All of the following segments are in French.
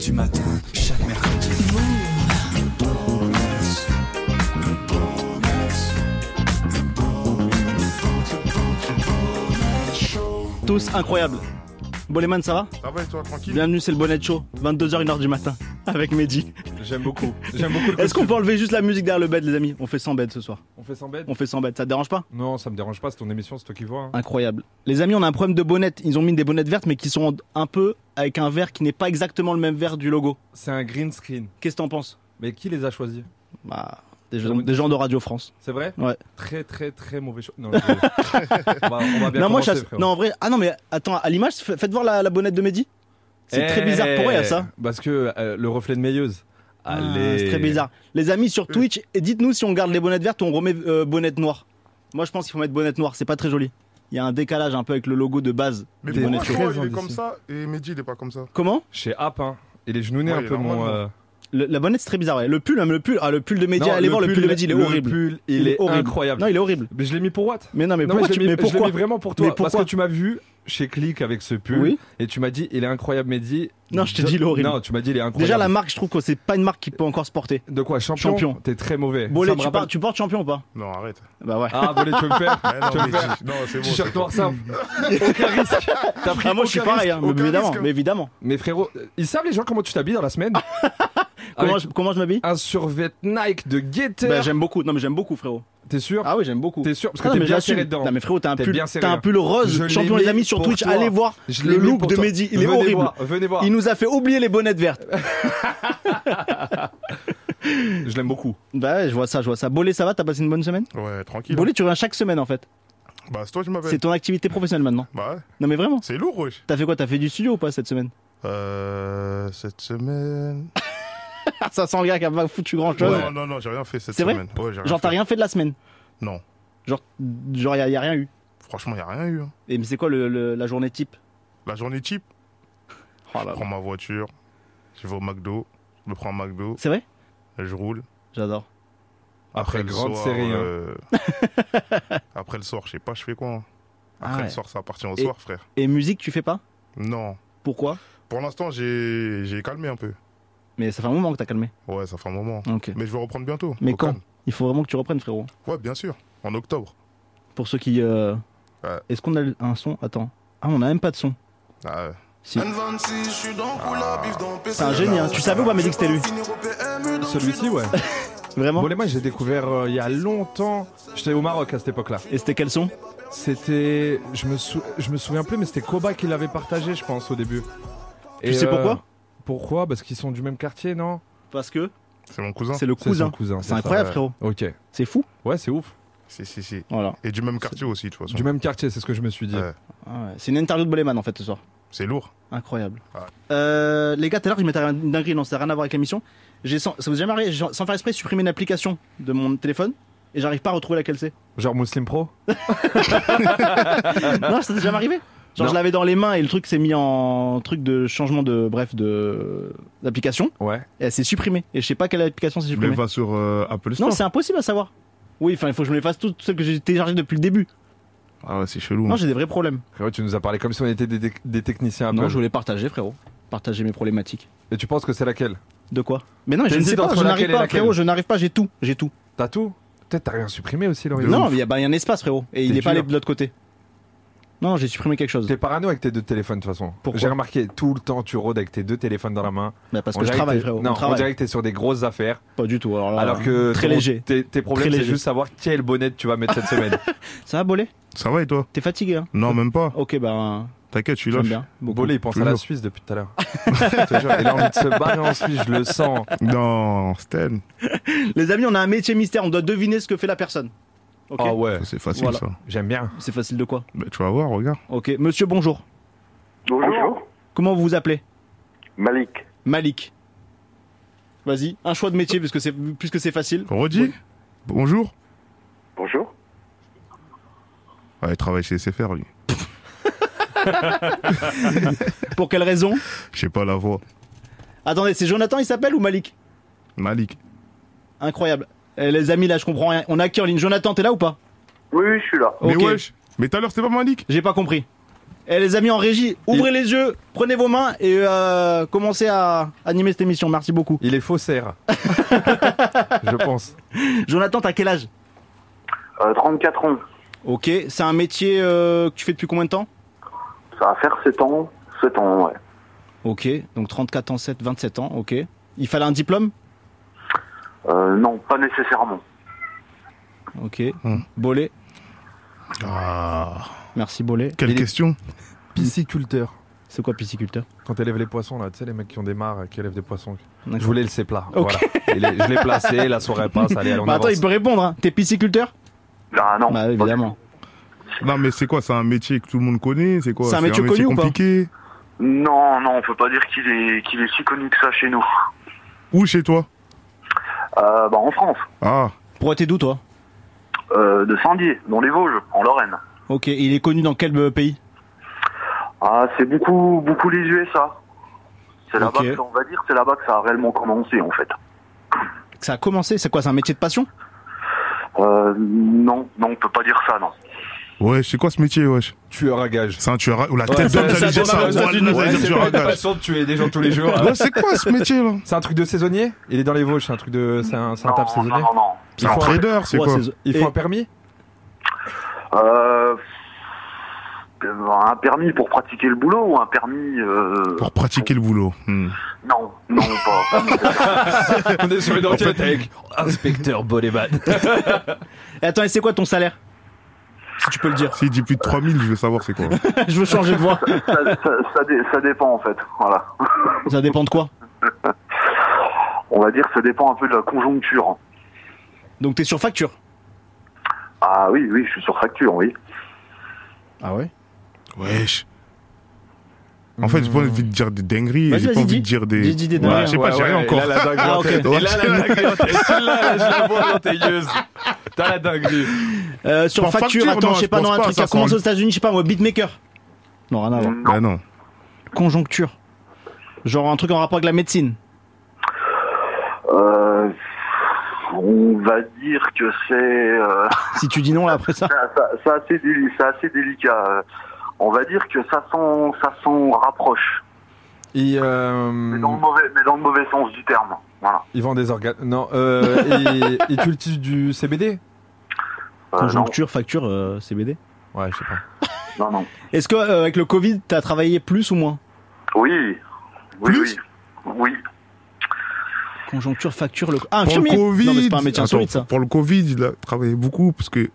du matin, chaque mercredi. Tous incroyables. Boleman, ça va? Ça va et toi, tranquille? Bienvenue, c'est le Bonnet Show, 22h, 1h du matin, avec Mehdi. J'aime beaucoup. J'aime beaucoup le Est-ce qu'on costume. peut enlever juste la musique derrière le bed, les amis? On fait 100 beds ce soir. On fait 100 bêtes? On fait 100 beds, ça te dérange pas? Non, ça me dérange pas, c'est ton émission, c'est toi qui vois. Hein. Incroyable. Les amis, on a un problème de bonnettes. Ils ont mis des bonnettes vertes, mais qui sont un peu avec un vert qui n'est pas exactement le même vert du logo. C'est un green screen. Qu'est-ce que t'en penses? Mais qui les a choisis? Bah, des gens de Radio France. C'est vrai? Ouais. Très très très mauvais choix. Non, on va bien Non, moi, commencer, frérot. non, en vrai. Ah non, mais attends, à l'image, faites voir la bonnette de Mehdi. C'est très bizarre pour elle, ça. Parce que le reflet de meilleuse. Allez. C'est très bizarre. Les amis sur Twitch, et dites-nous si on garde les bonnettes vertes ou on remet bonnette noire. Moi, je pense qu'il faut mettre bonnette noire. C'est pas très joli. Il y a un décalage un peu avec le logo de base. Mais du pourquoi Bonnet Show. toi, il est indécis. comme ça et Mehdi il est pas comme ça? Comment? Chez App, hein. Il est genouné Ouais, un il est peu mon. normal, La bonnette, c'est très bizarre. Ouais. Le pull de Mehdi. Non, Allez voir le pull de Mehdi. Il est horrible. Le pull, il est horrible. incroyable. Non, il est horrible. Mais je l'ai mis pour what? Mais non, mais Non, pourquoi je tu... l'ai mis, Mais pourquoi je l'ai mis vraiment pour toi. Mais Parce pourquoi que tu m'as vu chez Click avec ce pull. Oui. Et tu m'as dit, il est incroyable, Mehdi. Non, je t'ai dit, il est horrible. Non, tu m'as dit, il est incroyable. Déjà, la marque, je trouve que c'est pas une marque qui peut encore se porter. De quoi? Champion. T'es très mauvais. Bolé, Ça me rappelle- tu portes champion ou pas? Non, arrête. Bah ouais. Ah, Bolé, tu veux me faire? Mais non, Tu veux me Mehdi, faire? non, c'est bon. T-shirt c'est noir bon. simple. Aucun risque. T'as pris Ah, moi, je suis aucun pareil, risque. hein, mais aucun évidemment. risque. Mais évidemment. Mais frérot, ils savent les gens comment tu t'habilles dans la semaine? Comment je m'habille? Un survêt Nike de Gator. Bah, j'aime beaucoup. Non, mais j'aime beaucoup, frérot. T'es sûr? Ah oui, j'aime beaucoup. T'es sûr? Parce Ah que non, t'es mais bien j'assume. serré dedans. Non mais frérot, t'as un T'es pull, bien serré, t'as un hein. pull rose. Je l'ai Champion mis les amis sur pour Twitch, toi. allez voir Je le l'ai mis look pour de toi. Mehdi, il est Venez horrible. voir, venez voir. Il nous a fait oublier les bonnettes vertes. Je l'aime beaucoup. Bah ouais, je vois ça. Bolé, ça va? T'as passé une bonne semaine? Ouais, tranquille. Bolé, tu reviens chaque semaine en fait. Bah, c'est toi qui m'appelles. C'est ton activité professionnelle maintenant. Bah, ouais. Non mais vraiment. C'est lourd, wesh. T'as fait quoi? T'as fait du studio ou pas cette semaine? Cette semaine. Ça sent le gars qui a pas foutu grand chose. Non, j'ai rien fait cette C'est vrai semaine. Ouais, j'ai Genre t'as fait. rien fait de la semaine? Non. Genre y a rien eu. Franchement, y a rien eu. Hein. Et mais c'est quoi la journée type? La journée type, Oh là je là. prends ma voiture, je vais au McDo, je me prends un McDo, C'est vrai? et je roule. J'adore. Après, le grande soir, série. Après le soir, je sais pas, je fais quoi. Hein. Ah Après ouais. le soir, ça appartient au Et- soir, frère. Et musique, tu fais pas? Non. Pourquoi? Pour l'instant, j'ai calmé un peu. Mais ça fait un moment que t'as calmé. Ouais, ça fait un moment. Ok. Mais je vais reprendre bientôt. Mais au quand? calme. Il faut vraiment que tu reprennes, frérot. Ouais, bien sûr. En octobre. Pour ceux qui. Ouais. Est-ce qu'on a un son? Attends. Ah, on a même pas de son. Ah ouais. Si. C'est un génie, hein. Tu savais ou pas, Mehdi, que c'était lui? Celui-ci, ouais. Vraiment? Bon, les moi, j'ai découvert il y a longtemps. J'étais au Maroc à cette époque-là. Et c'était quel son? C'était. Je me souviens plus, mais c'était Koba qui l'avait partagé, je pense, au début. Tu sais pourquoi? Pourquoi? Parce qu'ils sont du même quartier, non? Parce que C'est mon cousin. c'est le C'est son cousin. cousin. C'est incroyable, ça, frérot. Ok. C'est fou. Ouais, c'est ouf. Si. Voilà. Et du même quartier aussi, de toute façon. Du même quartier, c'est ce que je me suis dit. Ouais. Ah ouais. C'est une interview de Boleman en fait ce soir. C'est lourd. Incroyable. Ouais. Les gars, tout à l'heure, je m'étais une dinguerie, non, ça n'a rien à voir avec l'émission. Ça vous est jamais arrivé, j'ai, sans faire exprès, supprimé une application de mon téléphone et j'arrive pas à retrouver laquelle c'est. Genre Muslim Pro? Non, ça t'est jamais arrivé? Genre, Non. je l'avais dans les mains et le truc s'est mis en truc de changement d'application Ouais. et elle s'est supprimée. Et je sais pas quelle application s'est Mais supprimée. va sur Apple Store. Non, c'est impossible à savoir. Oui, enfin, il faut que je me les fasse toutes celles que j'ai téléchargées depuis le début. Ah ouais, c'est chelou. Non, hein. j'ai des vrais problèmes. Frérot, tu nous as parlé comme si on était des techniciens Apple. Non, je voulais partager, frérot. Partager mes problématiques. Et tu penses que c'est laquelle? De quoi? Mais non, mais je ne T'hésites sais pas, entre je n'arrive laquelle et pas, laquelle frérot, je n'arrive pas, j'ai tout. T'as tout? Peut-être t'as rien supprimé aussi, Laurie. Non, mais il y a un espace, frérot. Et il T'es est pas allé dur. de l'autre côté. Non, j'ai supprimé quelque chose. T'es parano avec tes deux téléphones de toute façon. Pourquoi? J'ai remarqué tout le temps tu rôdes avec tes deux téléphones dans la main. Bah parce On que je dirait travaille, t'es- frérot. Non, on on travaille. dirait que t'es sur des grosses affaires. Pas du tout. Alors, là, Alors que très ton- léger. Tes problèmes, Très c'est léger. juste savoir quel bonnet tu vas mettre cette semaine. Ça va, Bolé? Ça va et toi? T'es fatigué, hein? Non, même pas. Ok, bah. T'inquiète, je suis J'aime là. bien. Beaucoup. Bolé, il pense à la Toujours. Suisse depuis tout à l'heure. Je te jure, il a envie de se barrer en Suisse, je le sens. Non, Stan. Les amis, on a un métier mystère. On doit deviner ce que fait la personne. Ok. Ah ouais, C'est facile Voilà. ça. j'aime bien. C'est facile de quoi? Bah, tu vas voir, regarde. Ok. Monsieur, bonjour. Bonjour. Comment vous vous appelez? Malik. Malik. Vas-y, un choix de métier puisque c'est facile. Redis. Oui. Bonjour. Bonjour. Ouais, il travaille chez SFR, lui. Pour quelle raison? Je sais pas la voix. Attendez, c'est Jonathan, il s'appelle ou Malik? Malik. Incroyable. Les amis, là, je comprends rien. On a qui en ligne? Jonathan, t'es là ou pas? Oui, je suis là. Ok. Mais wesh. Mais tout à l'heure, c'était pas Malik? J'ai pas compris. Eh les amis en régie, ouvrez les yeux, prenez vos mains et commencez à animer cette émission. Merci beaucoup. Il est faussaire. Je pense. Jonathan, t'as quel âge? 34 ans. Ok, c'est un métier que tu fais depuis combien de temps? Ça va faire 7 ans. 7 ans, ouais. Ok, donc 34 ans, 27 ans, ok. Il fallait un diplôme? Non, pas nécessairement. Ok. Bolé. Ah, Merci Bolé. quelle question? Pisciculteur. C'est quoi pisciculteur? Quand tu élèves les poissons, là, tu sais, les mecs qui ont des mares, qui élèvent des poissons. D'accord. Je voulais le plat. Ok. Voilà. Je l'ai placé, la soirée passe, allez, on Bah attends, avance. il peut répondre, hein. T'es pisciculteur? Ah non. Bah évidemment. Non, mais c'est quoi? C'est un métier que tout le monde connaît? C'est quoi? C'est un métier connu ou pas? compliqué? Non, on peut pas dire qu'il est si connu que ça chez nous. Où chez toi? En France. Ah, Pourquoi t'es d'où toi? De Saint-Dié, dans les Vosges, en Lorraine. Ok, il est connu dans quel pays? Ah, c'est beaucoup les USA. C'est là-bas Ok. que, on va dire, c'est là-bas que ça a réellement commencé, en fait. Ça a commencé, c'est quoi? C'est un métier de passion? Non, on peut pas dire ça, non. ouais, c'est quoi ce métier, wesh? Tueur à gage. C'est un tueur à... Ou la tête d'homme, ça j'allais dire ça. démarre aux États-Unis. Ouais, c'est tueur pas à une gage. façon de tuer des gens tous les jours. Ouais, c'est quoi ce métier, là? C'est un truc de saisonnier? Il est dans les Vosges, c'est un truc de. C'est un taf saisonnier? Non. C'est un trader, c'est Ouais, quoi? Il faut un permis? Un permis pour pratiquer le boulot ou un permis... Pour pratiquer le boulot. Non, pas nécessairement. On est sur une enquête avec inspecteur Boléman. Et attends, et c'est quoi ton salaire? Si tu peux le dire. S'il dit plus de 3000, je veux savoir c'est quoi. Je veux changer de voix. Ça dépend, en fait. Voilà. Ça dépend de quoi? On va dire que ça dépend un peu de la conjoncture. Donc t'es sur facture? Ah oui, je suis sur facture, oui. Ah ouais? Wesh. En fait, j'ai pas envie de dire des dingueries, Vas-y, j'ai pas vas-y, envie dis. de dire des... Dis des Ouais, dingueries. je sais pas, j'ai rien encore. Et là, la dinguerie Ah, en ok. tête. Et là, la dinguerie en tête. Celle-là, là, je la vois l'entailleuse. T'as la dinguerie. Sur Pas facture, facture, attends, non, je sais je pas, pense non, un pas, truc qui ça a commencé sent- aux États-Unis, je sais pas moi, beatmaker. Non, rien à voir. Bah non. Conjoncture. Genre un truc en rapport avec la médecine. On va dire que c'est... Si tu dis non là après ça. c'est assez délicat. On va dire que ça s'en rapproche. Il, Mais dans le mauvais sens du terme. Voilà. il vend des organes. Non, il cultive du CBD? Conjoncture, facture, CBD. Ouais, je sais pas. Non. Est-ce que avec le Covid, t'as travaillé plus ou moins? Oui. Plus Oui. Conjoncture, facture, le... Ah, Pour le infirmier. Covid... Non mais c'est pas un métier Attends, insolite ça. Pour le Covid, il a travaillé beaucoup parce que...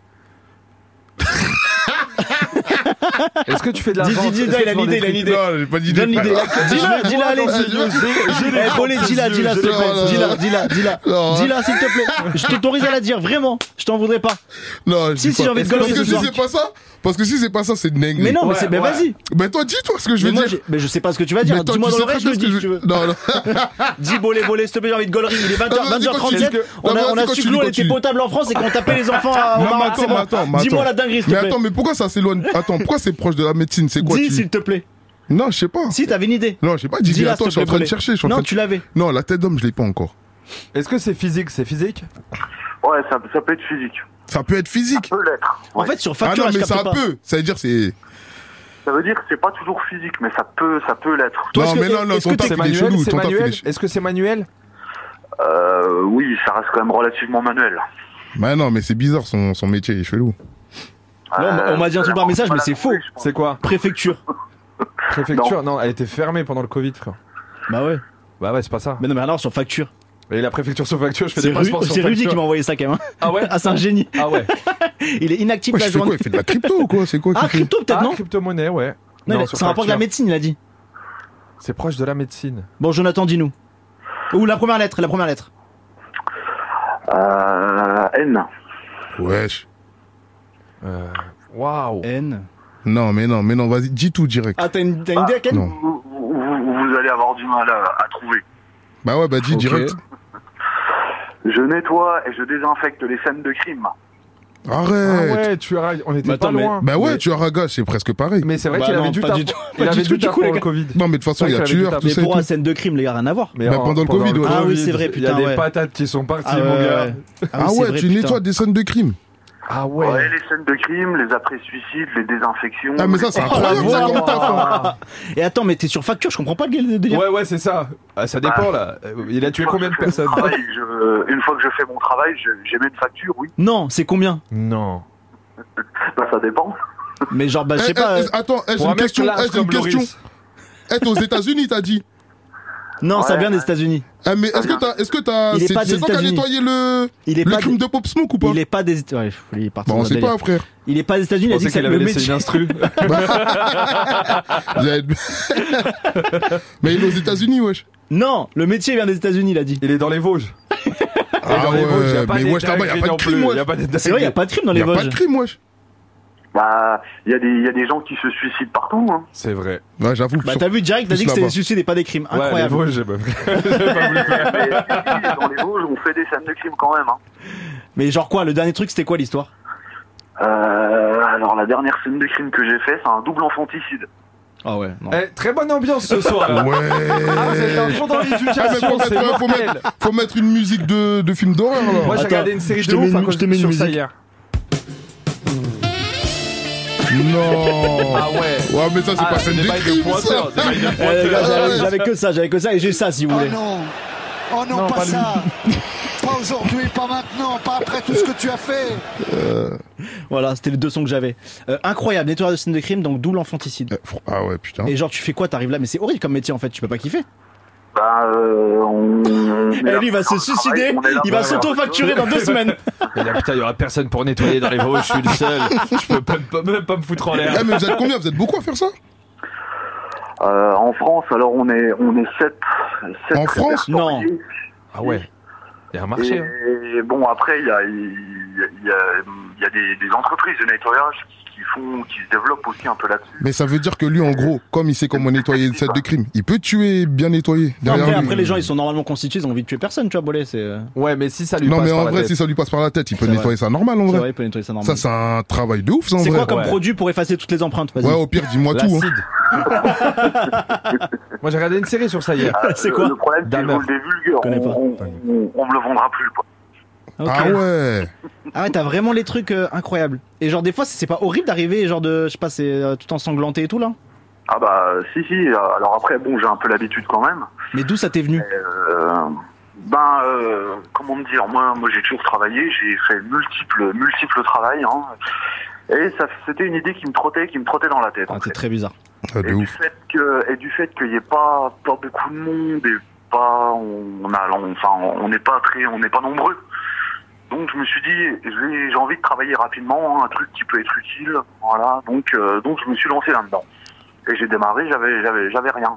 Est-ce que tu fais de la Dis, vente? dis, Est-ce que il a tu vends une des idée, il a une trucs? idée. Non, j'ai pas d'idée. Donne l'idée. frère. Dis-la, allez. Eh, Bolé, dis-la, s'il te plaît. Dis-la. Non. Dis-la, s'il te plaît. Je t'autorise à la dire, vraiment. Je t'en voudrais pas. Non, je Si, dis si, pas. j'ai envie de Parce gaulerie que ce si soir. c'est pas ça, parce que si c'est pas ça, c'est dingue. Mais non, mais Ouais, c'est, mais ouais. vas-y. Mais toi, dis-toi ce que je veux Mais moi, dire. mais je sais pas ce que tu vas dire. Mais toi, Dis-moi tu dans sais l'oreille, je très te bien dis ce si tu que veux. Non, non. Dis Bolé, s'il te plaît, j'ai envie de gaulerie. Il est 20h, Non, vas-y, 20h37. continue. On Non, a vas-y, su que l'eau elle était continue. potable en France et qu'on tapait les enfants au Non, mais Maroc. C'est bon. attends. Dis-moi la dinguerie, s'il te Mais plaît. attends, mais pourquoi ça s'éloigne? Attends, pourquoi c'est proche de la médecine? C'est quoi Dis, tu... s'il te plaît. Non, je sais pas. Si, t'avais une idée. Non, j'ai pas dit. Dis-la, Attends, s'il je suis te en train plaît, de chercher. je suis en train Non, de- tu l'avais. Non, la tête d'homme, je l'ai pas encore. Est-ce que c'est physique? C'est physique? Ouais, ça peut être physique. Ça peut être physique. Ça peut l'être. En Ouais. fait, sur Ah facture, non, je mais ça capte pas. peut. Ça veut dire c'est. Ça veut dire que c'est pas toujours physique, mais ça peut l'être. Toi, Non, est-ce que- mais non, est-ce ton que taf t'es il est Manuel? chelou. C'est Ton taf il manuel? est chelou. Est-ce que c'est manuel? Oui, ça reste quand même relativement manuel. Bah non, mais c'est bizarre, son métier est chelou. Non, on m'a dit un truc par message, mais c'est faux. C'est quoi? Préfecture. Préfecture? Non, elle était fermée pendant le Covid, frère. Bah ouais. Bah ouais, c'est pas ça. Mais non, mais alors, sur facture. Et la préfecture sur facture, je fais C'est des passeports sur c'est Rudy facture. qui m'a envoyé ça quand même. Ah ouais? Ah, c'est un génie. Ah ouais. Il est inactif Ouais, la je fais quoi? journée. Il fait de la crypto ou quoi? C'est quoi Ah, qu'il fait? crypto peut-être, Ah, non? crypto-monnaie, ouais. Non, Non, il- sur c'est un rapport avec la facture. médecine, il a dit. C'est proche de la médecine. Bon, Jonathan, dis-nous. Ou la première lettre. N. Wesh. Waouh. N. Non, mais non, vas-y, dis tout direct. Ah, t'as une idée à Ken? Non. Vous allez avoir du mal à trouver. Bah ouais, bah dis Ok. direct. Je nettoie et je désinfecte les scènes de crime. Ah Arrête. ouais, tu as... on était Bah pas attends, mais- loin. Bah ouais, tu as raga, c'est presque pareil. Mais c'est vrai Bah qu'il non, avait du pas taf. du tout. Il Pas avait du tout, du du taf coup, les pour le gars. Covid. Non, mais de toute façon, C'est il y a vrai qu'il avait du tueur, taf. tout Mais ça et pour un tout. scène de crime, les gars, rien à voir. Mais Bah, pendant le Covid, ouais. Ah oui, c'est vrai, Il y a putain, des ouais. patates qui sont parties, Ah mon ouais, gars. ouais. Ah oui, c'est ouais, vrai, tu putain. nettoies des scènes de crime. Ah ouais. Ouais, les scènes de crime, les après-suicides, les désinfections. Ah, mais ça, c'est incroyable, ça, comme taf. Hein. Et attends, mais t'es sur facture, je comprends pas le délire. Ouais, c'est ça. Ah, ça dépend là. Il a tué combien de personnes? Une fois que je fais mon travail, j'émets une facture, oui. Non, c'est combien? Non. Bah, ça dépend. Mais genre, bah, je sais pas. Attends, j'ai une question. J'ai une question. T'es aux États-Unis, t'as dit? Non, ça Ouais, vient des ouais. États-Unis. Ah, mais est-ce que t'as. Il est pas des C'est toi qui as États-Unis. nettoyé le crime de Pop Smoke ou pas? Il est pas des États-Unis. Ouais, il est parti Bah, dans on un sait délire. pas, frère. Il est pas des États-Unis, il a dit que c'est qu'il le avait laissé métier. une instru. Mais il est aux États-Unis, wesh. Non, le métier vient des États-Unis, il a dit. Il est dans les Vosges. Ah dans les Vosges, y a pas mais des wesh, là-bas, y a pas de dingueries crime, non plus, wesh. y a pas des C'est vrai, il y a pas de crime dans Y les a pas Vosges. de crime, wesh. Bah, il y a des gens qui se suicident partout. Hein. C'est vrai. Ouais, j'avoue. Bah, t'as vu direct, t'as dit que c'était des suicides et pas des crimes. Ouais, les Incroyable. Vosges, j'ai pas voulu faire. Mais dans les Vosges, on fait des scènes de crime quand même. Hein. Mais genre quoi, le dernier truc, c'était quoi l'histoire? Alors, la dernière scène de crime que j'ai fait, c'est un double infanticide. Ah ouais, non. Eh, très bonne ambiance ce soir. Là. Ouais. Ah, c'est un fond dans Ah, mais l'éducation, c'est mortel. faut mettre une musique de film d'horreur, là. Moi, j'ai Attends, regardé une série je de te mets ouf une- à cause je te mets une sur ça musique. hier. Non. Ah ouais. Ouais, mais ça, c'est pas c'est scène des de bails de crime, ça. pointeur, des bails de Eh, les pointeur. gars, j'avais que ça et j'ai ça si vous voulez. Oh non, pas ça. Pas aujourd'hui, pas maintenant, pas après tout ce que tu as fait. Voilà, c'était les deux sons que j'avais. Incroyable, nettoyeur de scène de crime, donc d'où l'infanticide. Ah ouais, putain. Et genre, tu fais quoi? T'arrives là, mais c'est horrible comme métier en fait, tu peux pas kiffer. Bah, on est Eh, là lui, il va pour se faire le travail, suicider, on est là il pour va faire s'auto-facturer dans 2 semaines. Et là, putain, il y aura personne pour nettoyer dans les Vosges, je suis le seul. Je peux même pas me foutre en l'air. Eh, mais vous êtes combien? Vous êtes beaucoup à faire ça? En France, alors on est 7. En France? Non. Ah ouais. Il y a un marché. Hein. Et bon, après, il y a des entreprises de nettoyage qui se développent aussi un peu là-dessus. Mais ça veut dire que lui, en gros, comme il sait comment nettoyer une scène de crime, il peut tuer bien nettoyé derrière lui. Après, les gens, ils sont normalement constitués, ils ont envie de tuer personne, tu vois, Bolé, c'est Ouais, mais si ça lui Non, passe mais par en la vrai, tête. si ça lui passe par la tête, il peut C'est nettoyer ça normal, en c'est vrai. vrai, il peut nettoyer ça normalement. Ça, c'est un travail de ouf, ça, en C'est vrai. quoi comme Ouais. produit pour effacer toutes les empreintes? Vas-y. Ouais, au pire, dis-moi tout. Hein. L'acide. Moi, j'ai regardé une série sur ça hier. C'est quoi? Le problème, c'est que je Dahmer. vous le divulgue, connais pas. on me le vendra plus, quoi. Ok. Ah ouais. Ah ouais, t'as vraiment les trucs incroyables. Et genre, des fois, c'est pas horrible d'arriver, genre de, je sais pas, c'est tout ensanglanté et tout là? Ah bah, si. Alors après, bon, j'ai un peu l'habitude quand même. Mais d'où ça t'est venu? Comment me dire, moi j'ai toujours travaillé, j'ai fait multiples travails, hein. Et c'était une idée qui me trottait dans la tête. Ah, en t'es fait. très bizarre. Ah, de Et ouf. du fait qu'il n'y ait pas beaucoup de monde et on n'est pas nombreux. Donc je me suis dit, j'ai envie de travailler rapidement, hein, un truc qui peut être utile, voilà. Donc je me suis lancé là-dedans. Et j'ai démarré, j'avais rien.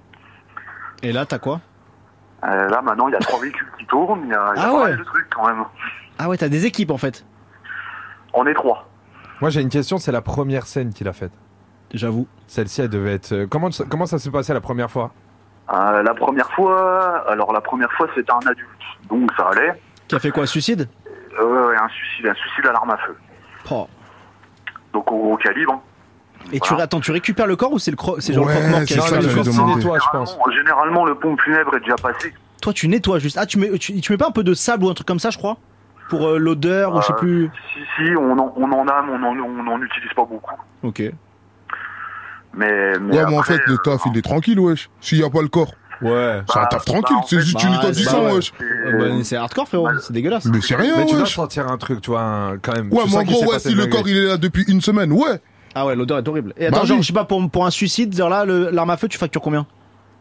Et là, t'as quoi? Là maintenant, il y a 3 véhicules qui tournent, il y a Ah pas ouais. mal de trucs quand même. Ah ouais, t'as des équipes en fait. On est 3. Moi, j'ai une question, c'est la première scène qu'il a faite. J'avoue. Celle-ci, elle devait être. Comment ça s'est passé la première fois? La première fois, c'était un adulte, donc ça allait. Qui a fait quoi? Suicide? Ouais, un suicide à l'arme à feu. Oh. Donc au gros calibre. Hein. Et Voilà. tu récupères le corps ou c'est c'est genre Ouais, le croque-mort qui c'est a ça fait que le j'avais corps? demandé. Nettoie, je pense. Généralement, le pompe funèbre est déjà passé. Toi, tu nettoies juste. Ah, tu mets pas un peu de sable ou un truc comme ça, je crois? Pour l'odeur ou je sais plus. Si, on en a, mais on n'en utilise pas beaucoup. Ok. Mais Ouais, mais en après, fait, le taf, il est tranquille, wesh. S'il y a pas le corps, Ouais. c'est un taf tranquille. en C'est fait, juste tu nettoies du bah, sang, ouais. wesh. C'est hardcore, frérot. C'est dégueulasse. Mais c'est rien, Mais tu dois wesh. sentir un truc, tu vois, quand même. Ouais, Tu mais sens en qu'il gros, s'est ouais, passé si une le corps, dinguerie. il est là depuis une semaine, ouais. Ah ouais, l'odeur est horrible. Et attends, Bah genre, oui. je sais pas, pour un suicide, genre là, l'arme à feu, tu factures combien?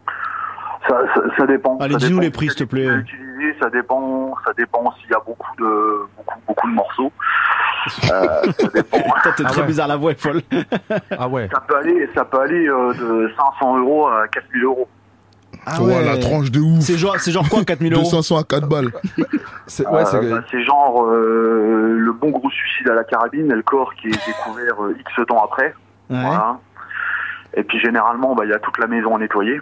ça dépend. Allez, Ça dis-nous dépend les prix, de s'il te ce plaît. que tu as utilisé, ça dépend s'il y a beaucoup de morceaux. Ça dépend. Toi, t'es Ah très ouais. bizarre, la voix est folle. Ah ouais. Ça peut aller de 500 € à 4000 €. Ah Ouais, la tranche de ouf. C'est genre quoi, 4000 De euros? 500 à 4 balles. C'est C'est genre le bon gros suicide à la carabine et le corps qui est découvert X temps après. Ouais. Voilà. Et puis généralement, il y a toute la maison à nettoyer.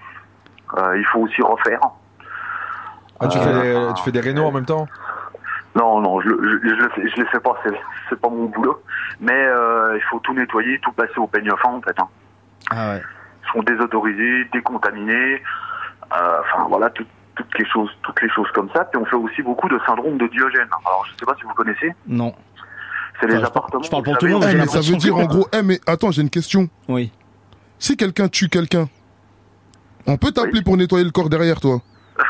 Il faut aussi refaire. Ah, tu fais des rénaux en même temps? Non, je le fais pas, c'est pas mon boulot. Mais il faut tout nettoyer, tout passer au peigne fin en fait. Hein. Ah ouais. Ils sont déautorisés, décontaminés. Enfin voilà, toutes les choses comme ça. Puis on fait aussi beaucoup de syndrome de Diogène. Alors je sais pas si vous connaissez. Non. C'est les appartements. je parle pour vous tout le monde, savez, j'ai Mais ça l'impression veut dire que- en gros, mais attends, j'ai une question. Oui. Si quelqu'un tue quelqu'un, on peut t'appeler pour nettoyer le corps derrière toi.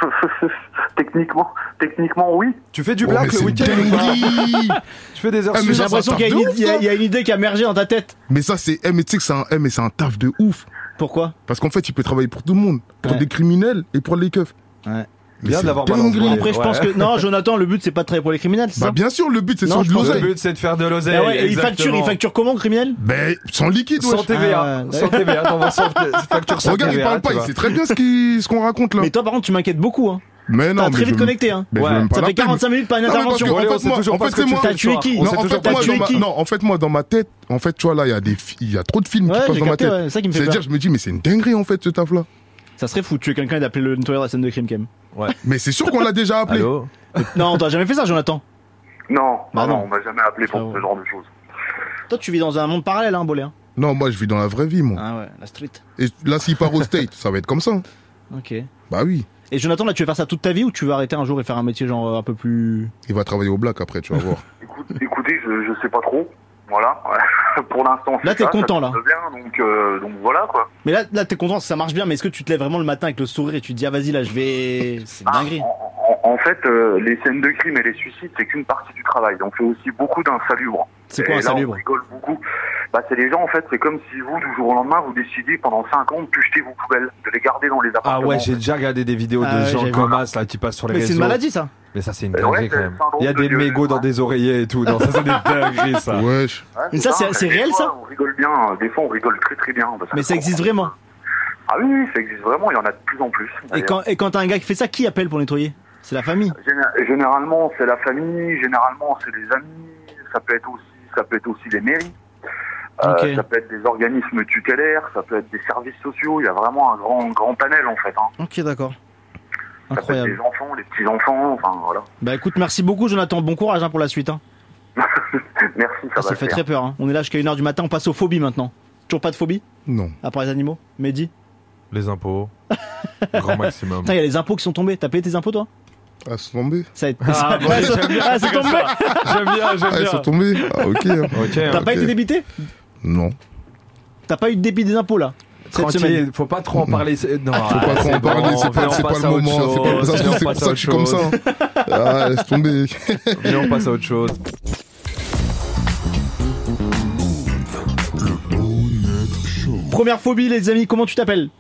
Techniquement, oui. Tu fais du Oh, black mais le c'est week-end ou pas dinguerie. Tu fais des heures Ah, mais sup. J'ai ça, l'impression c'est qu'il y a un une taf de idée- ouf, il y a une idée qui a émergé dans ta tête. Mais ça, c'est, mais tu sais que c'est un, mais c'est un taf de ouf. Pourquoi? Parce qu'en fait, il peut travailler pour tout le monde. Pour Ouais. des criminels et pour les keufs. Ouais. Mais Bien c'est de l'avoir dinguerie. balancé. Après, je pense Ouais. que non, Jonathan, le but c'est pas de travailler pour les criminels, c'est Bah ça? bien sûr, le but c'est Non, sur je de pense Le l'oseille. but c'est de faire de l'oseille. Ah ouais, et il exactement. facture comment, criminel? Ben, sans liquide, Sans wesh. TVA. Ah ouais. Sans TVA, t'envoies sans facture sans Regarde, il TVA. parle pas, tu il vois. sait très bien ce qu'on raconte là. Mais toi, par contre, tu m'inquiètes beaucoup, hein. Mais non, T'as mais très je vite veux- connecté, hein. mais je veux Ouais. même pas Ça fait l'appeler, mais- 45 minutes, pas Non, mais parce d'intervention. que, Bolé, on en sait fait, toujours moi, pas en ce fait, que c'est tu moi. fais T'as ce tué soir. qui? On Non, sait en toujours fait, pas moi, ce tué dans ma- qui non, en fait, moi, dans ma tête, en fait, tu vois, là, il y a des, il y a trop de films qui Ouais, passent j'ai dans ma capté, tête. ouais, c'est ça qui me fait C'est-à-dire, peur. je me dis, mais c'est une dinguerie, en fait, ce taf-là. Ça serait fou de tuer quelqu'un et d'appeler le nettoyeur de la scène de crime, quand même. Mais c'est sûr qu'on l'a déjà appelé. Allô. Non, t'as jamais fait ça, Jonathan. Non, Bah non. on m'a jamais appelé pour Ah ouais. ce genre de choses. Toi, tu vis dans un monde parallèle, hein, Bolé. Hein. Non, moi, je vis dans la vraie vie, moi. Ah ouais, la street. Et là, s'il part au State, ça va être comme ça. Ok. Bah oui. Et Jonathan, là, tu veux faire ça toute ta vie ou tu veux arrêter un jour et faire un métier genre un peu plus. Il va travailler au black après, tu vas voir. Écoutez, je sais pas trop. Voilà. Pour l'instant, Là, c'est t'es ça, content, ça là. se passe bien, donc voilà quoi. Mais là, t'es content, ça marche bien, mais est-ce que tu te lèves vraiment le matin avec le sourire et tu te dis, ah vas-y, là, je vais. C'est une dinguerie. En fait, les scènes de crime et les suicides, c'est qu'une partie du travail. On fait aussi beaucoup d'insalubres. C'est quoi Et un là, salubre? On rigole beaucoup. Bah, c'est les gens, en fait, c'est comme si vous, du jour au lendemain, vous décidiez pendant 5 ans de plus jeter vos poubelles, de les garder dans les Ah appartements. ouais, j'ai déjà regardé des vidéos Ah de ouais, gens j'ai comme vu. As là qui passent sur les Mais réseaux. c'est une maladie, ça. Mais ça c'est une Ouais, dinguerie c'est quand le même. syndrome Il y a de des Dieu. mégots dans des oreillers et tout. Non, ça c'est des dingueries ça. Wesh. Ouais, Mais ça, c'est Des réel, fois, ça On rigole bien. Des fois, on rigole très très bien. Parce Mais que- ça existe vraiment. Ah oui, ça existe vraiment. Il y en a de plus en plus. Et quand t'as un gars qui fait ça, qui appelle pour nettoyer? C'est la famille. Généralement, c'est la famille. Généralement, c'est les amis. Ça peut être aussi les mairies. Ok. Ça peut être des organismes tutélaires. Ça peut être des services sociaux. Il y a vraiment un grand panel en fait. Hein. Ok, d'accord. Ça peut être Incroyable. les enfants, les petits enfants. Enfin voilà. Bah écoute, merci beaucoup, Jonathan. Bon courage hein, pour la suite. Hein. Merci, ça Ça va fait le très faire. peur. Hein. On est là jusqu'à 1h du matin, on passe aux phobies maintenant. Toujours pas de phobie Non. à part les animaux? Mehdi? Les impôts. Grand maximum. Putain, il y a les impôts qui sont tombés. T'as payé tes impôts, toi? Ah, c'est tombé. Ça a été... Ah, bon, Ah, j'aime bien, ah, c'est tombé. J'aime bien, j'aime Ah, ils sont bien. tombés. Ah, ok. hein. Ok. T'as pas ok. été débité? Non. T'as pas eu de débit des impôts là cette semaine? Tranquille, faut pas trop en parler. Non, Faut pas trop en parler, c'est pas le moment. Ça se trouve, c'est pour ça que je suis comme ça. hein. Ah, laisse tomber. Viens, on passe à autre chose. Première phobie, les amis, comment tu t'appelles?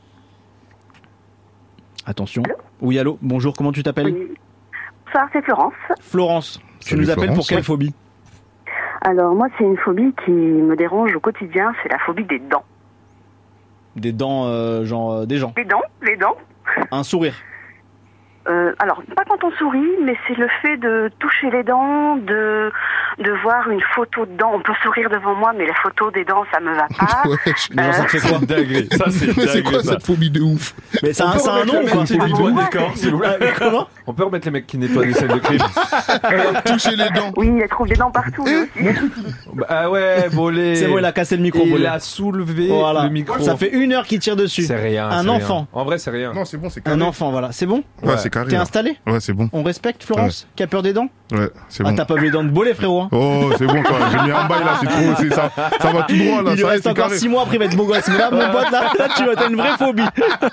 Attention. Oui, allô, bonjour, comment tu t'appelles? Oui. Bonsoir, c'est Florence. Florence. Tu Salut, nous appelles Florence. pour quelle phobie? Alors moi, c'est une phobie qui me dérange au quotidien, c'est la phobie des dents. Des dents, genre des gens. Les dents. Un sourire. Alors, pas quand on sourit, mais c'est le fait de toucher les dents, de voir une photo de dents. On peut sourire devant moi, mais la photo des dents, ça me va pas. Wesh. Mais genre, ça te fait quoi? Dinguerie. Ça, c'est Mais c'est quoi dingue. Ça. cette phobie de ouf? Mais c'est un nom ou quoi? Qui nettoie des corps, s'il vous plaît. Comment? On peut remettre les mecs qui nettoient des scènes de crime. Toucher les dents. Oui, elle trouve des dents partout, lui aussi. Ah ouais, Bolé. C'est bon, il a cassé le micro. Il Bolé. a soulevé Voilà. le micro. Ça fait 1 heure qu'il tire dessus. C'est rien. Un c'est enfant. rien. En vrai, c'est rien. Non, c'est bon, c'est Un carré. enfant, voilà. C'est bon? Ouais, c'est carré. T'es là. installé? Ouais, c'est bon. On respecte Florence, qui a peur des dents? Ouais, c'est Ah, bon. t'as pas vu les dents de Bolé, frérot. Hein. Oh, c'est bon, quoi. J'ai mis un bail là, c'est trop. C'est ça. Ça va tout droit là. Il lui Ça y est, reste c'est encore carré. 6 mois après, il va être beau gosse. Mais là, mon pote, là tu vas, t'as une vraie phobie.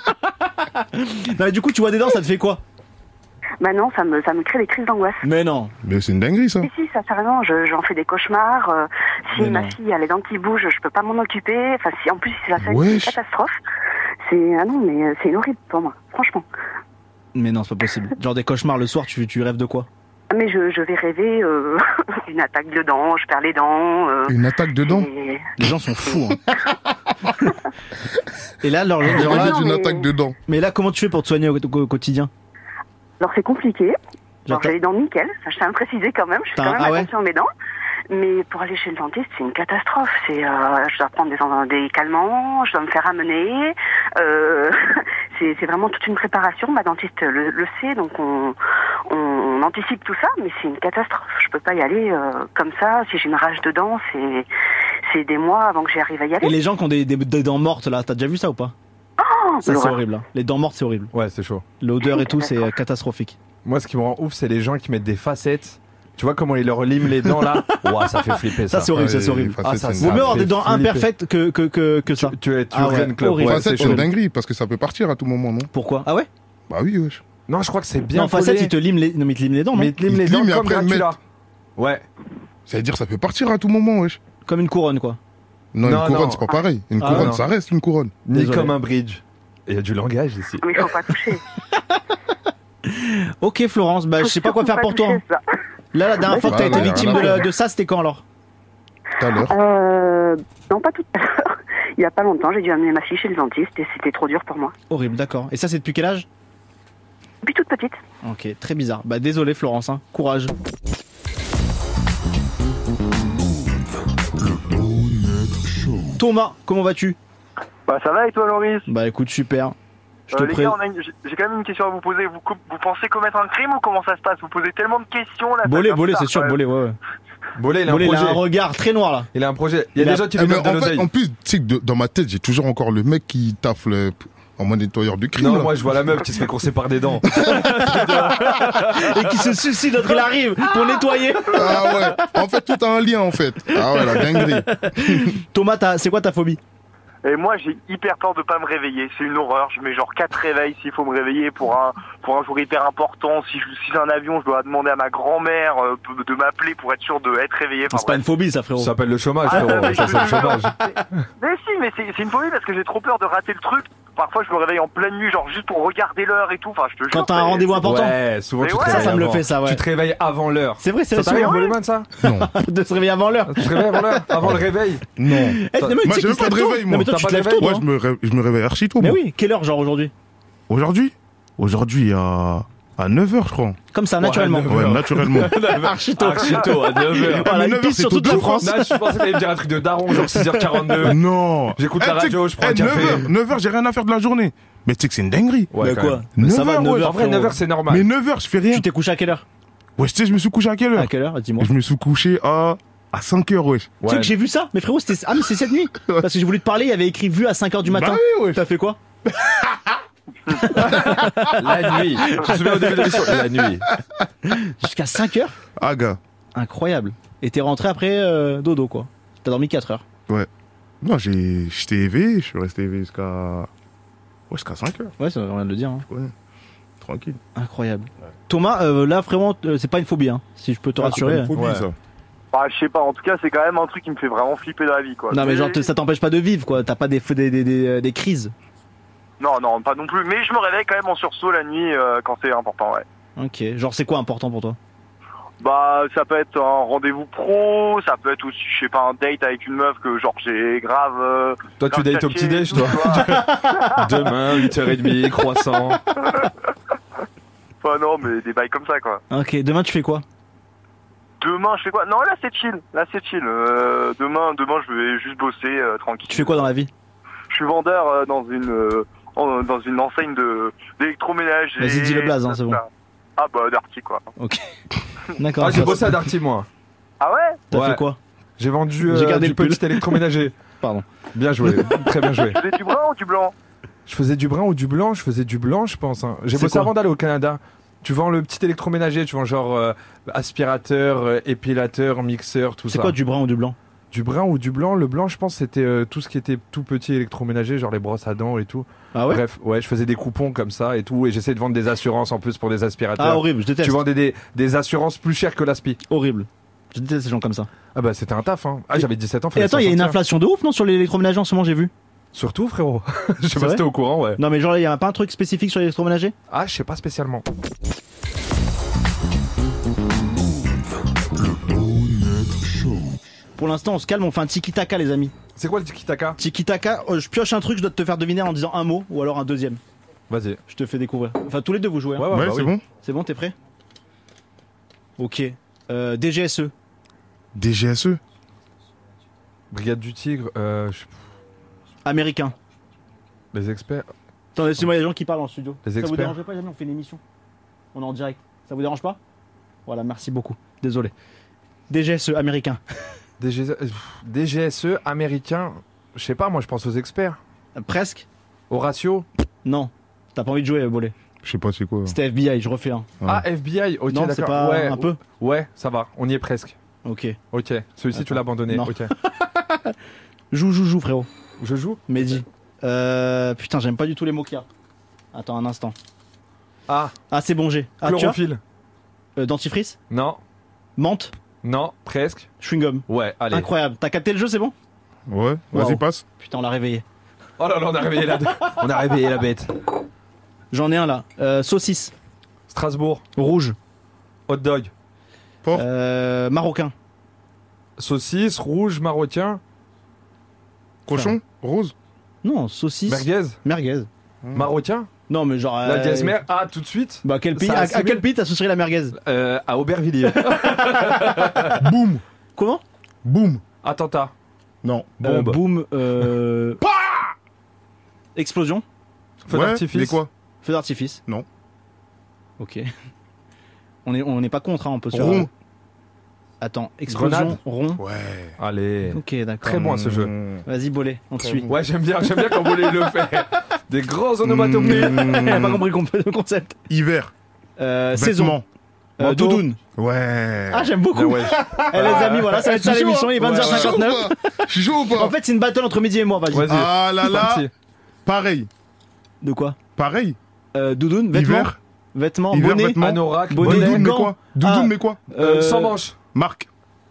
Non, mais du coup, tu vois des dents, ça te fait quoi? Bah non, ça me crée des crises d'angoisse. Mais non. Mais c'est une dinguerie, ça. Si, ça, sérieusement, j'en fais des cauchemars. Si Mais ma non. fille a les dents qui bougent, je peux pas m'en occuper. Enfin, si en plus c'est la scène, c'est une Wesh. catastrophe. Ah non, mais c'est horrible pour moi, franchement. Mais non, c'est pas possible. Genre des cauchemars le soir, tu rêves de quoi? Mais je vais rêver une attaque de dents, je perds les dents. Une attaque de dents. et- Les gens sont fous. Hein. Et là, genre, J'ai genre là, rêvé d'une mais- attaque de dents. mais là, comment tu fais pour te soigner au quotidien? Alors c'est compliqué. Genre, Alors j'ai les dents nickel, ça je tiens à le préciser quand même, je fais T'as quand un- même ah ouais attention à mes dents. Mais pour aller chez le dentiste, c'est une catastrophe. Je dois prendre des calmants, je dois me faire amener. C'est vraiment toute une préparation. Ma dentiste le sait, donc on anticipe tout ça, mais c'est une catastrophe. Je peux pas y aller comme ça. Si j'ai une rage de dents, c'est des mois avant que j'y arrive à y Et aller. les gens qui ont des dents mortes là, t'as déjà vu ça ou pas? Ça c'est l'horreur. horrible. Hein. Les dents mortes c'est horrible. Ouais, c'est chaud. L'odeur et tout c'est catastrophique. Moi, ce qui me rend ouf, c'est les gens qui mettent des facettes Tu vois comment il leur lime les dents là? Ouah, ça fait flipper ça. Ça c'est horrible, ça c'est horrible. Facette, Vaut mieux avoir des dents imperfectes que ça. Tu es Ah ouais, Jürgen Klopp. horrible. Ouais, Facette, c'est c'est une chaud. dinguerie parce que ça peut partir à tout moment, non? Pourquoi? Ah ouais? Bah oui, wesh. Non, je crois que c'est bien. Non, facette, collé. il te lime les, non, mais il te lime les dents, non? Mais il te lime Il les te dents lime et comme après, il Dracula. Ouais. Ça veut dire ça peut partir à tout moment, wesh. Comme une couronne, quoi. Non, Non, une couronne, non. c'est pas pareil. Une Ah, couronne, non. ça reste une couronne. Ni Désolé. comme un bridge. Il y a du langage ici. Mais il faut pas toucher. Ok, Florence, bah, je sais pas quoi faire pour toi. Toucher, ça. Là, la dernière fois que t'as été Voilà, victime voilà. de ça, c'était quand alors? Tout à l'heure. Non, pas tout à l'heure. Il y a pas longtemps, j'ai dû amener ma fille chez le dentiste et c'était trop dur pour moi. Horrible, d'accord. Et ça, c'est depuis quel âge? Depuis toute petite. Ok, très bizarre. Bah, désolé, Florence, hein. Courage. Thomas, comment vas-tu? Bah ça va et toi Loris? Bah, écoute, super. Je te Les prie. gars, j'ai quand même une question à vous poser. Vous pensez commettre un crime ou comment ça se passe? Vous posez tellement de questions là. Bolé, ça devient Bolé, tard, c'est sûr, quand même. Bolé, ouais, ouais. Bolé, il a un Bolé, il a projet. un regard très noir là. Il a un projet. Il y a Il a- des gens qui Eh, lui mais donnent de en fait, l'oseille. en plus, tu sais que dans ma tête, j'ai toujours encore le mec qui taffe en mode nettoyeur de crime. Non, là. moi je vois la meuf qui se fait courser par des dents. Et qui se suicide quand il arrive pour nettoyer. Ah ouais. En fait, tout a un lien, en fait. Ah ouais, la dinguerie. Thomas, c'est quoi ta phobie? Et moi j'ai hyper peur de pas me réveiller. C'est une horreur. Je mets genre 4 réveils s'il faut me réveiller pour un jour hyper important. Si j'ai un avion, je dois demander à ma grand-mère de m'appeler pour être sûr de être réveillé. Enfin, C'est pas une phobie, ça, frérot. Ça s'appelle le chômage, Ah, frérot. mais Ça, c'est le je- chômage. Mais si, mais c'est une phobie parce que j'ai trop peur de rater le truc. Parfois je me réveille en pleine nuit, genre juste pour regarder l'heure et tout. Enfin, je te jure. Quand t'as un mais- rendez-vous important. Ouais, souvent Mais tu te ouais. réveilles Ça me le avant. fait, ça, ouais. Tu te réveilles avant l'heure. C'est vrai, c'est Ça t'arrive, vrai. Boleman, ça? Non. De se réveiller avant l'heure. Tu te réveilles avant l'heure? Avant le réveil? Non. Eh, non, mais tu Moi, sais j'ai qu'il même se pas lève de tôt. réveil, Non, moi. mais toi, T'as tu pas te de lèves tôt, Moi, toi. je me réveille archi tôt, Mais moi. oui, quelle heure, genre, aujourd'hui? Aujourd'hui, à 9h, je crois. Comme ça, naturellement. Ouais, Ouais, naturellement. Archito. Archito à 9h. Voilà, mais une 9h, piste c'est sur toute tout la chaud. France. Non, je pensais que t'allais me dire un truc de daron, genre 6h42. Non. J'écoute la tu sais radio, que- je prends un café. 9h, j'ai rien à faire de la journée. Mais tu sais que c'est une dinguerie. Ouais, Mais quand quoi? même. Mais ça va, 9h, 9h. ouais. En vrai, 9h, c'est normal. Mais 9h, je fais rien. Tu t'es couché à quelle heure? Ouais, tu sais, je me suis couché à quelle heure? À quelle heure? Dis-moi. Je me suis couché à 5h, wesh. Tu sais Ouais. que j'ai vu ça? Mais frérot, c'était. Ah, mais c'est cette nuit! Parce que j'ai voulu te parler, il y avait écrit vu à 5h du matin. Bah oui, ouais. T'as fait quoi? La nuit. Je me souviens au début de l'émission. La nuit. Jusqu'à 5h? Ah, gars. Incroyable. Et t'es rentré après dodo, quoi. T'as dormi 4 heures. Non, j'étais éveillé, je suis resté éveillé jusqu'à 5h. Ouais, ça rien de le dire. Hein. Ouais. Tranquille. Incroyable. Thomas, là, vraiment, c'est pas une phobie, hein, si je peux te rassurer. Ouais. ça. Bah, je sais pas. En tout cas, c'est quand même un truc qui me fait vraiment flipper dans la vie, quoi. Non, mais genre, ça t'empêche pas de vivre, quoi. T'as pas des crises. Non, non, pas non plus. Mais je me réveille quand même en sursaut la nuit quand c'est important, ouais. Ok. Genre, c'est quoi important pour toi? Bah, ça peut être un rendez-vous pro, ça peut être aussi, je sais pas, un date avec une meuf que genre j'ai grave. Toi, tu grave dates au cherché, petit-déj, tout, toi? tu vois. Demain, 8h30, croissant. Enfin, non, mais des bails comme ça, quoi. Ok. Demain, tu fais quoi? Demain, je fais quoi? Non, là, c'est chill. Là, c'est chill. Demain, je vais juste bosser tranquille. Tu fais quoi dans la vie? Je suis vendeur dans une enseigne d'électroménager. Vas-y, dis le blaze, hein, c'est bon. Ah, bah, Darty, quoi. Ok. D'accord. Ah, j'ai bossé à Darty, moi. Ah ouais? T'as Ouais. fait quoi? J'ai vendu J'ai gardé du le pull. petit électroménager. Pardon. Bien joué. Très bien joué. Tu faisais du brun ou du blanc? Je faisais du brun ou du blanc? Je faisais du blanc, je pense. Hein. J'ai C'est bossé quoi avant d'aller au Canada. Tu vends le petit électroménager, tu vends genre aspirateur, épilateur, mixeur, tout ça. C'est quoi du brun ou du blanc? Du brun ou du blanc? Le blanc, je pense, c'était tout ce qui était tout petit électroménager, genre les brosses à dents et tout. Ah ouais? Bref, ouais, je faisais des coupons comme ça et tout. Et j'essayais de vendre des assurances en plus pour des aspirateurs. Ah, horrible, je déteste. Tu vendais des assurances plus chères que l'aspi. Horrible. Je déteste ces gens comme ça. Ah bah c'était un taf, hein. Ah, j'avais 17 ans. Et fallait attends, s'en il y a une sortir. inflation de ouf, non, sur l'électroménager en ce moment, j'ai vu. Surtout, frérot. Je sais C'est pas si vrai t'es au courant, ouais. Non, mais genre, il y a pas un truc spécifique sur l'électroménager? Ah, je sais pas spécialement. Pour l'instant, on se calme, on fait un tiki-taka, les amis. C'est quoi le tiki-taka? Tiki-taka, je pioche un truc, je dois te faire deviner en disant un mot ou alors un deuxième. Vas-y. Je te fais découvrir. Enfin, tous les deux, vous jouez. hein. Ouais, Ouais, bah c'est oui. bon. C'est bon, t'es prêt? Ok. DGSE. DGSE. Brigade du Tigre, Américain. les experts. Attends, laissez-moi, il y a des gens qui parlent en studio. Les Ça vous experts. dérange pas, jamais? On fait une émission. On est en direct. Ça vous dérange pas? Voilà, merci beaucoup. Désolé. DGSE, américain. DGSE américain, je sais pas, moi je pense aux experts. Presque? Au ratio. Non. T'as pas envie de jouer, Bolé. Je sais pas c'est quoi. C'était FBI, je refais un. Ouais. Ah, FBI, ok, Non, c'est d'accord. pas Ouais, un peu. Ouais, ça va, on y est presque. Ok. Ok, celui-ci, tu Attends. l'as abandonné. Non. Ok. Joue, frérot. Je joue Mehdi. Putain, j'aime pas du tout les mots qu'il y a. Attends un instant. Ah, Ah, c'est bon, j'ai. Ah, tu as chlorophylle. Dentifrice. Non, Menthe. non, presque. Chewing-gum. Ouais, allez. Incroyable. T'as capté le jeu, c'est bon? Ouais, vas-y, Wow. passe. Putain, on l'a réveillé. Oh là là, on a réveillé la bête. J'en ai un là. Saucisse. Strasbourg, Rouge. hot dog, Porc. Marocain. saucisse, rouge, marocain, Cochon. Rose. Non, saucisse. merguez, Merguez. marocain, Non, mais genre. la dièse-mer. Ah, tout de suite. Bah, quel pays, Ça à assimile. quel pays t'associerais la merguez? À Aubervilliers. Boum. Comment? Boum. Attentat. Non. Bombe. Boum. Explosion. Feu Ouais, d'artifice. mais quoi? Feu d'artifice. Non. Ok. On n'est pas contre, hein, on peut se faire. Rond. Attends, explosion, Grenade. rond. Ouais. Allez. Ok, d'accord. Très bon à ce jeu. Vas-y, Bolé, on te suit. Ouais, j'aime bien quand Bolé le fait. Des grands onomatopées. Elle a pas compris le concept. Hiver. Saison. Vêtements. Doudoune. Ouais. Ah, j'aime beaucoup. Bien, ouais. Eh, les amis, voilà, ça va être ça l'émission, il est 22h59. Je suis chaud ou pas? En fait, c'est une battle entre Mehdi et moi, vas-y. Vas-y. Ah là là. Parti. Pareil. De quoi? Pareil. Doudoune, vêtements. Hiver. Vêtements, Hiver, bonnet. vêtements. Anorak, Bonnet. bonnet. Doudoune, mais gants. quoi? Doudoune, Ah. mais quoi? Sans manche. Marque.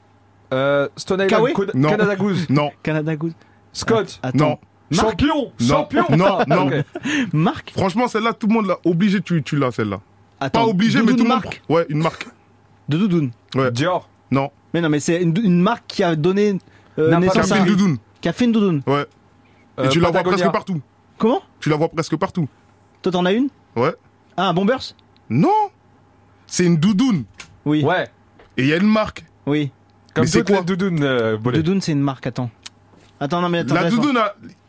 Stone Island. Kawaii Non. Canada Goose. Non. Canada Goose. Scott. Attends. Non. Marc. Champion. Non. Champion. Non, non. Ok. Marc. Franchement, celle-là, tout le monde l'a obligé, tu l'as, celle-là. Attends. Pas obligé, mais Doudoune tout le monde. marque. Ouais, une marque. De Doudoune. Ouais. Dior. Non. Mais non, mais c'est une marque qui a donné N'a pas naissance Café à. Doudoune. Qui a fait une Doudoune. Ouais. Et tu la vois Patagonia. presque partout. Comment? Tu la vois presque partout. Toi, t'en as une? Ouais. Ah, un Bombers? Non. C'est une doudoune. Oui. Ouais. Et il y a une marque. Oui. Comme Mais c'est toutes les quoi doudounes, Bolé. Doudoune, c'est une marque, attends. Attends, non, mais attends. La laisse-moi. doudoune,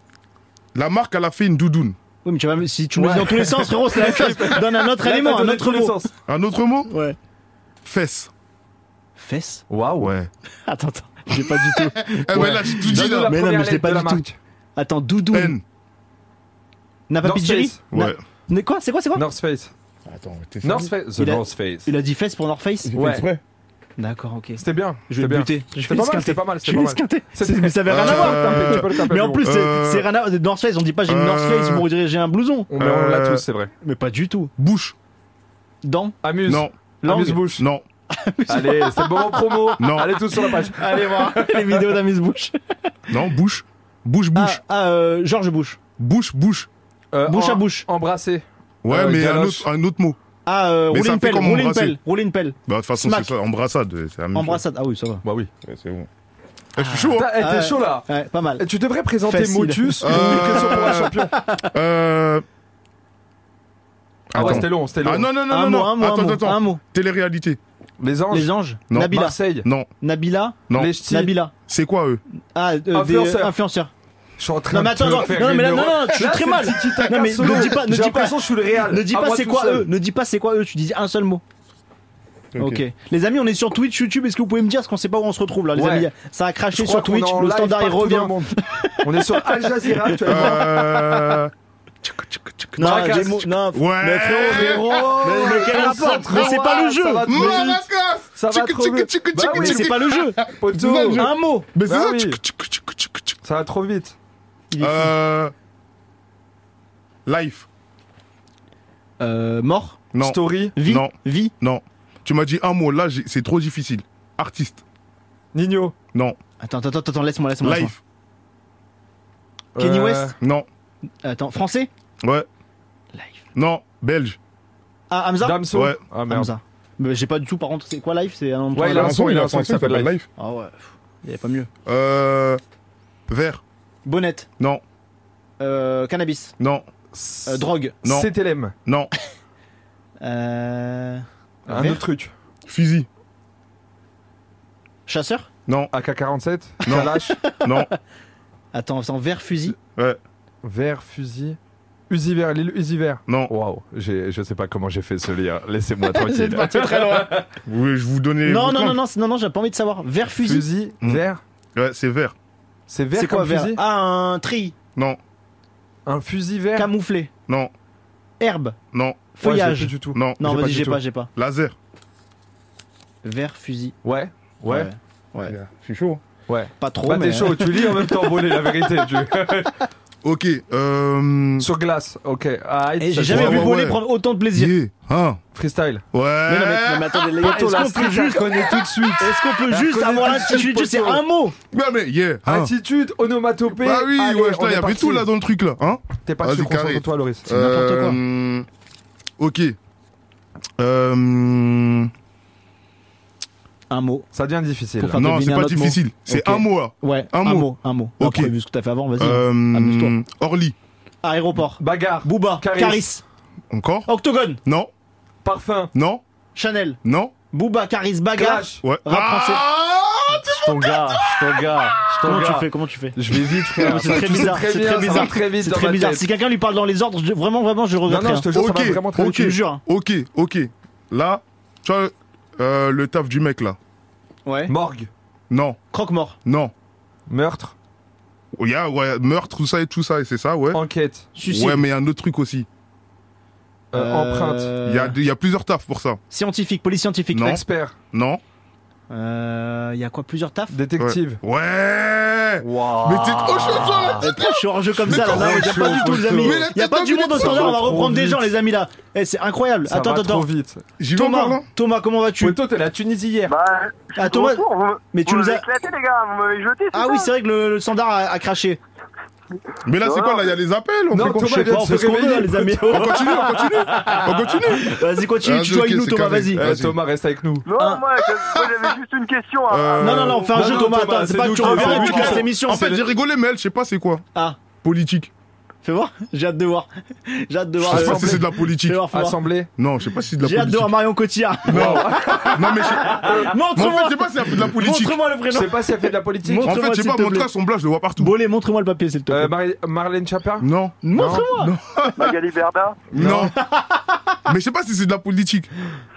la marque, elle a fait une doudoune. Oui, mais tu vas, si tu me le dis dans tous les sens, frérot, c'est la même chose. Donne un autre élément, un autre mot. Un autre mot? Ouais. Fesse. Fesse? Waouh. Ouais. Attends, j'ai pas du tout. Eh ben là, j'ai tout dit Donne-nous là. la Mais non, première mais je l'ai lettre pas de la du tout. marque. Attends, Doudoune. N. N'a pas North Pidgeri? Face. Ouais. Mais quoi? C'est quoi? North Face. Attends, North Face. The Il a- North Face. Il a dit Fesse pour North Face? Ouais. D'accord, ok. C'était bien. Je vais C'était le bien. buter. Je C'était vais pas mal, l'esquinter. c'était pas mal, Je c'était vais pas mal. l'esquinter. C'était- Mais ça avait rien à Euh, voir. Tu peux le taper Mais en plus plus, loin. c'est rien à voir. North Face, on dit pas j'ai une North Face pour dire j'ai un blouson. On l'a tous, c'est vrai. Mais pas du tout. Bouche. Dents. Amuse. Non. Langue. Amuse-bouche. Non. Allez, c'est le moment promo. Non. Allez tous sur la page. Allez voir les vidéos d'amuse-bouche. Non, bouche. Bouche, bouche. Georges Bush. Bouche, bouche. Bouche à bouche. Embrasser. Ouais, mais galoche. un autre mot. Rouler Mais ça une fait pelle. comme Rouler une embrasser. pelle. Rouler une pelle. Bah, de toute façon, Smack. c'est ça. Embrassade. C'est la même chose. Embrassade. Ah oui, ça va. Bah oui. Ouais, c'est bon. Eh, je suis chaud, hein. T'es Ouais. chaud là. Ouais, pas mal. Et tu devrais présenter Facile. Motus ou une question pour un champion. Ah ouais, Attends. c'était long, c'était long. Ah non, non, non, Un non, mot, non. un mot, un Attends, mot. attends. Un mot. Télé-réalité. Les anges. Les anges. Non. Nabila. Marseille. Non, Nabila. non. Les ch'tis. Nabila. C'est quoi, eux? Ah, des Influenceurs. influenceurs. Je suis en train Non, mais de te attends, faire non, mais là, une non, erreur. non, tu suis Là, très c'est mal. tiki-taka Non, mais solo. ne dis pas, J'ai l'impression que je suis le Real. Ne dis À pas moi c'est tout quoi seul. eux. Ne dis pas c'est quoi eux. Tu dis un seul mot. Ok. Les amis, on est sur Twitch, YouTube. Est-ce que vous pouvez me dire parce qu'on sait pas où on se retrouve là, les Ouais. amis? Ça a Je craché crois sur qu'on est Twitch. en Le live standard il partout dans le revient. monde. On est sur Al Jazeera actuellement. Non, Maracas. j'ai non. Ouais. Mais frérot, mais quel rapport? Mais c'est pas le jeu. Ça va trop vite. Ça va trop vite. Bah oui, Mais c'est pas le jeu. Poteau. Un mot. Mais c'est Bah ça. oui. Ça va trop vite. Il est fou. Life. Mort. Non. Story. Vie. Non. Vie. Non. Tu m'as dit un mot, là, c'est trop difficile. Artiste. Nino. Non. Attends, laisse-moi. Life. Kenny West. Non. Attends, français. Ouais. Life. Non. Belge. Ah, Hamza. Damso. Ouais. Ah merde. Hamza. Mais j'ai pas du tout. Par contre, c'est quoi Life? C'est un nom de Ouais, il a un son, il qui s'appelle Life. Ah ouais. Il y avait pas mieux. Vert. Bonnette. Non. Cannabis. Non. Drogue. Non. CTLM. Non. Un Vert. autre truc. Fusil. Chasseur. Non. AK-47. Non. Kalash. Non. Attends, vert fusil. Ouais. Vert, fusil. Usiver, l'île Usiver. Non. Waouh, je sais pas comment j'ai fait ce lien. Laissez-moi tranquille. C'est très loin. Vous voulez que je vous donne. Non, j'ai pas envie de savoir. Vert fusil. Fusil, vert. Ouais, c'est vert. C'est vert C'est quoi comme vert? fusil. Ah, un tri. Non. Un fusil vert. Camouflé. Non. Herbe. Non. Feuillage. Ouais, du tout. Non. Non, J'ai pas vas-y, du tout. j'ai pas. Laser. Verre, fusil. Ouais. Ouais. Ouais. Je suis chaud. Ouais. Pas trop, Bah mais... t'es chaud, tu lis en même temps voler la vérité. Ok. Sur glace, ok. Ah, Et ça, j'ai jamais c'est vu vrai. Bolé prendre autant de plaisir. Yeah. Hein. Freestyle. Ouais. Mais attendez, les gars, Poto, est-ce la qu'on peut street, juste... je connais tout de suite. Est-ce qu'on peut La juste connaît avoir tout de suite, l'attitude, c'est Poto. un mot. Ouais, mais yeah. Hein. Attitude, onomatopée. Bah oui, Allez, ouais, on il y est avait parti. tout là dans le truc là. Hein. T'es pas Vas-y, sûr, carré. concentre-toi, Loris. C'est n'importe quoi. Ok. Un mot. Ça devient difficile. Pour là. faire Non, deviner c'est un pas autre mot. difficile. C'est Ok. un mot là. Ouais, Un mot. Un mot. Ok. Après, vu ce que t'as fait avant, vas-y. Amuse-toi. Orly. Aéroport. Bagarre. Booba. Caris. Caris. Encore. Octogone. Non. Parfum. Non. Chanel. Non. Booba. Caris. Bagarre. Clash. Ouais. Rap français. Ton gars. Comment tu fais Je vais vite, frère. C'est très bizarre. C'est très bizarre. Très vite C'est dans très ma bizarre. tête. Si quelqu'un lui parle dans les ordres, vraiment, je Non, regrette. non, je te jure, ça Ok, va vraiment très vite. ok. Je te jure. Ok. Là, tu vois le taf du mec là. Ouais. Morgue. Non. Croque-mort. Non. Meurtre. Ouais, meurtre, tout ça, et c'est ça, ouais. Enquête. Suicide. Ouais, mais il y a un autre truc aussi. Empreinte. Il y a plusieurs tafs pour ça. Scientifique, police scientifique. Non. Expert. Non. Il y a quoi, plusieurs tafs? Détective. Ouais. Waouh. Mais t'es trop chaud, toi, là. Je suis hors jeu comme ça, là. trop Non, mais y a pas du tout, les amis. Mais la Y a tête pas du monde au d'habitude, standard, on va ça va reprendre trop des gens, vite. les amis, là. Eh, c'est incroyable. Ça Attends. va trop vite. J'y vais encore, là. Thomas, comment vas-tu? Poto, t'es la Tunisie hier. Bah, je Ah, suis Thomas, de retour, mais tu vous nous as. m'avez éclaté, les gars, vous m'avez jeté. Ah oui, c'est vrai que le standard a craché. Mais là, c'est quoi, là? Il y a les appels? On Non, fait quoi? Thomas, Je sais vient pas, de on se fait ce qu'on veut, réveiller, les amis. On continue. Vas-y, continue, tu joues avec ok, nous, c'est Thomas, carré. vas-y. Vas-y. Thomas, reste avec nous. Non, moi j'avais juste une question. Non, on fait un jeu, non, Thomas. Thomas, Attends, c'est c'est pas que nous tu qui reviens faisons. et tu casses l'émission. En fait, j'ai rigolé, mais elle, je sais pas c'est quoi. Ah, Politique. fais voir. J'ai hâte de voir. Je sais pas si c'est de la politique. Fais voir. Assemblée. Non, je sais pas si c'est de la J'ai hâte de politique. voir Marion Cotillard. Non, mais en fait, Montre-moi. je sais pas si c'est de la politique. Montre-moi le Je prénom. sais pas si elle fait de la politique. En fait, Montre-moi, je sais s'il pas, te mon plaît. trace, son blanc, je le vois partout. Bolé, montre-moi le papier, s'il te plaît. Marlène Chapin. Non. Montre-moi. Magali Berda. Non. Mais je sais pas si c'est de la politique.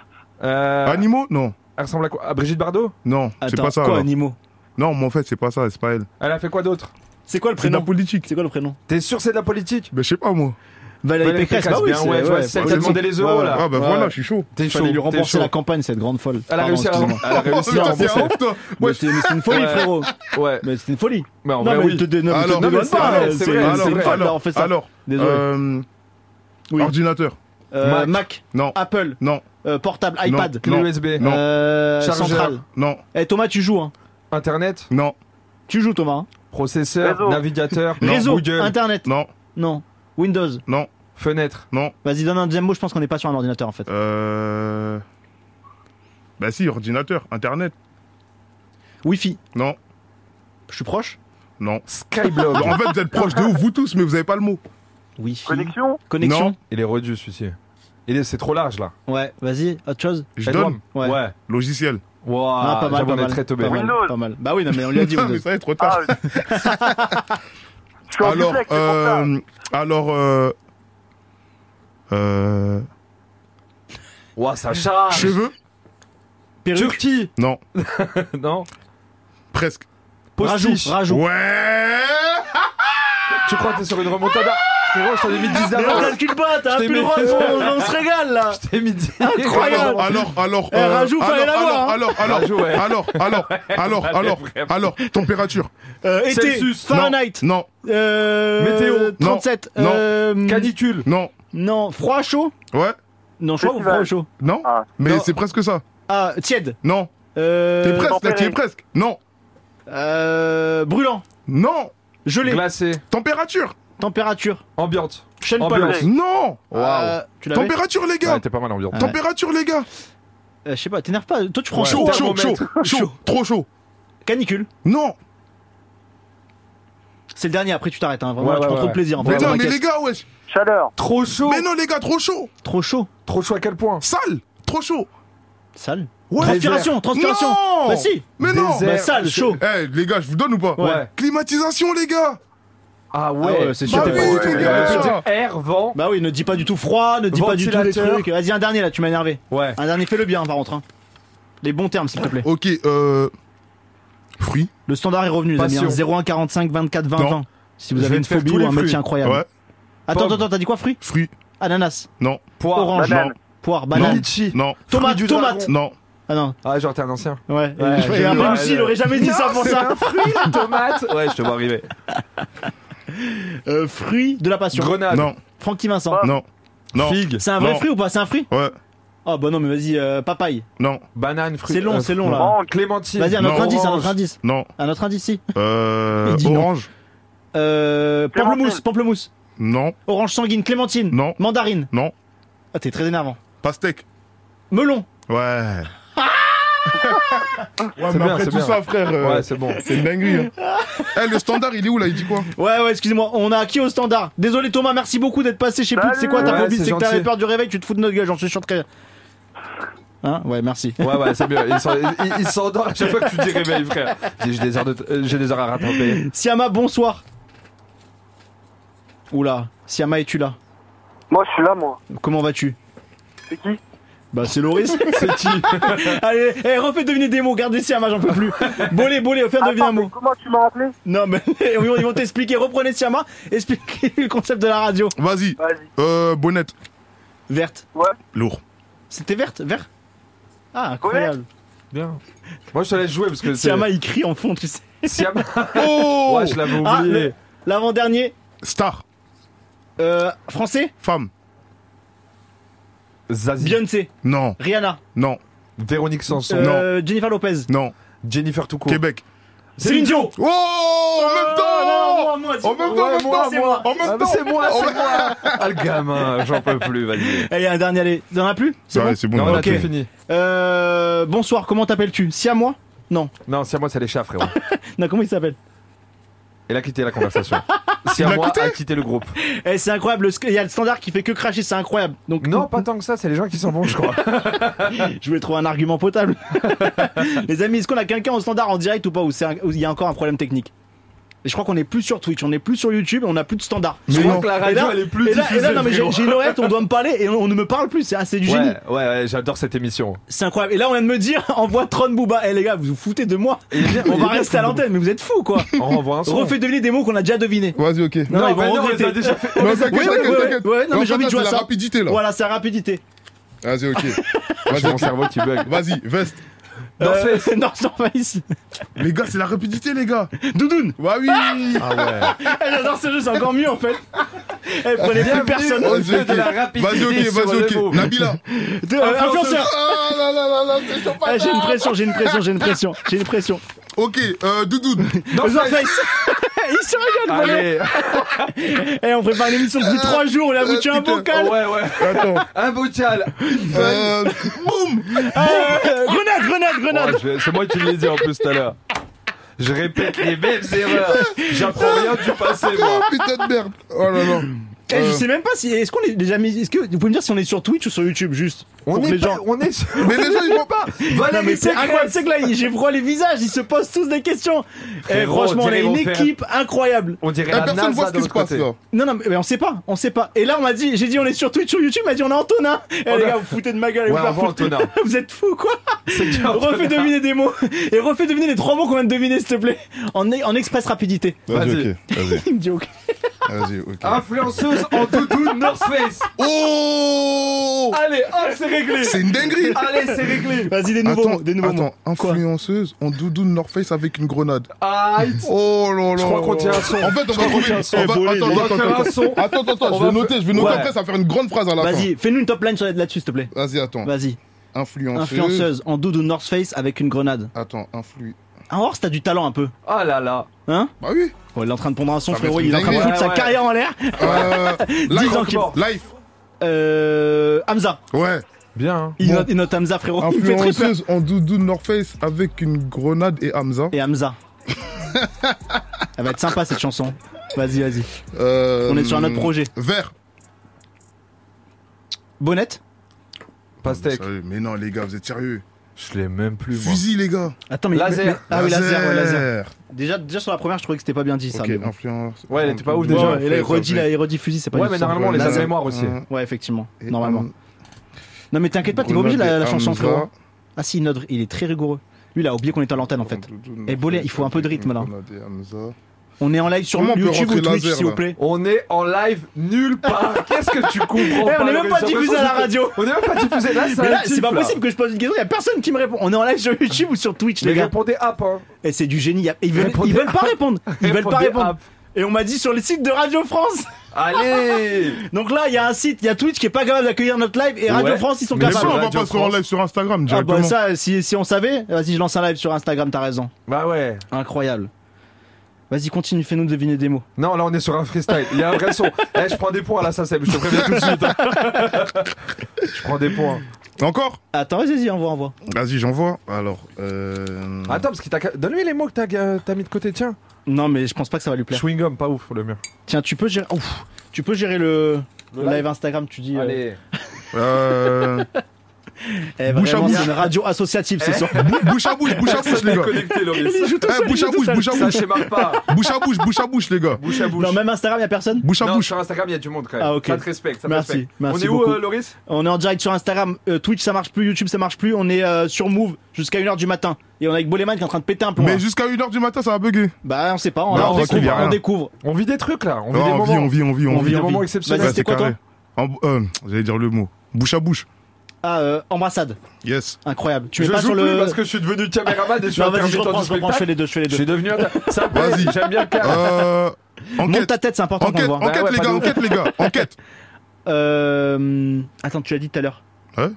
Animaux? Non. Elle ressemble à quoi? À Brigitte Bardot? Non, c'est Attends, pas ça. quoi, alors. animaux? Non, mais en fait, c'est pas ça, c'est pas elle. Elle a fait quoi d'autre? C'est quoi le C'est de la prénom? politique. C'est quoi le prénom? T'es sûr c'est de la politique? Ben, je sais pas, moi. Valérie Pécresse. Bah oui, bien, ouais, je vois, c'est elle qui a demandé les euros, là. Ah, ben Ouais. voilà, je suis chaud. T'es chaud. Fallait lui t'es rembourser chaud. la campagne, cette grande folle. Elle a Pardon, réussi à excusez-moi. elle a réussi à Putain, c'est rembourser. un ouf, toi. Mais c'est une folie, Ouais. frérot. Ouais. Mais c'est une folie. Mais en Non, vrai, mais oui. te dénomme, Alors, te non, dénomme mais c'est pas. vrai, C'est c'est une vrai. folle d'avoir fait ça. Alors, Désolé. Oui. ordinateur. Mac. Non. Apple. Non. Portable. iPad. Clé Non. USB. Non. Chargeur. Centrale. Non. Eh, Thomas, tu joues, hein. Internet. Non. Tu joues, Thomas. Hein. Processeur. Réseau. Navigateur. Réseau. Google. Internet. Non. Non. Windows. Non. Fenêtre. Non. Vas-y, donne un deuxième mot, je pense qu'on n'est pas sur un ordinateur, en fait. Bah si, ordinateur. Internet. Wi-Fi. Non. Je suis proche. Non. Skyblog. En fait, vous êtes proche de ouf, vous tous, mais vous avez pas le mot. Wi-Fi. Connexion. Connexion. Non. Il est redu celui-ci. C'est trop large là. Ouais, vas-y, autre chose. Je donne. Ouais. Ouais. Logiciel. Wow. Non, pas mal, J'avoue, pas on est mal. très teubé. Pas mal, Windows. pas mal. Bah oui, non, mais on lui a dit Ah, mais Windows. ça y est, trop tard. Ah, je suis en Alors, duplex, c'est pour ça. Wow, ça charge. cheveux. Perruque. Turquie. Non. Non. Presque. Postiche. Rajout. Ouais. Tu crois que t'es sur une remontada? Frérot, je t'en ai mis 10 Mais on d'avance. calcule pas, t'as un Je t'ai peu le mis- droit, on se régale là. Je t'ai mis 10. Incroyable. Alors. Eh, rajout, fallait l'avoir, hein. Rajout, ouais. Alors, température. Été, Celsius. Fahrenheit. Non. Météo. 37. Non. Canicule. Non. Non, froid, chaud. Ouais. Non, chaud ou Festival. froid ou chaud. Non. Ah. Mais Non. c'est presque ça. Ah, tiède. Non. T'es presque, là, t'y es presque. Non. Brûlant. Non. Gelé. Glacé. Température. Température. Ambiante. Sean Paul. Ambiance. Non. Tu l'avais. Température, les gars. Ouais, t'es pas mal ambiante. Ouais. Température, les gars. Je sais pas, t'énerve pas. Toi, tu prends Ouais. chaud. Thermomètre. Chaud. Trop chaud. Canicule. Non. C'est le dernier, après tu t'arrêtes. Hein. Vraiment, Ouais, là, tu ouais, prends trop de ouais. plaisir. En Mais fait, non, on mais encaisse. les gars, wesh. Chaleur. Trop chaud. Mais non, les gars, trop chaud. Trop chaud. Trop chaud à quel point? Sale. Trop chaud. Sale. Ouais. Transpiration. Transpiration. Non. Bah si. Mais non. Désert. Bah sale, chaud. Eh, les gars, je vous donne ou pas Ouais. Climatisation, les gars. Ah ouais, Ah ouais, c'est sûr, Bah t'es pas oui, du tout. les gars. Tu veux dire air, vent. Bah oui, ne dis pas du tout froid, ne dis pas du tout les Ventilateur. trucs. Vas-y, un dernier là, tu m'as énervé. Ouais. Un dernier, fais-le bien par contre. Hein. Les bons termes, s'il te plaît. Ok, fruits. Le standard est revenu, les amis. Passion. 01 45 24 20 Non. 20. Si vous Je avez vais une te faire phobie tous ou les un fruits. métier incroyable. Ouais. Attends, Pomme. t'as dit quoi, fruits? Fruits. Ananas. Non. Poire. Orange. Banane. Poire. Banane. Litchi. Non. Tomate. du Tomate. Non. Ah non. Ah, genre, t'es un ancien. Ouais. Ouais, Et après ouais, aussi, il aurait jamais dit ça pour c'est ça. un fruit, la tomate. Ouais, je te vois arriver. Fruit de la passion. Grenade. Non. Francky Vincent. Non. Non. Figue. C'est un vrai Non. fruit ou pas? C'est un fruit? Ouais. Oh bah non, mais vas-y, papaye. Non. Banane, fruit. C'est long, c'est long là. Mangue. Clémentine. Vas-y, un autre Non. indice, un Orange. autre indice. Non. Un autre indice, si. Il dit non. Orange. Pamplemousse. Non. Orange sanguine, clémentine. Non. Mandarine. Non. Ah, t'es très énervant. Pastèque. Melon. Ouais. Ouais, C'est mais bien, après c'est tout bien. ça, frère, Ouais, c'est bon. c'est une dinguerie. Hein. Eh, le standard, il est où là? Il dit quoi? Ouais, excusez-moi, on a acquis au standard. Désolé Thomas, merci beaucoup d'être passé chez Pute. C'est quoi ta Ouais, phobie? c'est C'est que t'avais gentil. peur du réveil, tu te fous de notre gueule, j'en suis sûr très. Hein? Ouais, merci. Ouais, c'est mieux. Il s'endort à chaque fois que tu dis réveil, frère. J'ai des heures à rattraper. Siama, bonsoir. Oula, Siama, es-tu là? Moi, je suis là, moi. Comment vas-tu? C'est qui? Bah, c'est Loris. C'est qui? Allez, refais deviner des mots, gardez Siama, j'en peux plus. Bolé, fais deviner un mot. Comment tu m'as appelé? Non, mais ils vont t'expliquer. Reprenez Siama, expliquez le concept de la radio. Vas-y. Vas-y. Bonnette. Verte. Ouais. Lourd. C'était verte? Vert? Ah, incroyable. Bien. Moi, je te laisse jouer parce que c'est. Siama, il crie en fond, tu sais. Siama. Oh Ouais, je l'avais Ah, oublié. l'avant-dernier. Star. Français? Femme. Zazie. Beyoncé. Non. Rihanna. Non. Véronique Sanson. Jennifer Lopez. Non. Jennifer Toucourt. Québec. Céline Dion. Oh, en même temps. Moi, En même temps, c'est moi. En même Ah, mais temps. c'est moi. Ah, le gamin, j'en peux plus, vas-y. Eh, il y a un dernier, allez. T'en as plus? C'est Ouais, bon? c'est bon. Non, on a Ok. tout fini. Bonsoir, comment t'appelles-tu? Siamois? Non. Non, c'est à moi, c'est les chats, frérot. Non, comment il s'appelle? Elle a quitté la conversation. C'est à moi à quitter le groupe. Eh, c'est incroyable, il y a le standard qui fait que cracher, c'est incroyable. Donc, Non, pas tant que ça, c'est les gens qui s'en vont, je crois. je voulais trouver un argument potable. Les amis, est-ce qu'on a quelqu'un au standard en direct ou pas, ou il y a encore un problème technique? Et je crois qu'on est plus sur Twitch, on est plus sur YouTube, on a plus de standard. Je Mais crois non. que la Et radio, là, elle est plus et là, diffusée. non mais frérot. j'ai une oreillette, on doit me parler et on ne me parle plus, c'est du génie. Ouais, j'adore cette émission. C'est incroyable. Et là on vient de me dire, envoie Tron Booba. Eh les gars, vous vous foutez de moi. On va rester à l'antenne, mais vous êtes fous quoi. On renvoie un son. Refais deviner des mots qu'on a déjà devinés. Vas-y, ok. Non, ils vont mais non, on regretter. les a déjà fait. Non, t'inquiète, Ouais, t'inquiète. ouais, non mais j'ai envie de jouer à c'est ça. la rapidité là. Voilà, c'est la rapidité. Vas-y, ok. J'ai Vas-y, mon ok. cerveau qui bug. Vas-y, veste. Non, c'est pas ici. Les gars, c'est la rapidité, les gars. Doudoune. Bah oui. Ah ouais. Eh, j'adore ce jeu, c'est encore mieux en fait. Eh, prenez plus personne. Vas-y, ok. de la rapidité Vas-y, ok, sur vas-y, le ok. mot. Nabila. Influenceur. Ah là là là là, c'est chaud pas. Eh, j'ai une pression. Ok, Doudoune. North Face. Il se regarde. Allez. Eh, on prépare une émission depuis 3 jours, on a foutu un putain. bocal. Ouais. Attends. Un bocal. Boum. Grenade. Ouais, c'est moi qui l'ai dit en plus tout à l'heure. Je répète les mêmes erreurs. J'apprends rien du passé, moi. Oh, putain de merde. Oh là là. Eh, je sais même pas si. Est-ce qu'on est déjà mis. Est-ce que vous pouvez me dire si on est sur Twitch ou sur YouTube juste On pour que est les gens. on est sur... Mais les gens, ils vont pas. Non mais c'est incroyable, c'est que là j'ai froid les visages, ils se posent tous des questions. Eh, Frérot, franchement, on on a dirait une ils vont faire- équipe incroyable. On dirait Eh, la personne voit NASA ce de qui se l'autre passe côté. Non là. mais on sait pas. Et là on m'a dit, j'ai dit on est sur Twitch, sur YouTube, il m'a dit on est Antonin. Eh les gars, vous foutez de ma gueule, Ouais, vous on voit foutre. Antonin. Vous êtes fous quoi. C'est qui, Antonin Refais deviner des mots et refais deviner les 3 mots qu'on vient de deviner s'il te plaît. En express rapidité. Vas-y, ok. Vas-y. Il me dit ok. Vas-y, ok. Influenceuse en doudoune North Face. Oh. Allez, c'est réglé. C'est une dinguerie. Allez, c'est réglé. Vas-y des nouveaux mots, des nouveaux mots. Influenceuse en doudoune North Face avec une grenade. Aïe. Oh là là. Je crois qu'on tient un son. En fait, on va trouver un son. Eh, Bolé, Attends, on va faire un son. Attends, On je va vais noter Ouais. après, ça va faire une grande phrase à la fin. Vas-y, fais-nous une top line là-dessus s'il te plaît. Vas-y, attends. Vas-y. Influenceuse. Influenceuse en doudoune North Face avec une grenade. Attends, Ah, Horst, t'as du talent un peu. Oh là là. Hein? Bah oui. Oh, il est en train de pondre un son, Ça va frérot. être Il est en train de une foutre sa dinguerie. carrière en l'air. 10 ans qu'il- Life. Hamza. Ouais. Bien. Hein. Il Bon. note Hamza, frérot. Il me fait très peur. Influenceuse en doudoune North Face avec une grenade et Hamza. Et Hamza. Elle va être sympa cette chanson. Vas-y. On On est sur un autre projet. Vert. Bonnette. Pastèque. Sérieux, mais non, les gars, vous êtes sérieux. Je l'ai même plus, moi. Fusil, les gars. Attends, mais. Laser. Ah oui, laser. Déjà sur la première, je trouvais que c'était pas bien dit ça. Ok, mais bon. influence. Ouais, elle était pas ouf, Ouais, déjà. et là, il redit fusil, c'est pas Ouais, du mais tout ça. normalement, on les a de Laser. mémoire aussi. Ouais, effectivement. Et Normalement. Non, mais t'inquiète pas, t'es pas obligé de la chanson, Hamza. frérot. Ah si, il est très rigoureux. Lui, il a oublié qu'on était à l'antenne en fait. Et Bolé, il faut un peu de rythme là. Grenade et Hamza. On est en live sur Comment on peut YouTube ou rentrer Twitch, laser, s'il vous là plaît. On est en live nulle part. Qu'est-ce que tu comprends Eh, pas on est même pas Loris, diffusé à la j'ai l'impression radio. On est même pas diffusé là, Mais là, c'est pas possible que je pose une question, y a personne qui me répond. On est en live sur YouTube ou sur Twitch, Mais les gars. répondez app, hein. Et c'est du génie. Ils veulent Répondez pas répondre. Ils veulent pas Répondez répondre. app. Et on m'a dit sur le site de Radio France. Allez. Donc là, il y a un site, il y a Twitch qui est pas capable d'accueillir notre live et Radio Ouais. France, ils sont Mais capables. pourquoi on va Radio pas sur un France. live sur Instagram Ah directement? bah ça, si on savait, vas-y, je lance un live sur Instagram, t'as raison. Bah ouais. Incroyable. Vas-y, continue, fais-nous deviner des mots. Non, là on est sur un freestyle. Il y a un vrai son. Eh, je prends des points à la SACEM, je te préviens tout de suite. Hein. Je prends des points. Encore? Attends, vas-y, envoie. Vas-y, j'envoie. Alors, Attends, parce qu'il t'a. Donne-lui les mots que t'as mis de côté, tiens. Non, mais je pense pas que ça va lui plaire. Chewing-gum, pas ouf le mien. Tiens, tu peux gérer. Ouf. Tu peux gérer le live Instagram, tu dis. Allez. Bouche à Vraiment, bouche. c'est une radio associative ce soir. Bouche à bouche, les gars. Connecté, Loris. Bouche à bouche, Ça schémate pas. Bouche à bouche, les gars. Bouche à bouche. Non, même Instagram, y a personne. Bouche à Non, bouche. sur Instagram, il y a du monde quand même. Ah, ok. Ça te respecte, ça te Merci, respecte. merci On est où, beaucoup. Loris? On est en direct sur Instagram, Twitch ça marche plus, YouTube ça marche plus. On est sur Move jusqu'à 1h du matin. Et on est avec Boleman qui est en train de péter un plomb. Mais là. jusqu'à 1h du matin, ça va bugger. Bah, on sait pas. On, Non, là, on tranquille, y a découvre. rien. On découvre. On vit des trucs là. On vit Non, des on moments. vit. On vit des moments Vas-y, exceptionnels. c'était quoi, toi J'allais dire le mot. Bouche à bouche. Ah, embrassade. Yes. Incroyable. Tu mets Je pas joue sur plus le. parce que je suis devenu caméraman et je suis Non, vas-y, je intermittent reprends, du je spectacle. fais les deux. Je suis devenu ça me plaît, Vas-y. j'aime bien le cas. Monte Enquête. ta tête, c'est important qu'on le voit. Enquête, ouais, les pas gars, de enquête, les gars. Enquête. Attends, tu l'as dit tout à l'heure. Hein?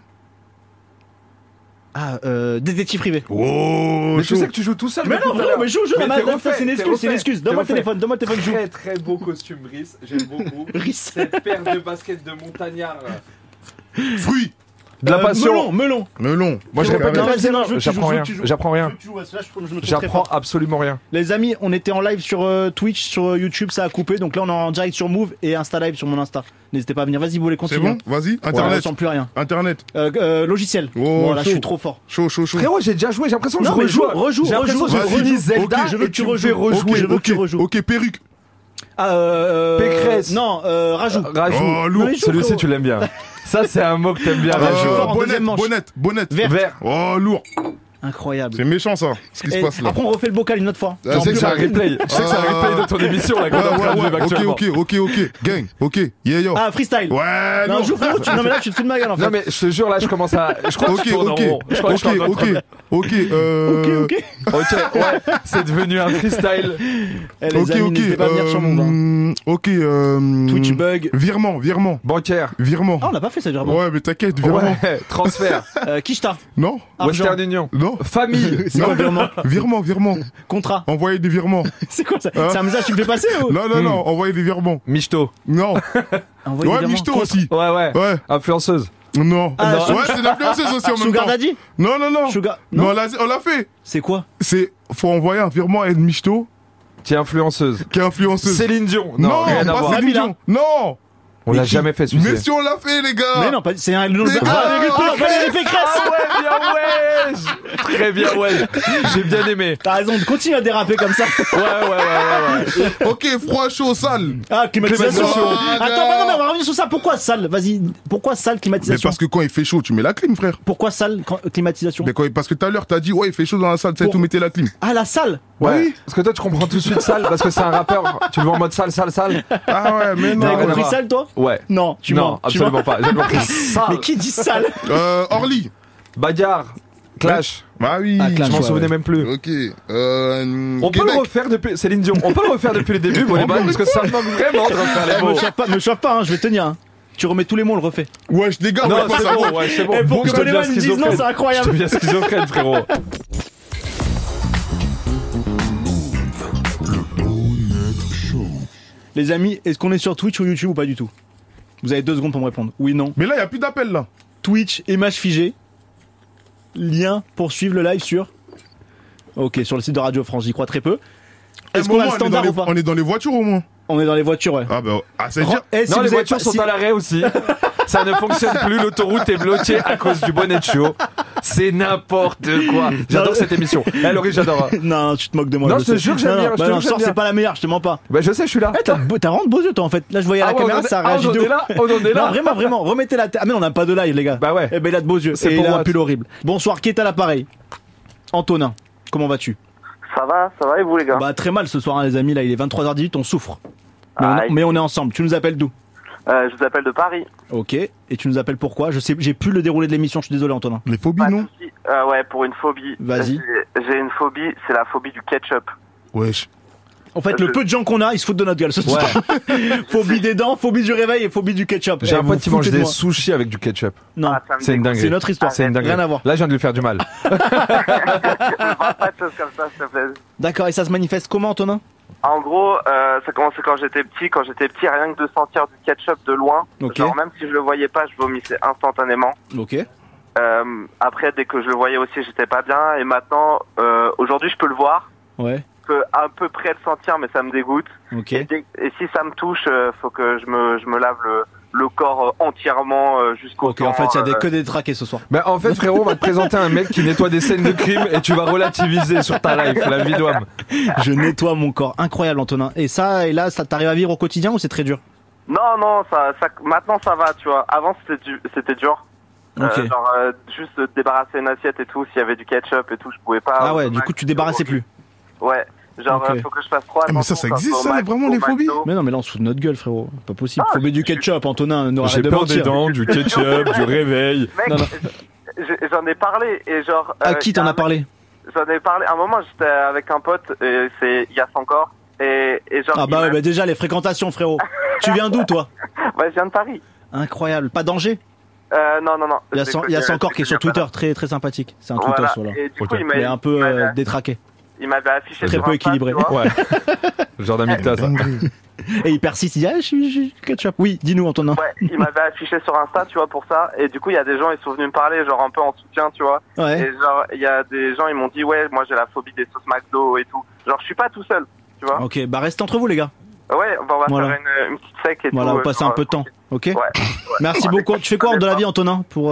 Ah, détective privé. Oh, Mais tu chaud. sais que tu joues tout seul. Mais depuis non, tout à frérot, l'heure. mais joue, Mais non, t'es mais refait, c'est une t'es excuse, c'est une refait, excuse. t'es Donne-moi le refait. téléphone, joue. Très très beau costume, Brice. J'aime beaucoup. Brice. Cette paire de baskets de montagnard. Fruits. De la passion. Melon. Melon. Moi je Frérot, répète non, la vas-y, non, je veux que tu J'apprends joues, rien. je veux que tu joues. J'apprends rien. Je me trouve très J'apprends fort. absolument rien. Les amis, on était en live sur Twitch, sur YouTube, ça a coupé. Donc là, on est en direct sur Move et Insta Live sur mon Insta. N'hésitez pas à venir. Vas-y, vous voulez C'est continuer. bon? Vas-y. Ouais, on Internet. ressent plus rien. Internet. Logiciel. Oh, Bon, là, je chaud. suis trop fort. Chaud. Frérot, j'ai déjà joué. J'ai l'impression que Non, je mais rejoue. rejoue. J'ai l'impression que je Vas-y, finis joue. Zelda. Ok, je veux et que tu me fais rejoues. rejouer. Je veux que tu rejoues. Ok, perruque. Pécresse. Non, rajout. Rajout. Oh, lourd. Non, mais joue, Celui-ci, frérot. tu l'aimes bien. Ça, c'est un mot que t'aimes bien, rajout. fort en deuxième manche. Bonnette. Vert. Oh, lourd. Incroyable. C'est méchant, ça. Ce qui se Et passe là. après, on refait le bocal une autre fois. Ah, Tu sais c'est que c'est un replay. Tu sais que c'est un replay de ton émission là qu'on est en train de vivre actuellement. Ok. Gang. Ok. Yeah, yo. Ah, freestyle. Ouais, Non, non. joue frérot. Non, mais là, tu te fous de ma gueule en fait. Non mais je te jure là je commence à... Je crois que je tourne en rond. Je crois que je suis en train de- Ok. Ok. Ok, ouais, c'est devenu un freestyle. Eh, les amis, n'hésitez pas à venir sur mon vin. Ok. Twitch bug. Virement. Bancaire. Ah, on l'a pas fait ça, vraiment. Ouais, mais t'inquiète, virement. Ouais, transfert. Kishta. Non. Argent. Western Union. Non. Famille. C'est quoi virement? Virement. Contrat. Envoyer des virements. C'est quoi ça? Hein? C'est un message que tu me fais passer ou? Non. Envoyer des virements. Michto. Non. Envoyer des Ouais, virements. Michto Contre- aussi. Ouais. Ouais. Influenceuse. Non. Ah, Ouais, c'est l'influenceuse aussi en même Sugar temps. Daddy? Non. Sugar. Non, Non. on l'a fait. C'est quoi? C'est, faut envoyer un virement à une Michto Qui est influenceuse. qui est influenceuse. Céline Dion. Non, Non, rien à pas voir. Céline Nabila. Dion. Non. On l'a jamais fait celui-ci. Mais si on l'a fait, les gars. Mais non, pas- c'est un nom de. Mais Valérie Pécresse. Ah ouais, bien ouais. Très bien ouais. J'ai bien aimé. T'as raison, continue à déraper comme ça. Ouais. Ok, froid, chaud, sale. Ah, climatisation. Climatisation. Attends, non, mais on va revenir sur ça. Pourquoi sale? Vas-y. Pourquoi sale Mais climatisation? parce que quand il fait chaud, tu mets la clim, frère. Pourquoi sale climatisation? Mais parce que tout à l'heure, t'as dit, ouais, il fait chaud dans la salle, tu sais, tout mettez la clim. Ah, la salle. Ouais. Oui. Parce que toi tu comprends tout de suite sale parce que c'est un rappeur. Tu le vois en mode sale. Ah ouais, mais non. T'avais rien à compris voir. sale, toi? Ouais. Non, tu Non, mens. Tu absolument mens. pas. J'ai compris. Mais Sale. qui dit sale? Orly. Bagarre. Clash. Bah oui. Ah, Clash. Je m'en Ouais, souvenais ouais. même plus. Ok. On peut Québec. le refaire depuis Céline Dion. On peut le refaire depuis le début, bon les balles, parce que ça me manque vraiment de refaire les Eh, mots. me chauffe pas, hein, je vais tenir. Hein. Tu remets tous les mots, on le refait. Wesh, les gars, Non, ouais, c'est ça bon, va. ouais, c'est bon. Et pour que Je deviens Coleman me dise non, schizophrène. c'est incroyable. Je deviens schizophrène, frérot. Les amis, est-ce qu'on est sur Twitch ou YouTube ou pas du tout? Vous avez 2 secondes pour me répondre. Oui, non. Mais là, il a plus d'appel, là. Twitch, image figée. Lien pour suivre le live sur. Ok, sur le site de Radio France, j'y crois très peu. Est-ce qu'on a le standard ou pas? On est dans les voitures, au moins. On est dans les voitures, ouais. Ah, bah, ça veut dire. Eh, si Non, vous les avez voitures pas- sont si- à l'arrêt aussi. Ça ne fonctionne plus, l'autoroute est bloquée à cause du bonnet de chiot. C'est n'importe quoi. J'adore cette émission. Eh, Laurie, j'adore. Non, tu te moques de moi. Non, je je te sais. jure que j'aime Non, bien, non, je te bah jure non, que j'aime sors, bien. c'est pas la meilleure, je te mens pas. Bah, je sais, je suis là. Eh, t'as vraiment de beaux yeux, toi, en fait. Là, je voyais à Ah la ouais, caméra, on en est- ça ah, réagit on en de est ouf. là, on en est là. Non, vraiment, remettez la tête. Ah, mais on n'a pas de live, les gars. Bah ouais. Eh ben, il a de beaux yeux. C'est Et pour il a un what? pull horrible. Bonsoir, qui est à l'appareil? Antonin, comment vas-tu? Ça va et vous les gars? Bah très mal ce soir hein, les amis, là il est 23h18, on souffre. Ah, Mais on est ensemble. Tu nous appelles d'où? Je vous appelle de Paris. Ok, et tu nous appelles pourquoi? Je sais, j'ai plus le déroulé de l'émission, je suis désolé Antonin. Les phobies, Pas de non? souci. Ouais, pour une phobie. Vas-y. J'ai une phobie, c'est la phobie du ketchup. Wesh. En fait, le peu de gens qu'on a, ils se foutent de notre gueule ce soir. Phobie des dents, phobie du réveil et phobie du ketchup. J'ai un pote qui mange des des sushis avec du ketchup. Non, Ça me C'est une dégoûte. dinguerie. c'est notre histoire. C'est une dinguerie. Rien à voir. Là, je viens de lui faire du mal. Pas de choses comme ça, s'il te plaît. D'accord, et ça se manifeste comment Antonin? En gros, ça commençait quand j'étais petit. Quand j'étais petit, rien que de sentir du ketchup de loin, Ok. genre même si je le voyais pas, je vomissais instantanément. Ok. Après, dès que je le voyais aussi, j'étais pas bien. Et maintenant, aujourd'hui, je peux le voir. Ouais. Je peux à peu près le sentir, mais ça me dégoûte. Ok. Et si ça me touche, faut que je me lave le corps entièrement jusqu'au Ok, sang. en fait, il y a que des traqués ce soir. Bah, en fait, frérot, on va te présenter un mec qui nettoie des scènes de crime et tu vas relativiser sur ta life, la vie d'homme. Je nettoie mon corps. Incroyable, Antonin. Et là, ça t'arrive à vivre au quotidien ou c'est très dur? Non, ça, maintenant ça va, tu vois. Avant, c'était dur. Ok. Juste de débarrasser une assiette et tout, s'il y avait du ketchup et tout, je pouvais pas. Ah ouais, du coup, tu débarrassais plus. Ouais. Genre, Ok. faut que je fasse trop mais ça attention, existe, quand je ça, vais au vraiment, les McDo. phobies Mais non, mais là, on se fout de notre gueule, frérot. Pas possible. Ah, Faut mettre du ketchup, Antonin. N'aura J'ai de peur des mentir. dents, du ketchup, du réveil. Mec, Non, non. j'en ai parlé et genre. À qui t'en as parlé? J'en ai parlé. À un moment, j'étais avec un pote, et c'est Yass encore. Et genre. Ah bah ouais, bah déjà, les fréquentations, frérot. Tu viens d'où, toi? Ouais, je viens de Paris. Incroyable. Pas danger? Non. Il y a encore qui est sur Twitter, très très sympathique. C'est un Twitter, Voilà. voilà. Et du coup, Ok. il Il est un peu détraqué. il m'avait affiché Très sur peu Insta, équilibré. tu vois. Ouais. Le genre d'ami que t'as, ça. Et il persiste, il dit, ah, je suis ketchup. Oui, dis-nous, Antonin. Ouais, il m'avait affiché sur Insta, tu vois, pour ça. Et du coup, il y a des gens, ils sont venus me parler, genre un peu en soutien, tu vois. Ouais. Et genre, il y a des gens, ils m'ont dit, ouais, moi j'ai la phobie des sauces McDo et tout. Genre, je suis pas tout seul, tu vois. Ok, bah restez entre vous, les gars. Ouais, on va Voilà. faire une petite sec et Voilà, tout. on passe un peu de temps. Ok? Ouais. Merci beaucoup. Tu fais quoi de la vie, Antonin? Pour.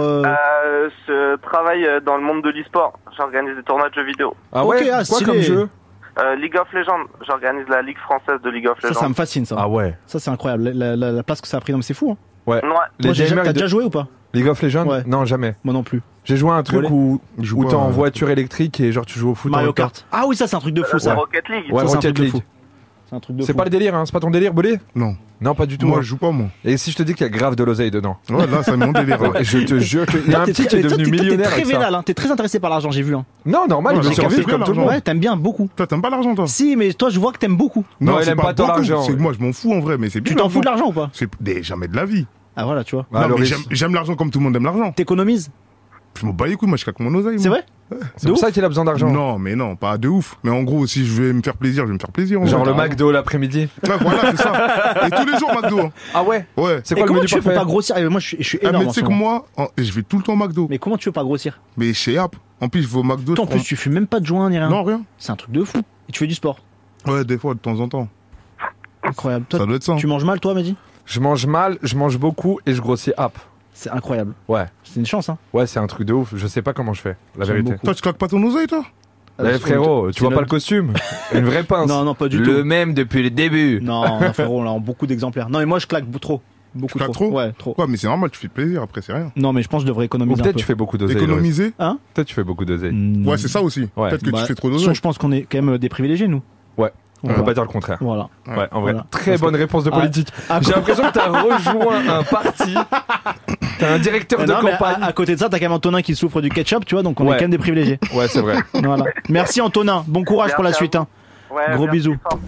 Je travaille dans le monde de l'e-sport. J'organise des tournois de jeux vidéo. Ah Ok, ouais? ah, Quoi stylé. comme jeu? League of Legends. J'organise la Ligue française de League of Ça, Legends. ça me fascine, ça. Ah ouais. Ça, c'est incroyable. La place que ça a pris, non, mais c'est fou, hein. Ouais. Ouais. Les Moi, gamers, t'as ils déjà joué ou pas? League of Legends? Ouais. Non, jamais. Moi non plus. J'ai joué à un truc Volley. où Il joue t'es pas, en voiture électrique et genre tu joues au foot. en Mario même temps. Kart. Ah oui, ça, c'est un truc de fou, La ça. Rocket League. Ouais, Ça, c'est un Rocket truc de League. fou. C'est un truc de C'est fou. pas le délire, hein? C'est pas ton délire, Bolé? Non. Non, pas du tout. Moi, hein. je joue pas, moi. Et si je te dis qu'il y a grave de l'oseille dedans? Ouais, là, c'est mon délire. là. Je te jure qu'il y a un T'es petit qui est toi, devenu t'es millionnaire très avec ça. vénal, hein. T'es très intéressé par l'argent, j'ai vu. Hein. Non, normal, Ouais, il veut j'ai survivre capté comme tout le l'argent. monde. Ouais, t'aimes bien beaucoup. Toi, t'aimes pas l'argent, toi? Si, mais toi, je vois que t'aimes beaucoup. Non, il c'est aime pas tant beaucoup. l'argent, C'est ouais. que moi, je m'en fous en vrai, mais c'est bien. Tu t'en fous de l'argent ou pas? C'est jamais de la vie. Ah voilà, tu vois. Ah, Non, mais Loris. j'aime l'argent comme tout le monde aime l'argent. T'économises? Je m'en bats les couilles, moi, je claque mon oseille. C'est moi. vrai? C'est pour ça qu'il a besoin d'argent. Non, mais non, pas de ouf. Mais en gros, si je vais me faire plaisir, je vais me faire plaisir. en Genre vrai. le McDo l'après-midi. Ouais, voilà, c'est ça. Et tous les jours, McDo. hein. Ah ouais? Ouais. C'est Et quoi le comment menu tu fais pour parfait? pas grossir? Moi, je suis Ah, énorme. mais en tu sais ce que moment. moi, je vais tout le temps au McDo. Mais comment tu veux pas grossir? Mais chez App. En plus, je vais au McDo. Toi, en je plus, tu fumes même pas de joint ni rien. Non, rien. C'est un truc de fou. Et tu fais du sport. Ouais, des fois, de temps en temps. Incroyable. Toi, Ça doit être ça. tu manges mal, toi, Mehdi? Je mange mal, je mange beaucoup et je grossis app. C'est incroyable. Ouais. C'est une chance, hein. Ouais, c'est un truc de ouf. Je sais pas comment je fais, la J'aime vérité. beaucoup. Toi, tu claques pas ton oseille, toi? Eh, frérot, tu vois pas le costume? Une vraie pince. Non, non, pas du Le tout. même depuis le début. Non, non, frérot, on a beaucoup d'exemplaires. Non, mais moi, je claque trop. Beaucoup Tu claques trop? Ouais, trop. Ouais, mais c'est normal, tu fais plaisir, après, c'est rien. Non, mais je pense que je devrais Ou économiser un peut-être peu. tu fais beaucoup d'oseille. Loris. Économiser? Hein? Peut-être tu fais beaucoup d'oseille. Ouais, c'est ça aussi. Ouais. Peut-être que Bah, tu fais trop de toute façon, d'oseille. je pense qu'on est quand même des privilégiés, nous. Ouais. On Voilà. peut pas dire le contraire. Voilà. Ouais, en vrai. Voilà. Très Parce bonne que- réponse de Ah, politique. à J'ai quoi- l'impression que t'as rejoint un parti. T'as un directeur de Non, mais campagne. à côté de ça, t'as quand même Antonin qui souffre du ketchup, tu vois, donc on est Ouais. quand même des privilégiés. Ouais, c'est vrai. Voilà. Merci Antonin, bon courage pour la Merci à suite. Hein. Ouais, Gros merci bisous. fort.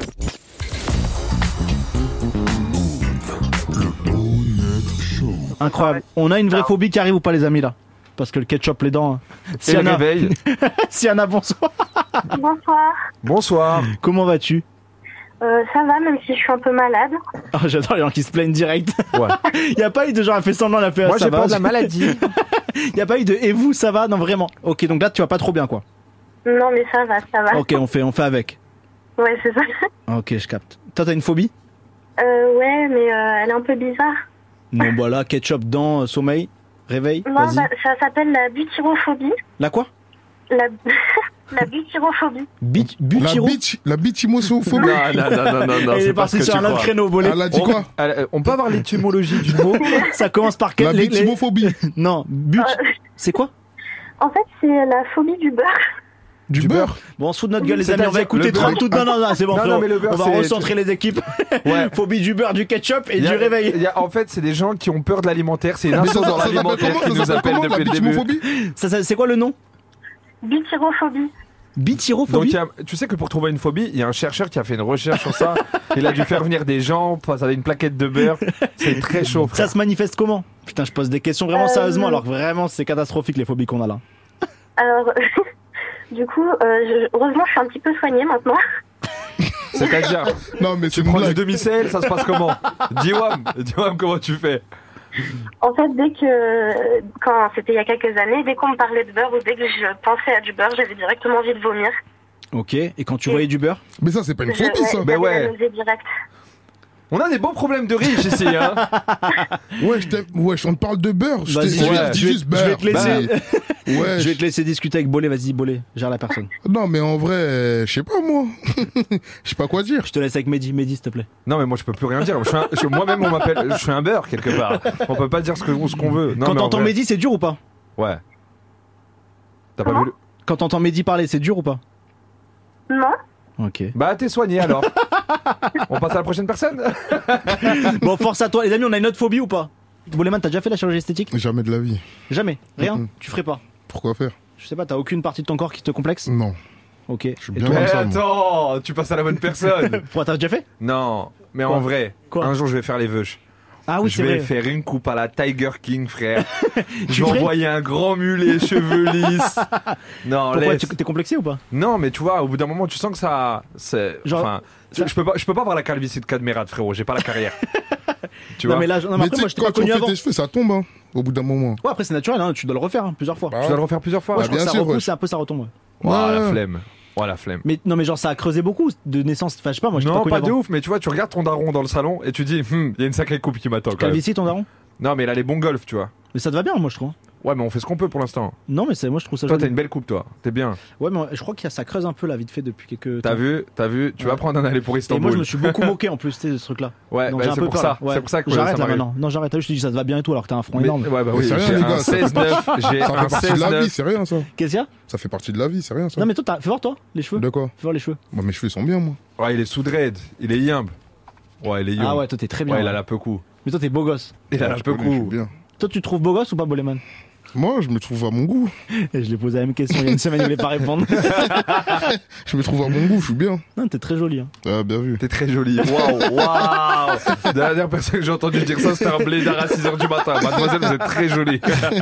Incroyable. On a une vraie phobie qui arrive ou pas, les amis, là? Parce que le ketchup, les dents. hein. Et le réveil. Siana, bonsoir. Bonsoir. Bonsoir. Comment vas-tu? Ça va, même si je suis un peu malade. Oh, j'adore les gens qui se plaignent direct. Ouais. Y a pas eu de genre, elle fait semblant, elle a fait Moi, ça j'ai va. peur de la maladie. Y a pas eu de et vous, ça va? Non, vraiment. Ok, donc là, tu vas pas trop bien, quoi. Non, mais ça va, ça va. Ok, on fait avec. Ouais, c'est ça. Ok, je capte. Toi, t'as une phobie? Ouais, mais elle est un peu bizarre. Non, bah là, ketchup, dents, sommeil, réveil. Non, Vas-y. bah, ça s'appelle la butyrophobie. La quoi? La, la butyrophobie. Butyro. La bitimosophobie. Non. Elle est partie sur un autre créneau, Bolé. Elle a dit quoi? On peut avoir l'étymologie du mot? Ça commence par La quel bitimophobie. Non, c'est quoi? En fait, c'est la phobie du beurre. Du beurre. Bon, on se fout de notre gueule, les amis. C'est-à-dire On va écouter le beurre. 30 toutes. Non, c'est bon, Non, frérot. mais le beurre, on va c'est- recentrer les équipes. Ouais. Phobie du beurre, du ketchup et Il y a- du réveil. En fait, c'est des gens qui ont peur de l'alimentaire. C'est une Mais ça, insulte dans ça s'appelle l'alimentaire comment, qui ça nous s'appelle appelle comment, depuis la le début. bityrophobie? C'est quoi le nom? Butyrophobie. Donc, Bityrophobie. tu sais que pour trouver une phobie, il y a un chercheur qui a fait une recherche sur ça. Il a dû faire venir des gens face à une plaquette de beurre. C'est très chaud, frère. Ça se manifeste comment? Putain, je pose des questions vraiment sérieusement, alors que vraiment, c'est catastrophique les phobies qu'on a là. Alors, du coup, heureusement, je suis un petit peu soignée maintenant. C'est-à-dire, Non, mais tu c'est prends une du blague. demi-sel, ça se passe comment? Dis-moi comment tu fais. En fait, quand c'était il y a quelques années, dès qu'on me parlait de beurre ou dès que je pensais à du beurre, j'avais directement envie de vomir. Ok, et quand tu voyais du beurre? Mais ça, c'est pas une phobie, ça. Ben j'avais ouais. la nausée directe. On a des beaux problèmes de riches ici, hein. Ouais, on te parle de beurre. Je Vas-y, t'ai- ouais. je dis Je vais- juste je vais beurre. te laisser. Ouais. Je vais te laisser discuter avec Bolé, vas-y Bolé, gère la personne. Non, mais en vrai, je sais pas, moi. Je sais pas quoi dire. Je te laisse avec Mehdi, s'il te plaît. Non, mais moi, je peux plus rien dire. Moi-même, on m'appelle. Je suis un beurre, quelque part. On peut pas dire ce qu'on veut. Non, Quand mais en t'entends vrai- Mehdi, c'est dur ou pas? Ouais. T'as pas vu le... Quand t'entends Mehdi parler, c'est dur ou pas? Non. Ok. Bah, t'es soigné alors. On passe à la prochaine personne. Bon, force à toi. Les amis, on a une autre phobie ou pas? Boléman, t'as déjà fait la chirurgie esthétique? Jamais de la vie. Jamais. Rien? Mhm. Tu ferais pas? Pourquoi faire? Je sais pas, t'as aucune partie de ton corps qui te complexe? Non. Ok. Je suis Et bien toi comme ça, moi. Attends, tu passes à la bonne personne. Pourquoi t'as déjà fait? Non, mais Quoi en vrai, Quoi un jour, je vais faire les veuches. Ah oui, Je c'est vais vrai. faire une coupe à la Tiger King, frère. Tu Je vais ferais envoyer un grand mulet, cheveux lisses. Non, Pourquoi laisse. t'es complexé ou pas? Non, mais tu vois, au bout d'un moment, tu sens que ça. C'est. Genre, Enfin, ça- je peux pas avoir la calvitie de Cadmerade, frérot. J'ai pas la carrière. Tu Non vois. mais là, non, mais Mais après tu moi sais, je t'ai pas quand tu connu refais avant. tes cheveux, ça tombe, hein, au bout d'un moment. Ouais, après c'est naturel, hein, tu dois le refaire plusieurs fois. Bah Je dois le refaire plusieurs fois. Ouais, je crois bien que ça sûr, repousse ouais. et un peu ça retombe. Ouais. Ouah, la Ouais. flemme. Oh la flemme. Mais non mais genre ça a creusé beaucoup de naissance. Enfin je sais pas, moi je t'ai Non, pas connu pas de avant. ouf, mais tu vois, tu regardes ton daron dans le salon et tu dis, il y a une sacrée coupe qui m'attend quand même. Calvitie ton daron? Non, mais il a les bons golfs, tu vois. Mais ça te va bien moi je trouve. Ouais, mais on fait ce qu'on peut pour l'instant. Non mais moi je trouve ça Toi, t'as joli. une belle coupe, toi. T'es bien. Ouais mais je crois que ça creuse un peu là vite fait depuis quelques T'as temps. vu, tu vas Ouais. prendre un aller pour Et Istanbul. moi je me suis beaucoup moqué en plus tu sais, de ce truc là. Ouais, Donc bah, j'ai un c'est peu pour peur, ça. là. Ouais. C'est pour ça que J'arrête ça là m'arrive. maintenant. Non j'arrête, je te dis ça te va bien et tout alors que t'as un front Mais- énorme. Ouais, bah Mais oui, c'est rien, j'ai les un gars. 16-9. J'ai Ça un fait partie de la vie, 16-9. c'est rien, ça. Qu'est-ce qu'il y a? Ça fait partie de la vie, c'est rien, ça. Non mais toi fais voir toi les cheveux. De quoi? Fais voir les cheveux. Bah, mes cheveux sont bien, moi. Ouais, il est sous dread. Il est yimbe. Ouais, il est yimbe. Ah ouais toi t'es très bien. Ouais, il a ouais. la peu cou. Mais toi t'es beau gosse. Il a la Je peu connais, je suis cou. bien. Toi tu te trouves beau gosse ou pas Boleman? Moi, je me trouve à mon goût. Et je lui ai posé la même question il y a une semaine, il voulait pas répondre. Je me trouve à mon goût, je suis bien. Non t'es très joli hein. Ah, bien vu. T'es très joli. Waouh, waouh. La dernière personne que j'ai entendu dire ça, c'était un blédard à 6h du matin. Mademoiselle, vous êtes très jolie.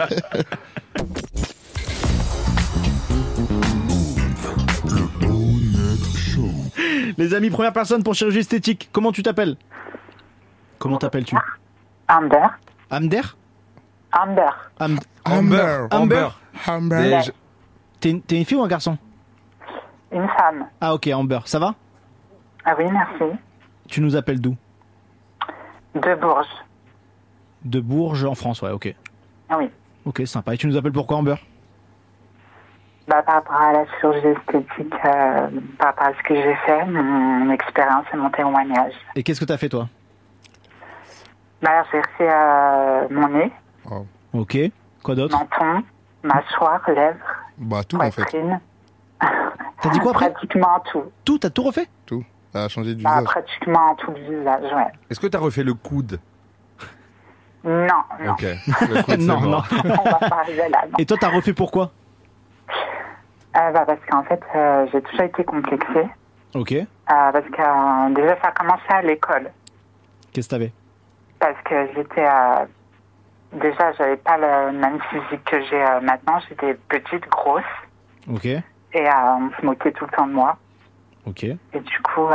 Les amis, première personne pour chirurgie esthétique. Comment tu t'appelles? Comment t'appelles-tu? Amber. Amder? Amber. Amber. Amber. Amber. T'es une fille ou un garçon? Une femme. Ah ok, Amber. Ça va? Ah oui, merci. Tu nous appelles d'où? De Bourges. De Bourges, en France, ouais, ok. Ah oui. Ok, sympa. Et tu nous appelles pourquoi, Amber? Bah, par rapport à la chirurgie esthétique, par rapport à ce que j'ai fait, mon expérience et mon témoignage. Et qu'est-ce que t'as fait, toi? Bah, j'ai fait mon nez, Ok. Quoi d'autre? menton, mâchoire, lèvres, Bah, tout, en fait. poitrine. T'as dit quoi après? Pratiquement tout. Tout? T'as tout refait? Tout. Ça a changé du Bah, visage. pratiquement tout le visage, ouais. Est-ce que t'as refait le coude? Non, non. Ok. Le coude, c'est Non, mort. On va pas arriver là, non. Et toi, t'as refait pourquoi? Bah, parce qu'en fait, j'ai toujours été complexée. Ok. Parce que déjà, ça a commencé à l'école. Qu'est-ce que t'avais? Parce que j'étais... déjà, j'avais pas le même physique que j'ai maintenant. J'étais petite, grosse. Ok. Et on se moquait tout le temps de moi. Ok. Et du coup,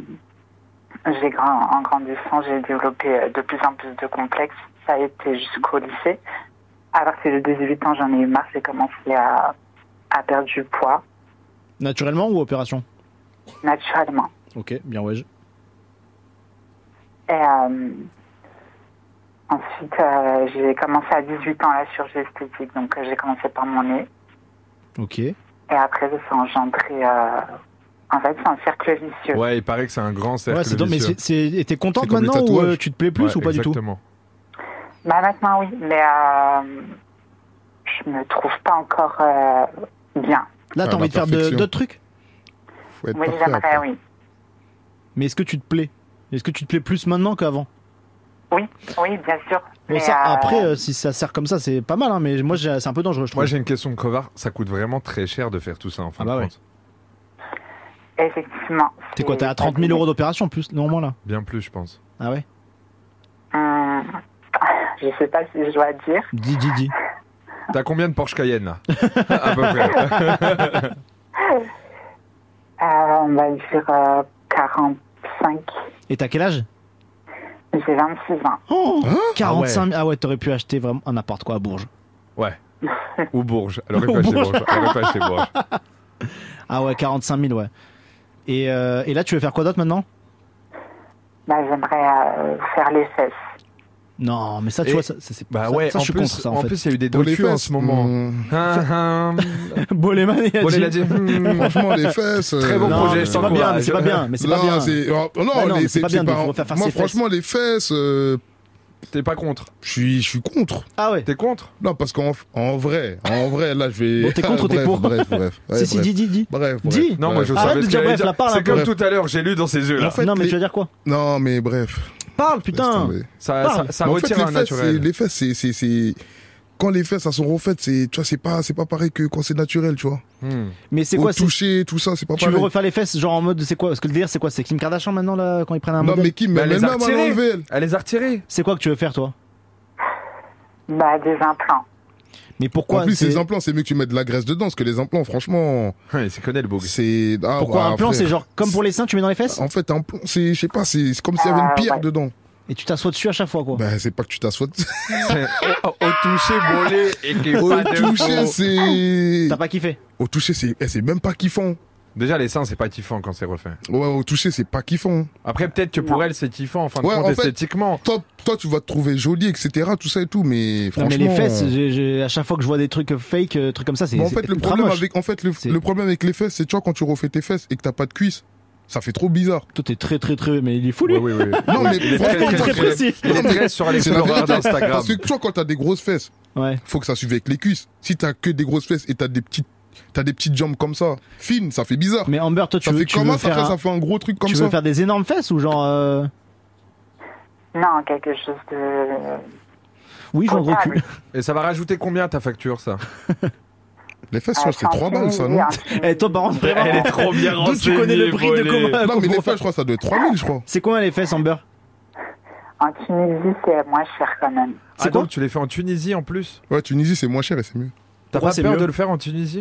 en grandissant, j'ai développé de plus en plus de complexes. Ça a été jusqu'au lycée. À partir de 18 ans, j'en ai eu marre. J'ai commencé à perdre du poids, Naturellement ou opération? naturellement. Ok, bien ouais. Et ensuite, j'ai commencé à 18 ans la chirurgie esthétique. Donc, j'ai commencé par mon nez. Ok. Et après, ça s'est engendré... en fait, c'est un cercle vicieux. Ouais, il paraît que c'est un grand cercle Ouais, c'est mais vicieux. et t'es contente C'est comme les maintenant ou tatouages. tu te plais plus Ouais, ou pas du tout? exactement. Bah, maintenant, oui. Mais je me trouve pas encore bien. Là, t'as Ah, envie de la faire perfection. d'autres trucs? Faut être Oui, parfait, j'aimerais, après. oui. Mais est-ce que tu te plais? Est-ce que tu te plais plus maintenant qu'avant? Oui, bien sûr. Bon, Mais, ça, après, si ça sert comme ça, c'est pas mal, hein, mais moi, c'est un peu dangereux, je trouve. Moi, j'ai une question de crevard. Ça coûte vraiment très cher de faire tout ça en fin Ah bah de ouais. compte. effectivement. T'es quoi, t'es à 30 000 euros d'opération, plus, normalement, là? Bien plus, je pense. Ah ouais? Je sais pas si je dois dire. Dis. T'as combien de Porsche Cayenne là? À peu près. On va dire 45. Et t'as quel âge? J'ai 26 ans. Oh, Hein 45 000. Ah ouais, t'aurais pu acheter vraiment n'importe quoi à Bourges. Ouais. Ou Bourges. Elle aurait pas Ou acheté Bourges. Bourges. Elle aurait pas acheté Bourges. Ah ouais, 45 000, ouais. Et là, tu veux faire quoi d'autre maintenant? J'aimerais faire les fesses. Non, mais ça, tu Et- vois, c'est Bah ça, ouais, ça, en je suis plus, contre ça, en en fait. plus, il y a eu des Pour les docus en fesses, ce moment. Boleman, il a Bolé l'a dit. dit. Franchement, les fesses. Très bon Non, projet, mais je c'est pas bien, mais t'encourage. c'est pas bien, mais c'est pas bien. c'est non, Bah non, les- mais c'est pas bien, pas- il faut faire moi ses fesses. franchement les fesses T'es pas contre? je suis contre. Ah ouais. T'es contre? Non parce qu'en vrai là je vais Bon, t'es contre ou t'es bref, pour? bref ouais, Si, bref. dis. Bref. Dis. Non, moi je Arrête savais de ce dire qu'elle allait bref, la parole, C'est un peu. comme tout à l'heure, j'ai lu dans ses yeux là. En fait, Non, mais les- tu vas dire quoi? Non mais bref. Parle, Laisse putain. tomber. Ça Mais en retire fait, un naturel. les fesses c'est quand les fesses elles sont refaites, c'est tu vois c'est pas pareil que quand c'est naturel, tu vois. Mais c'est Au quoi? toucher, tout ça, c'est pas Tu pareil. veux refaire les fesses, genre en mode, c'est quoi? Parce que le délire, c'est quoi? C'est Kim Kardashian maintenant, là, quand ils prennent un Non modèle? mais qui Bah, mais elle les a même à retirées. l'enlever, elle. Elle les a retirés. C'est quoi que tu veux faire, toi? Des implants. Mais pourquoi? En plus, c'est- les implants, c'est mieux que tu mettes de la graisse dedans, parce que les implants, franchement, Ouais, c'est connaît le bug. c'est. Ah, Pourquoi bah, un plan? frère. C'est genre comme pour les seins, tu mets dans les fesses? En fait, un plan, c'est, je sais pas, c'est comme s'il y avait une pierre ouais. dedans. Et tu t'assois dessus à chaque fois, quoi. Bah, c'est pas que tu t'assois. Au toucher, bolé et qu'il y ait Au pas de toucher, faux. c'est. T'as pas kiffé? Au toucher, c'est même pas kiffant. Déjà, les seins, c'est pas kiffant quand c'est refait. Ouais, au toucher, c'est pas kiffant. Après, peut-être que pour elle, c'est kiffant en fin de Ouais, compte, en fait, esthétiquement. Toi, tu vas te trouver jolie, etc., tout ça et tout, mais Non, franchement. mais les fesses, à chaque fois que je vois des trucs fake, trucs comme ça, c'est. Mais en c'est fait, le ultra problème moche. avec, C'est- le problème avec les fesses, c'est, tu vois, quand tu refais tes fesses et que t'as pas de cuisses, ça fait trop bizarre. Toi, t'es très. Mais il est fou, lui. Oui. Non, mais Il est franchement, très précis. Il est très sur c'est la l'explorer vérité. d'Instagram. Parce que, tu vois, quand t'as des grosses fesses, Ouais. faut que ça suive avec les cuisses. Si t'as que des grosses fesses et t'as des petites jambes comme ça, fines, ça fait bizarre. Mais Amber, toi, Ça fait tu comment veux ça, faire. ça fait un gros truc comme Tu ça veux faire des énormes fesses ou genre. Non, quelque chose de. Oui, genre gros cul. potable. Et ça va rajouter combien ta facture, ça? Les fesses, c'est 3 balles, ça, non Eh, toi, par contre, vraiment. Elle est trop bien D'où tu connais le prix de renseignée, comment. Non, mais les comment- fesses, je crois, ça doit être 3000, je crois. C'est combien les fesses, Amber? En Tunisie, c'est moins cher quand même. C'est Ah, quoi donc tu les fais en Tunisie en plus? Ouais, Tunisie, c'est moins cher et c'est mieux. T'as Pourquoi pas c'est peur mieux de le faire en Tunisie?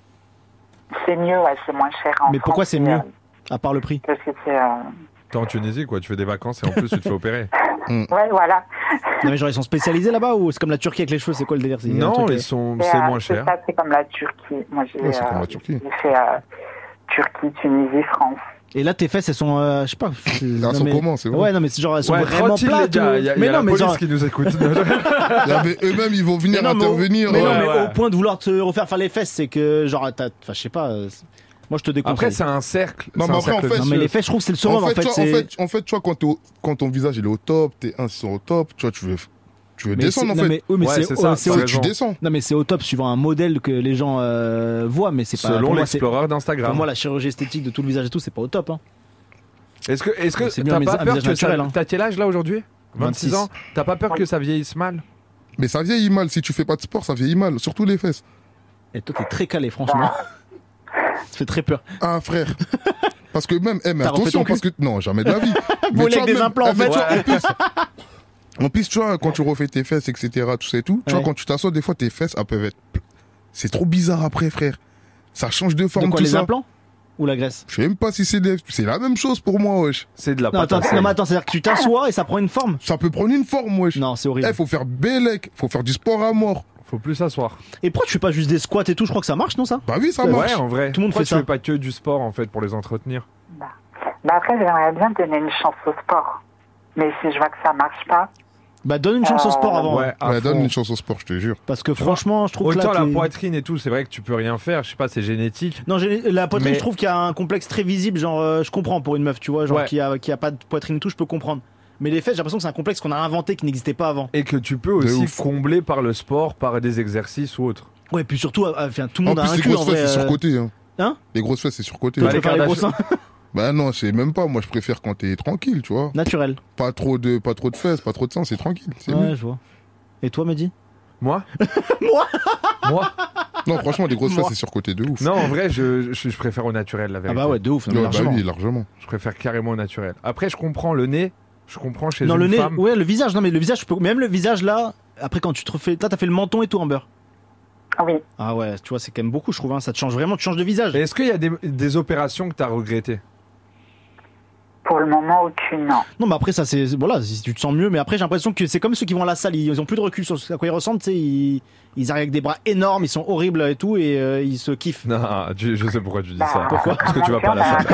C'est mieux, ouais, c'est moins cher. En Mais pourquoi France, c'est mieux? À part le prix. Parce que c'est. T'es en Tunisie, quoi. Tu fais des vacances et en plus, tu te fais opérer. Ouais, voilà. Non, mais genre, ils sont spécialisés là-bas ou c'est comme la Turquie avec les cheveux? C'est quoi le délire? C'est un Non, truc, ils sont, Et, c'est moins c'est cher. ça, c'est comme la Turquie. Moi, j'ai Ouais, c'est comme la Turquie. j'ai fait Turquie, Tunisie, France. Et là, tes fesses, elles sont. Je sais pas. Elles sont comment, c'est bon. Ouais, non, mais c'est genre, elles sont Ouais, vraiment tranquille, les plates. gars. ou- Il y a mais la non, mais police genre. qui nous écoute. Là, mais eux-mêmes, ils vont venir Mais non, mais au- intervenir. Mais non, Ouais, mais ouais. au point de vouloir te refaire faire les fesses, c'est que genre, enfin, je sais pas. Moi, je te déconseille. Après, c'est un cercle. Non, c'est mais un après, en cercle fait, Non, mais vicieux. les fesses, je trouve que c'est le summum. En fait, tu vois, c'est. en fait, tu vois, quand ton visage il est au top, tes 1 sont au top, tu vois, tu veux Mais descendre, en c'est- non, fait. mais- oui, mais Ouais, c'est c'est ça, c'est t'as au- C'est que tu raison. descends. Non, mais c'est au top suivant un modèle que les gens voient, mais c'est pas. Selon pour moi, c'est- l'explorer Pour d'Instagram. moi, la chirurgie esthétique de tout le visage et tout, c'est pas au top. Hein. Est-ce que C'est mieux t'as un pas visage peur que naturel, ça... hein. T'as quel âge là aujourd'hui? 26 26 ans. T'as pas peur que ça vieillisse mal? Mais ça vieillit mal. Si tu fais pas de sport, ça vieillit mal. Surtout les fesses. Et toi, t'es très calé, franchement. Ça fait très peur. Ah, frère. Parce que même, mais T'as refait attention, ton cul parce que, non, jamais de la vie. Voler tu avec vois, des même- implants, en mais fait. tu vois, en plus, tu vois, quand tu refais tes fesses, etc., tout ça et tout, tu Ouais. vois, quand tu t'assois, des fois, tes fesses, elles peuvent être, c'est trop bizarre après, frère. Ça change de forme, De quoi, tout les ça. implants? Ou la graisse? Je sais même pas si c'est la même chose pour moi, wesh. C'est de la Non, pâte attends, à sel. non, mais attends, c'est-à-dire que tu t'assois et ça prend une forme? Ça peut prendre une forme, wesh. Non, c'est horrible. Faut faire bélec, faut faire du sport à mort. Faut plus s'asseoir. Et pourquoi tu fais pas juste des squats et tout? Je crois que ça marche, non, ça? Bah oui, ça Ouais, marche. Ouais, en vrai. Tout le monde Pourquoi fait tu ça. fais pas que du sport en fait pour les entretenir? Bah après, j'aimerais bien donner une chance au sport. Mais si je vois que ça marche pas, Bah, donne une chance au sport avant. Ouais, à Ouais, donne fond. une chance au sport, je te jure. Parce que franchement, je trouve que Autant là, la t'es- poitrine et tout, c'est vrai que tu peux rien faire. Je sais pas, c'est génétique. Non, la poitrine, Mais- je trouve qu'il y a un complexe très visible. Genre, je comprends pour une meuf, tu vois, genre Ouais. qui a pas de poitrine et tout, je peux comprendre. Mais les fesses, j'ai l'impression que c'est un complexe qu'on a inventé qui n'existait pas avant. Et que tu peux aussi ouf. combler par le sport, par des exercices ou autre. Ouais, puis surtout, enfin, tout le En monde a plus, un les cul en grosses fesses, vrai. c'est surcoté. Hein Les grosses fesses, c'est surcoté. Toi, tu les préfères les gros Kardashians. seins Bah non, c'est même pas. Moi, je préfère quand t'es tranquille, tu vois. naturel. Pas trop de fesses, pas trop de seins, c'est tranquille. C'est Ouais, mieux. je vois. Et toi, Mehdi? Moi Moi Non, franchement, les grosses Moi. fesses, c'est surcoté de ouf. Non, en vrai, je préfère au naturel, la Ah vérité. bah ouais, de ouf, non, Ouais, mais bah largement. oui, largement. Je préfère carrément au naturel. Après, je comprends le nez. Je comprends chez Non, une le nez, femme. ouais, le visage, non, mais le visage, même le visage là, après quand tu te refais. Là, t'as fait le menton et tout, Amber. Oui. Ah ouais, tu vois, c'est quand même beaucoup, je trouve, hein. Ça te change vraiment, tu changes de visage. Et est-ce qu'il y a des opérations que t'as regrettées? Pour le moment, aucune, non. Non, mais après, ça, c'est. Voilà, si tu te sens mieux, mais après, j'ai l'impression que c'est comme ceux qui vont à la salle, ils ont plus de recul sur à quoi ils ressemblent, tu sais, ils arrivent avec des bras énormes, ils sont horribles et tout, et ils se kiffent. Non, je sais pourquoi tu dis ça. Pourquoi Parce que tu vas pas à la salle.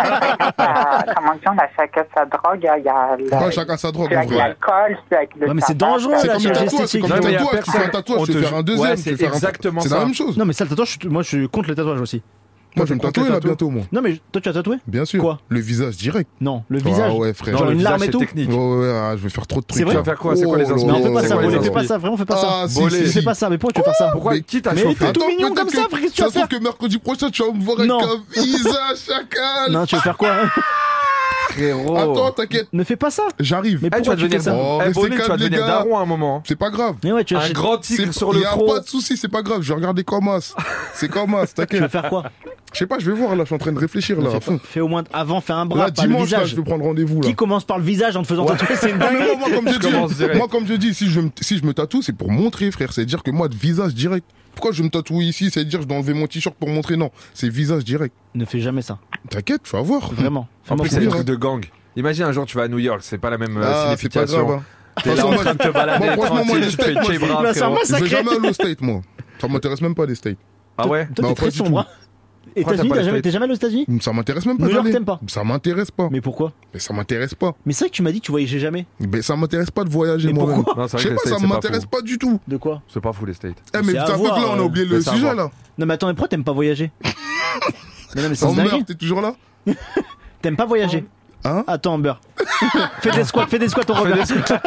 Comment on dit, on a chacun sa drogue, il y a Pas chacun sa drogue, celui en avec vrai. l'alcool, celui avec le Ouais, mais c'est tabac. dangereux, C'est la comme le chirurgie tatouage, c'est esthétique. comme le Non, mais y a tatouage. Tu fais un personne- tatouage, on tu te fais faire un ju- deuxième, ouais, tu c'est fais faire un. exactement C'est ça. la même chose. Non, mais ça, le tatouage, moi, je suis contre les tatouages aussi. Moi, je vais me Toi, tatouer là tatoues bientôt, moi. Non, mais toi, tu as tatoué Bien sûr. Quoi Le visage direct. Non, le visage. Ah ouais, frère. Genre le une visage, larme et c'est tout. technique. Ouais, ouais, ah, je vais faire trop de trucs. C'est vrai Tu vas faire quoi? C'est quoi les Oh là Mais on fait là pas là ça, là Bolé, là fais là. pas ça, vraiment, fais pas ça. Ah, si, Bolé. si, Fais si. pas ça, mais pourquoi tu veux faire ça Pourquoi Qui t'a Mais chauffé t'es tout mignon peut-être comme ça, frère, qu'est-ce que tu ça vas se trouve faire que mercredi prochain, tu vas me voir Non. avec un visage chacal. Non, tu veux faire quoi Frérot. Attends, t'inquiète. Ne fais pas ça. J'arrive. Mais Eh, tu pourquoi vas tu fais devenir ça Oh, Eh, restez Bolé, tu calmes, vas les devenir gars. daron à un moment. C'est pas grave. Mais ouais, tu vas Un grand tigre sur le Y a front. pas de soucis, c'est pas grave. Je vais regarder comme as. C'est comme as, Tu vas t'inquiète. faire quoi Je sais pas, je vais voir là. Je suis en train de réfléchir là à fond. Fais au moins avant, fais un bras, Là, pas le dimanche, là, visage. je vais prendre rendez-vous là. Qui commence par le visage en te faisant tatouer, c'est une Non, mais dinguerie. moi, comme je commence dis, direct. moi, comme je dis, si je me tatoue, c'est pour montrer, frère. C'est dire que moi, de visage direct. Pourquoi je vais me tatouer ici? C'est dire je dois enlever mon t-shirt pour montrer? Non, c'est visage direct. Ne fais jamais ça, T'inquiète, tu vas voir. vraiment. En Fais-moi plus, c'est bien, des confiance. trucs de gang. Imagine un jour, tu vas à New York, c'est pas la même Ah, c'est pas signification. grave. Hein. T'es De là toute en façon, train de te balader moi, franchement, moi, tranquille, les tu te fais steaks, une moi, bras, bah, c'est un frérot. massacre. Je vais jamais aller au State, moi. Ça m'intéresse même pas les States. Ah ouais Toi, Non, t'es pas très du sombre. tout. hein. Pourquoi États-Unis, t'as pas t'es les States jamais allé aux États-Unis? Ça m'intéresse même pas New York, d'aller. t'aimes pas? Ça m'intéresse pas. Mais pourquoi? Mais ça m'intéresse pas. Mais c'est vrai que tu m'as dit que tu voyageais jamais. Mais ça m'intéresse pas de voyager Mais moi-même. pourquoi Non, c'est Je vrai sais que pas, les ça States, c'est pas m'intéresse fou. pas du tout. De quoi? C'est pas fou les States. Eh, mais C'est à t'as vu que voir, là, on a oublié mais le c'est à sujet voir. là. Non, mais attends, mais pourquoi t'aimes pas voyager? Mais c'est Oh une merde, dinguerie. t'es toujours là? T'aimes pas voyager? Hein? Attends, Amber. fais des squats, on revient.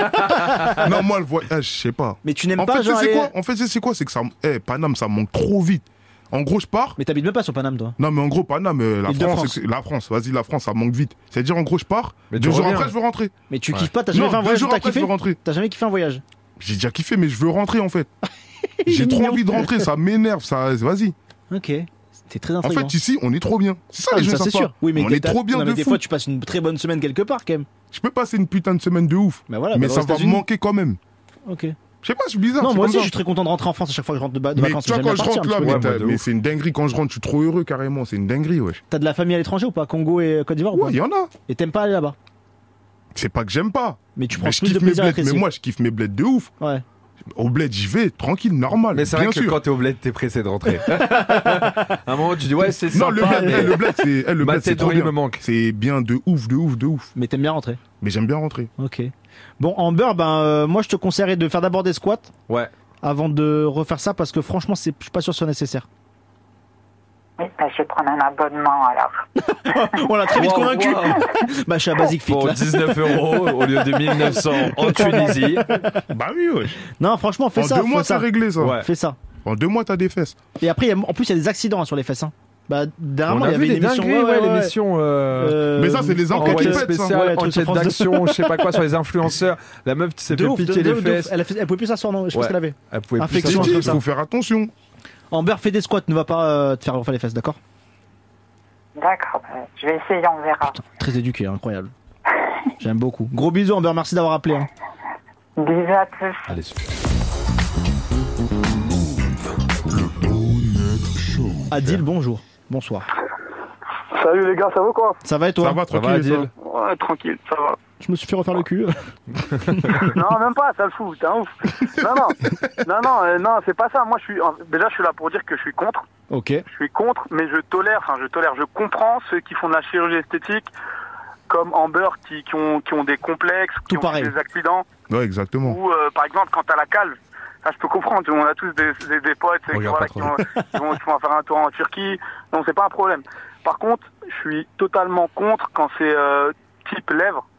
Non, moi, le voyage, je sais pas. Mais tu n'aimes En pas, fait, genre. c'est aller- quoi? En fait, c'est quoi? C'est que ça. Paname, ça manque trop vite. En gros, je pars. Mais t'habites même pas sur Paname, toi. Non, mais en gros, Paname, la Île-de-France. France, la France, vas-y, la France, ça manque vite. C'est-à-dire, en gros, je pars. Mais 2 tu jours reviens. après, je veux rentrer. Mais tu Ouais. kiffes pas, t'as jamais Non, fait un 2 voyage, jours t'as après, je kiffé? veux rentrer. T'as jamais kiffé un voyage? J'ai déjà kiffé, mais je veux rentrer en fait. Il est J'ai trop mignon. envie de rentrer, ça m'énerve, ça. Vas-y. Ok. C'était très En intriguant. fait, ici, on est trop bien. C'est ça, Ah, les mais gens ça c'est savent sûr. pas. Oui, mais On est trop bien non, mais de des fou. fois tu passes une très bonne semaine quelque part quand même. Je peux passer une putain de semaine de ouf. Bah voilà, Mais bah, ça aux va me États-Unis. manquer quand même. Ok. Je sais pas, c'est bizarre. Non, c'est moi comme aussi ça. je suis très content de rentrer en France à chaque fois que je rentre de Mais vacances. tu vois, J'aime quand bien je rentre partir, là, un petit mais, peu. Ouais, moi, de mais ouf. c'est une dinguerie quand je rentre, je suis trop heureux carrément, c'est une dinguerie, wesh. T'as de la famille à l'étranger ou pas? Congo et Côte d'Ivoire ou pas? Ouais, il y en a. Et t'aimes pas aller là-bas? C'est pas que j'aime pas. Mais tu prends Mais je plus de kiffe mes plaisir à bleds. être Mais ici. moi, je kiffe mes bleds de ouf. Ouais. Au bled, j'y vais, tranquille, normal. Mais c'est vrai bien que sûr. quand t'es au bled, t'es pressé de rentrer. À un moment, tu dis ouais, c'est Non, sympa, mais le bled, le ma bled, c'est trop théorie bien. me manque. C'est bien de ouf, de ouf, de ouf. Mais t'aimes bien rentrer. Mais j'aime bien rentrer. Ok. Bon, Amber, moi je te conseillerais de faire d'abord des squats Ouais. avant de refaire ça parce que franchement, je suis pas sûr que ce soit nécessaire. Oui, bah, je vais prendre un abonnement alors. On l'a très vite Wow, convaincu. wow. Bah, je suis à Basic Fit Pour là. 19 € au lieu de 1900 en Tunisie. Bah oui, wesh. Non, franchement, fais En ça. 2 mois, fais c'est ça. réglé, ça. Ouais. Fais ça. En 2 mois, t'as des fesses. Et après, en plus, il y a des accidents sur les fesses. Hein. Bah, dernièrement, On il y a avait vu une des émission. dingueries, ouais, l'émission. Mais ça, c'est les enquête enquêtes qui pètent, ça. spéciale, Ouais, truc sur enquête France 2. d'action, je sais pas quoi, sur les influenceurs. La meuf qui s'est fait piquer les fesses. Elle pouvait plus s'asseoir, non? Je sais pas ce Ouais. qu'elle avait. Elle pouvait plus Infection, J'ai comme dit, ça. il faut faire attention. Amber, fais des squats, ne va pas te faire refaire les fesses, d'accord? D'accord, bah, je vais essayer, on verra. Très éduqué, incroyable. J'aime beaucoup. Gros bisous, Amber, merci d'avoir appelé. Hein. Bisous à tous. Allez, super. Adil, bonjour. Bonsoir. Salut les gars, ça va quoi? Ça va et toi? Ça va, Ça va, tranquille. Adil? Ouais, tranquille, ça va. Je me suis fait refaire le cul. Non, même pas, ça le fout, t'es un ouf. Non, c'est pas ça. Moi, déjà, je suis là pour dire que je suis contre. Ok. Je suis contre, mais je comprends ceux qui font de la chirurgie esthétique, comme Amber, qui ont des complexes, qui Tout ont pareil. des accidents, Ouais, exactement. ou par exemple, quand t'as la calve, ça je peux comprendre, on a tous des potes Regarde pas qui vont faire un tour en Turquie, donc c'est pas un problème. Par contre, je suis totalement contre quand c'est type lèvres,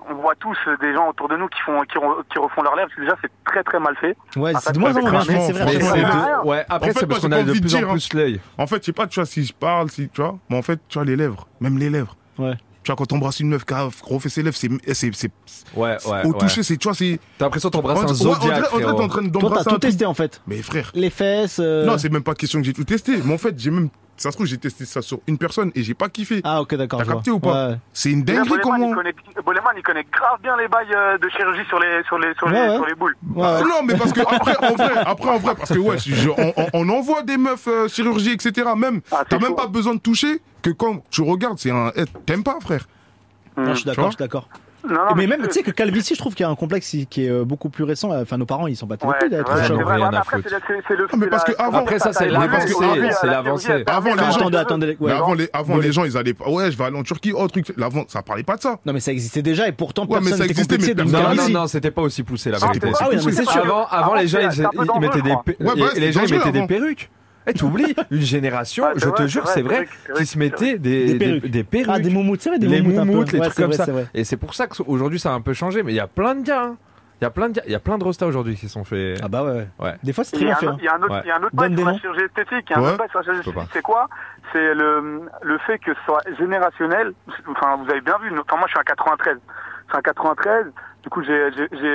on voit tous des gens autour de nous qui refont leurs lèvres. Déjà, c'est très très mal fait. Ouais, Ah, c'est de moins en moins bien fait, c'est vrai. Mais franchement, ouais, après, En fait, c'est parce moi, qu'on j'ai a pas de envie de plus en dire, plus l'œil. En fait, je sais pas, tu vois, si je parle, tu vois, mais en fait, tu vois, les lèvres, même les lèvres. Ouais. Tu vois, quand t'embrasses une meuf qui a refait ses lèvres, c'est Ouais, au toucher, c'est, tu vois, c'est. T'as l'impression d'embrasser un On dirait zodiac, t'es en frérot. train Toi, d'embrasser t'as un tout truc. testé en fait. Mais frère. Les fesses. Non, c'est même pas question que j'ai tout testé. Mais en fait, j'ai même. Ça se trouve, j'ai testé ça sur une personne et j'ai pas kiffé. Ah, ok, d'accord. T'as je vois. capté ou pas? Ouais. C'est une déjà, dinguerie comment. Boleman, il connaît grave bien les bails de chirurgie sur les sur les boules. Ouais, ouais. Non, mais parce que après, en vrai, parce que ouais, on envoie des meufs chirurgie, etc. Même, Ah, t'as c'est même chaud. pas besoin de toucher que quand tu regardes, c'est un. T'aimes pas, frère. Non, je suis Tu vois d'accord, je suis d'accord. Non, Mais même, tu sais que calvitie, je trouve qu'il y a un complexe qui est beaucoup plus récent. Enfin, nos parents, ils sont pas Ouais, télé d'être ouais, c'est chauds. vrai. Rien à Après, foutre. c'est le. Ah, mais parce que avant- Après, ça, c'est l'avancée, c'est l'avancée. Avant, les gens. Attendez. Mais Ouais. avant les gens, ils allaient pas. Ouais, je vais aller en Turquie, oh, truc. Avant, ça parlait pas de ça. Non, mais ça existait déjà et pourtant Ouais, mais personne ça n'était existait, complexé mais de personne- Non, calvitie. non, c'était pas aussi poussé la Ah, vérité. c'était pas- Ah oui, non, mais c'est sûr. Avant, les gens, c'est un peu ils dangereux, mettaient je crois. Ouais, les gens, ils c'est mettaient des dangereux, perruques. Eh, t'oublies, une génération, Ah, c'est je te vrai, jure, c'est c'est vrai, vrai, c'est vrai, qui se mettaient Des perruques. Ah, des moumoutes, c'est vrai, des les moumoutes un peu. moumoutes, les Ouais, trucs c'est comme vrai, ça. c'est vrai. Et c'est pour ça qu'aujourd'hui, ça a un peu changé. Mais il y a plein de gars, hein. Il y a plein de rostas aujourd'hui qui sont faits. Ah bah ouais. Ouais. Des fois, c'est Il très y a bien fait. un- il y a un autre, Ouais. il y a un autre Donne bail des sur la noms. chirurgie esthétique. Il y a un Ouais. autre bail sur la chirurgie Je peux esthétique. C'est quoi? C'est le fait que ce soit générationnel. Enfin, vous avez bien vu. Enfin, moi, je suis un 93. C'est un 93. Du coup, j'ai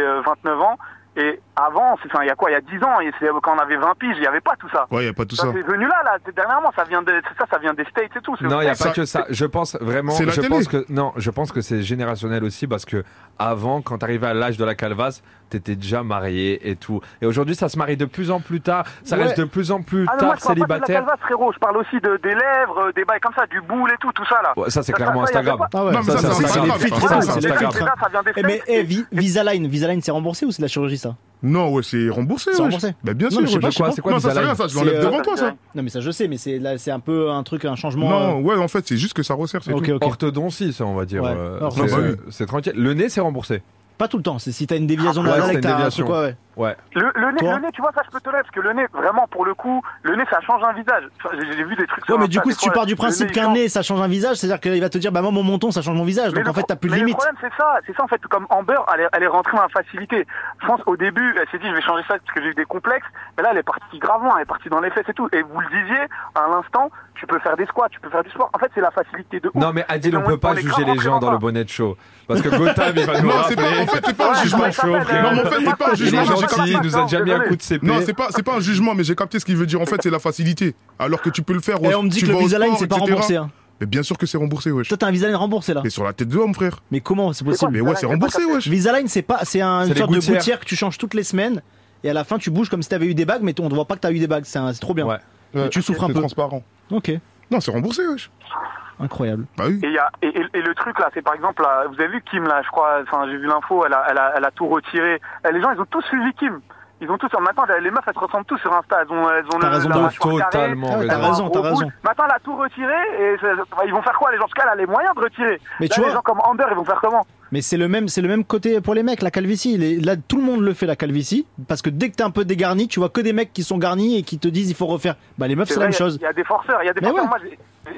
29 ans. Et avant, il y a quoi? Il y a 10 ans. Et quand on avait 20 piges, il n'y avait pas tout ça. Ouais, y a pas tout Ça ça. c'est venu là. Dernièrement, ça vient des States et tout. Non, il n'y a Ça- pas que ça. Je pense vraiment. C'est la télé. Je pense que c'est générationnel aussi parce que avant, quand t'arrivais à l'âge de la calvasse, t'étais déjà marié et tout. Et aujourd'hui, ça se marie de plus en plus tard. Ça Ouais. reste de plus en plus Ah non, moi, tard je parle pas de la célibataire. calvasse, frérot. Je parle aussi des lèvres, des bails comme ça, du boule et tout ça là. Ouais, ça, c'est Ça, clairement ça, y a Instagram. pas- Ah ouais. Non, mais Ça, ça, c'est c'est Instagram. Instagram. les filtres, Ça, ouais, c'est c'est les Instagram. filtres. Ça vient des Eh, States. mais Visalign, c'est remboursé ou c'est de la chirurgie ça? Non, ouais, c'est remboursé. C'est ouais. remboursé. Bah, bien Non, sûr. mais je sais ouais. pas, De quoi, c'est quoi Non, ça, c'est Visalign rien, ça, je l'enlève C'est, devant toi, ça. Non mais ça je sais, mais c'est un peu un truc, un changement. Non, ouais, en fait, c'est juste que ça resserre, c'est Ok, tout. ok. Orthodontie, ça, on va dire. Ouais. Alors, bah oui. C'est tranquille. Le nez, c'est remboursé. Pas tout le temps. C'est si t'as une déviation Ouais, nasale c'est et une que t'as un déviation. truc, ouais. Ouais. Toi Le nez, tu vois, ça je peux te l'aider parce que le nez, vraiment, pour le coup, le nez, ça change un visage. Enfin, j'ai vu des trucs sur Ouais, mais du Insta, coup, des si tu fois, pars du le principe nez, qu'un il nez ça change un visage, c'est-à-dire qu'il va te dire bah moi mon menton ça change mon visage, donc Mais en fait t'as plus de mais limite. Le problème, c'est ça en fait, comme Amber, elle est rentrée dans la facilité. Je pense au début, elle s'est dit je vais changer ça parce que j'ai eu des complexes, mais là elle est partie gravement, elle est partie dans les fesses et tout. Et vous le disiez, à l'instant, tu peux faire des squats, tu peux faire du sport. En fait, c'est la facilité de ouf. Non, mais Adil, Et on peut pas est juger grave les gens dans le rentrés bonnet de show. Parce que Gotham, il va nous Non, c'est pas, rappeler. en fait, c'est pas un Ouais, jugement. je m'en rappelle, Non, mais en fait, c'est pas un Il jugement. est mais j'ai gentil, capté- il nous a déjà mis un coup de CP. Non, c'est pas un jugement, mais j'ai capté ce qu'il veut dire. En fait, c'est la facilité. Alors que tu peux le faire. Et on me dit tu que le vas au Visalign sport, c'est pas etc. remboursé. Hein. Mais bien sûr que c'est remboursé, wesh. Toi t'as un Visalign remboursé là. Mais sur la tête de homme, frère. Mais comment c'est possible? Mais ouais, c'est remboursé, wesh. Visalign c'est C'est une les sorte de gouttières. gouttière que tu changes toutes les semaines et à la fin tu bouges comme si t'avais eu des bagues, mais on ne voit pas que t'as eu des bagues. C'est trop bien. Ouais. Et tu souffres un C'est peu. transparent. Ok, Non, c'est remboursé, wesh. incroyable. Bah oui. Et, et le truc là, c'est par exemple, là, vous avez vu Kim là, je crois, enfin j'ai vu l'info, elle a tout retiré. Les gens, ils ont tous suivi Kim. Ils ont tous, maintenant les meufs, elles se ressemblent tous sur Insta. Elles ont T'as raison, la t'as mâchoire carrée, totalement Ah ouais, raison. t'as raison, un t'as gros raison. boule. Maintenant, elle a tout retiré et ils vont faire quoi? Les gens, parce qu'elle a les moyens de retirer. Mais Là, tu les vois- gens comme Amber, ils vont faire comment? Mais c'est le même côté pour les mecs, la calvitie. Là, tout le monde le fait, la calvitie. Parce que dès que t'es un peu dégarni, tu vois que des mecs qui sont garnis et qui te disent il faut refaire. Bah, les meufs, c'est la vrai, même chose. Il y a des forceurs, Mais Moi, ouais.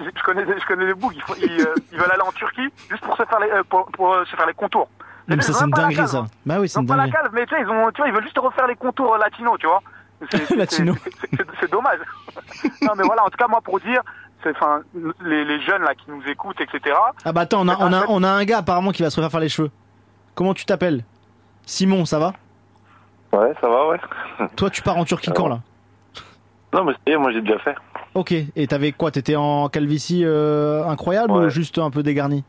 je connais les bougs, ils veulent aller en Turquie juste pour se faire les contours. Mais ça, Ils ont c'est une même pas la dinguerie, calve, ça. hein. Bah oui, Ils c'est ont une pas la dinguerie. calve, mais tu sais, ils veulent juste refaire les contours latinos, tu vois. Latino. C'est dommage. Non, mais voilà, en tout cas, moi, pour dire, les jeunes là qui nous écoutent, etc. Ah bah attends, on a un gars apparemment qui va se refaire faire les cheveux. Comment tu t'appelles? Simon, ça va? Ouais, ça va, ouais. Toi, tu pars en Turquie quand là? Non, mais c'est moi j'ai déjà fait. Ok, et t'avais quoi? T'étais en calvitie incroyable Ouais. ou juste un peu dégarni?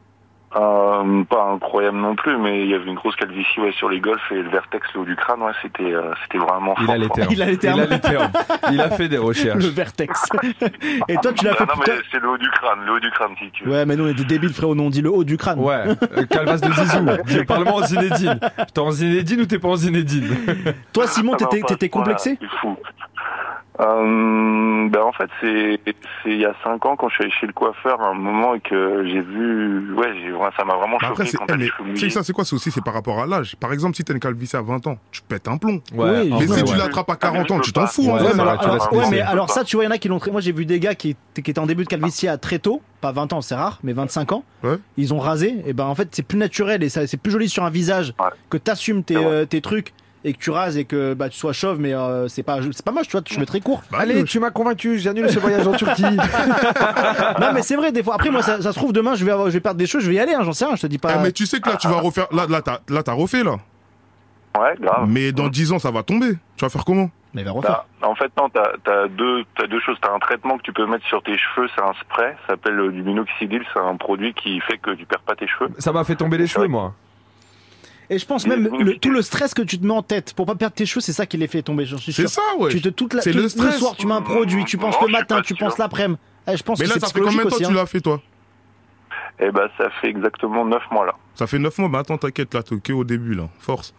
Pas incroyable non plus, mais il y avait une grosse calvitie sur les golfs et le vertex, le haut du crâne, ouais, c'était vraiment Il fort. a les termes. Il a les termes. Il a fait des recherches. Le vertex. Et toi, tu l'as fait Non, plutôt... mais c'est le haut du crâne, si tu veux. Ouais, mais nous on est des débiles, frérot, nous on dit le haut du crâne. Ouais, calvasse de Zizou. Parle-moi en Zinedine. T'es en Zinedine ou t'es pas en Zinedine? Toi, Simon, Ah, non, t'étais pas- complexé? voilà, il est fou. En fait, c'est il y a 5 ans quand je suis allé chez le coiffeur à un moment et que j'ai vu, ça m'a vraiment choqué quand t'as les cheveux tu sais mouillés. ça, c'est quoi? C'est par rapport à l'âge. Par exemple, si t'as une calvitie à 20 ans, tu pètes un plomb. Ouais, Oui, Mais si tu ouais. l'attrapes à 40 ans, tu t'en fous. Ouais, en c'est vrai. vrai, tu laisses ouais, pousser. mais alors ça, tu vois, il y en a qui l'ont. Moi, j'ai vu des gars qui étaient en début de calvitie à très tôt, pas 20 ans, c'est rare, mais 25 ans. Ouais. Ils ont rasé. Et ben, en fait, c'est plus naturel et ça, c'est plus joli sur un visage que t'assumes tes trucs et que tu rases et que tu sois chauve, mais c'est pas moche, tu vois. Je mets très court. Allez, tu m'as convaincu, j'annule ce voyage en Turquie. Non, mais c'est vrai, des fois. Après, moi, ça se trouve, demain, je vais perdre des cheveux, je vais y aller, hein, j'en sais rien, je te dis pas. Mais tu sais que là, tu vas refaire. Là, t'as refait, là. Ouais, grave. Mais dans 10 ans, ça va tomber. Tu vas faire comment? Mais il va refaire. En fait, non, t'as deux choses. T'as un traitement que tu peux mettre sur tes cheveux, c'est un spray, ça s'appelle du minoxidil, c'est un produit qui fait que tu perds pas tes cheveux. Ça m'a fait tomber les cheveux, moi. Et je pense même tout le stress que tu te mets en tête pour pas perdre tes cheveux, c'est ça qui les fait tomber, j'en suis sûr. C'est ça, ouais. C'est le le stress. soir, tu mets un produit, tu penses le matin, tu penses l'après-midi. Je pense Mais que là, c'est ça fait combien de temps psychologique que tu aussi, l'as fait, toi? Eh ben, ça fait exactement 9 mois là. Ça fait 9 mois, mais attends, t'inquiète, là, t'es que au début, là. Force.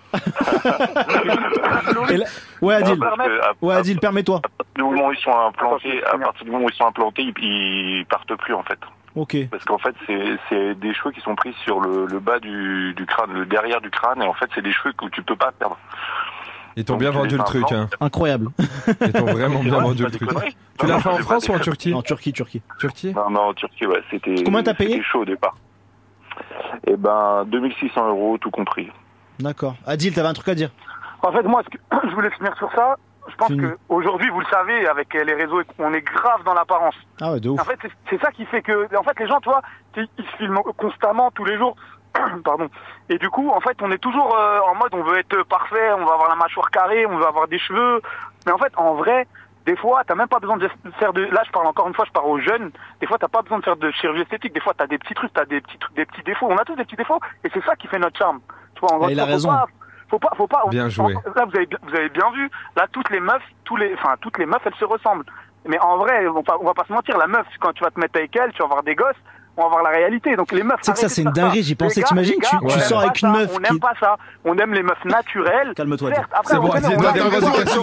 Et là- Ouais, Adil. Parce que Ouais, Adil, permets-toi. à partir du moment où ils sont implantés, ils partent plus en fait. Ok. Parce qu'en fait, c'est des cheveux qui sont pris sur le bas du crâne, le derrière du crâne, et en fait, c'est des cheveux que tu peux pas perdre. Ils t'ont Donc, bien tu vendu les le truc, implants. hein. Incroyable. Ils t'ont vraiment bien vendu le Pas des truc. conneries. Tu l'as fait en c'est France pas ou en des Turquie? En Turquie. Turquie? Non, en Turquie, ouais, c'était. Combien t'as payé? C'était chaud au départ. Eh ben, 2600 €, tout compris. D'accord. Adil, t'avais un truc à dire? En fait, moi, je voulais finir sur ça. Je pense Fini. qu'aujourd'hui, vous le savez, avec les réseaux, on est grave dans l'apparence. Ah ouais, de ouf. En fait, c'est ça qui fait que, en fait, les gens, tu vois, ils se filment constamment, tous les jours. Pardon. Et du coup, en fait, on est toujours en mode, on veut être parfait, on va avoir la mâchoire carrée, on veut avoir des cheveux. Mais en fait, en vrai, des fois, t'as même pas besoin de faire de. Là, je parle encore une fois, je parle aux jeunes. Des fois, t'as pas besoin de faire de chirurgie esthétique. Des fois, t'as des petits trucs, t'as des petits défauts. On a tous des petits défauts, et c'est ça qui fait notre charme. Tu vois, Et il a raison. Faut pas. Bien joué. Là, vous avez bien vu. Là, toutes les meufs, elles se ressemblent. Mais en vrai, on va pas se mentir. La meuf, quand tu vas te mettre avec elle, tu vas avoir des gosses. On va voir la réalité. Donc les meufs. C'est que ça, arrêtez c'est de une faire dinguerie, ça. j'y pensais, Les gars, t'imagines, les gars, tu on aime sors pas avec ça, une meuf On qui- n'aime pas ça. On aime les meufs naturelles. Calme-toi, Certes, Adil. après, C'est bon, on Adil, connaît- t'as on raison, connaît- question.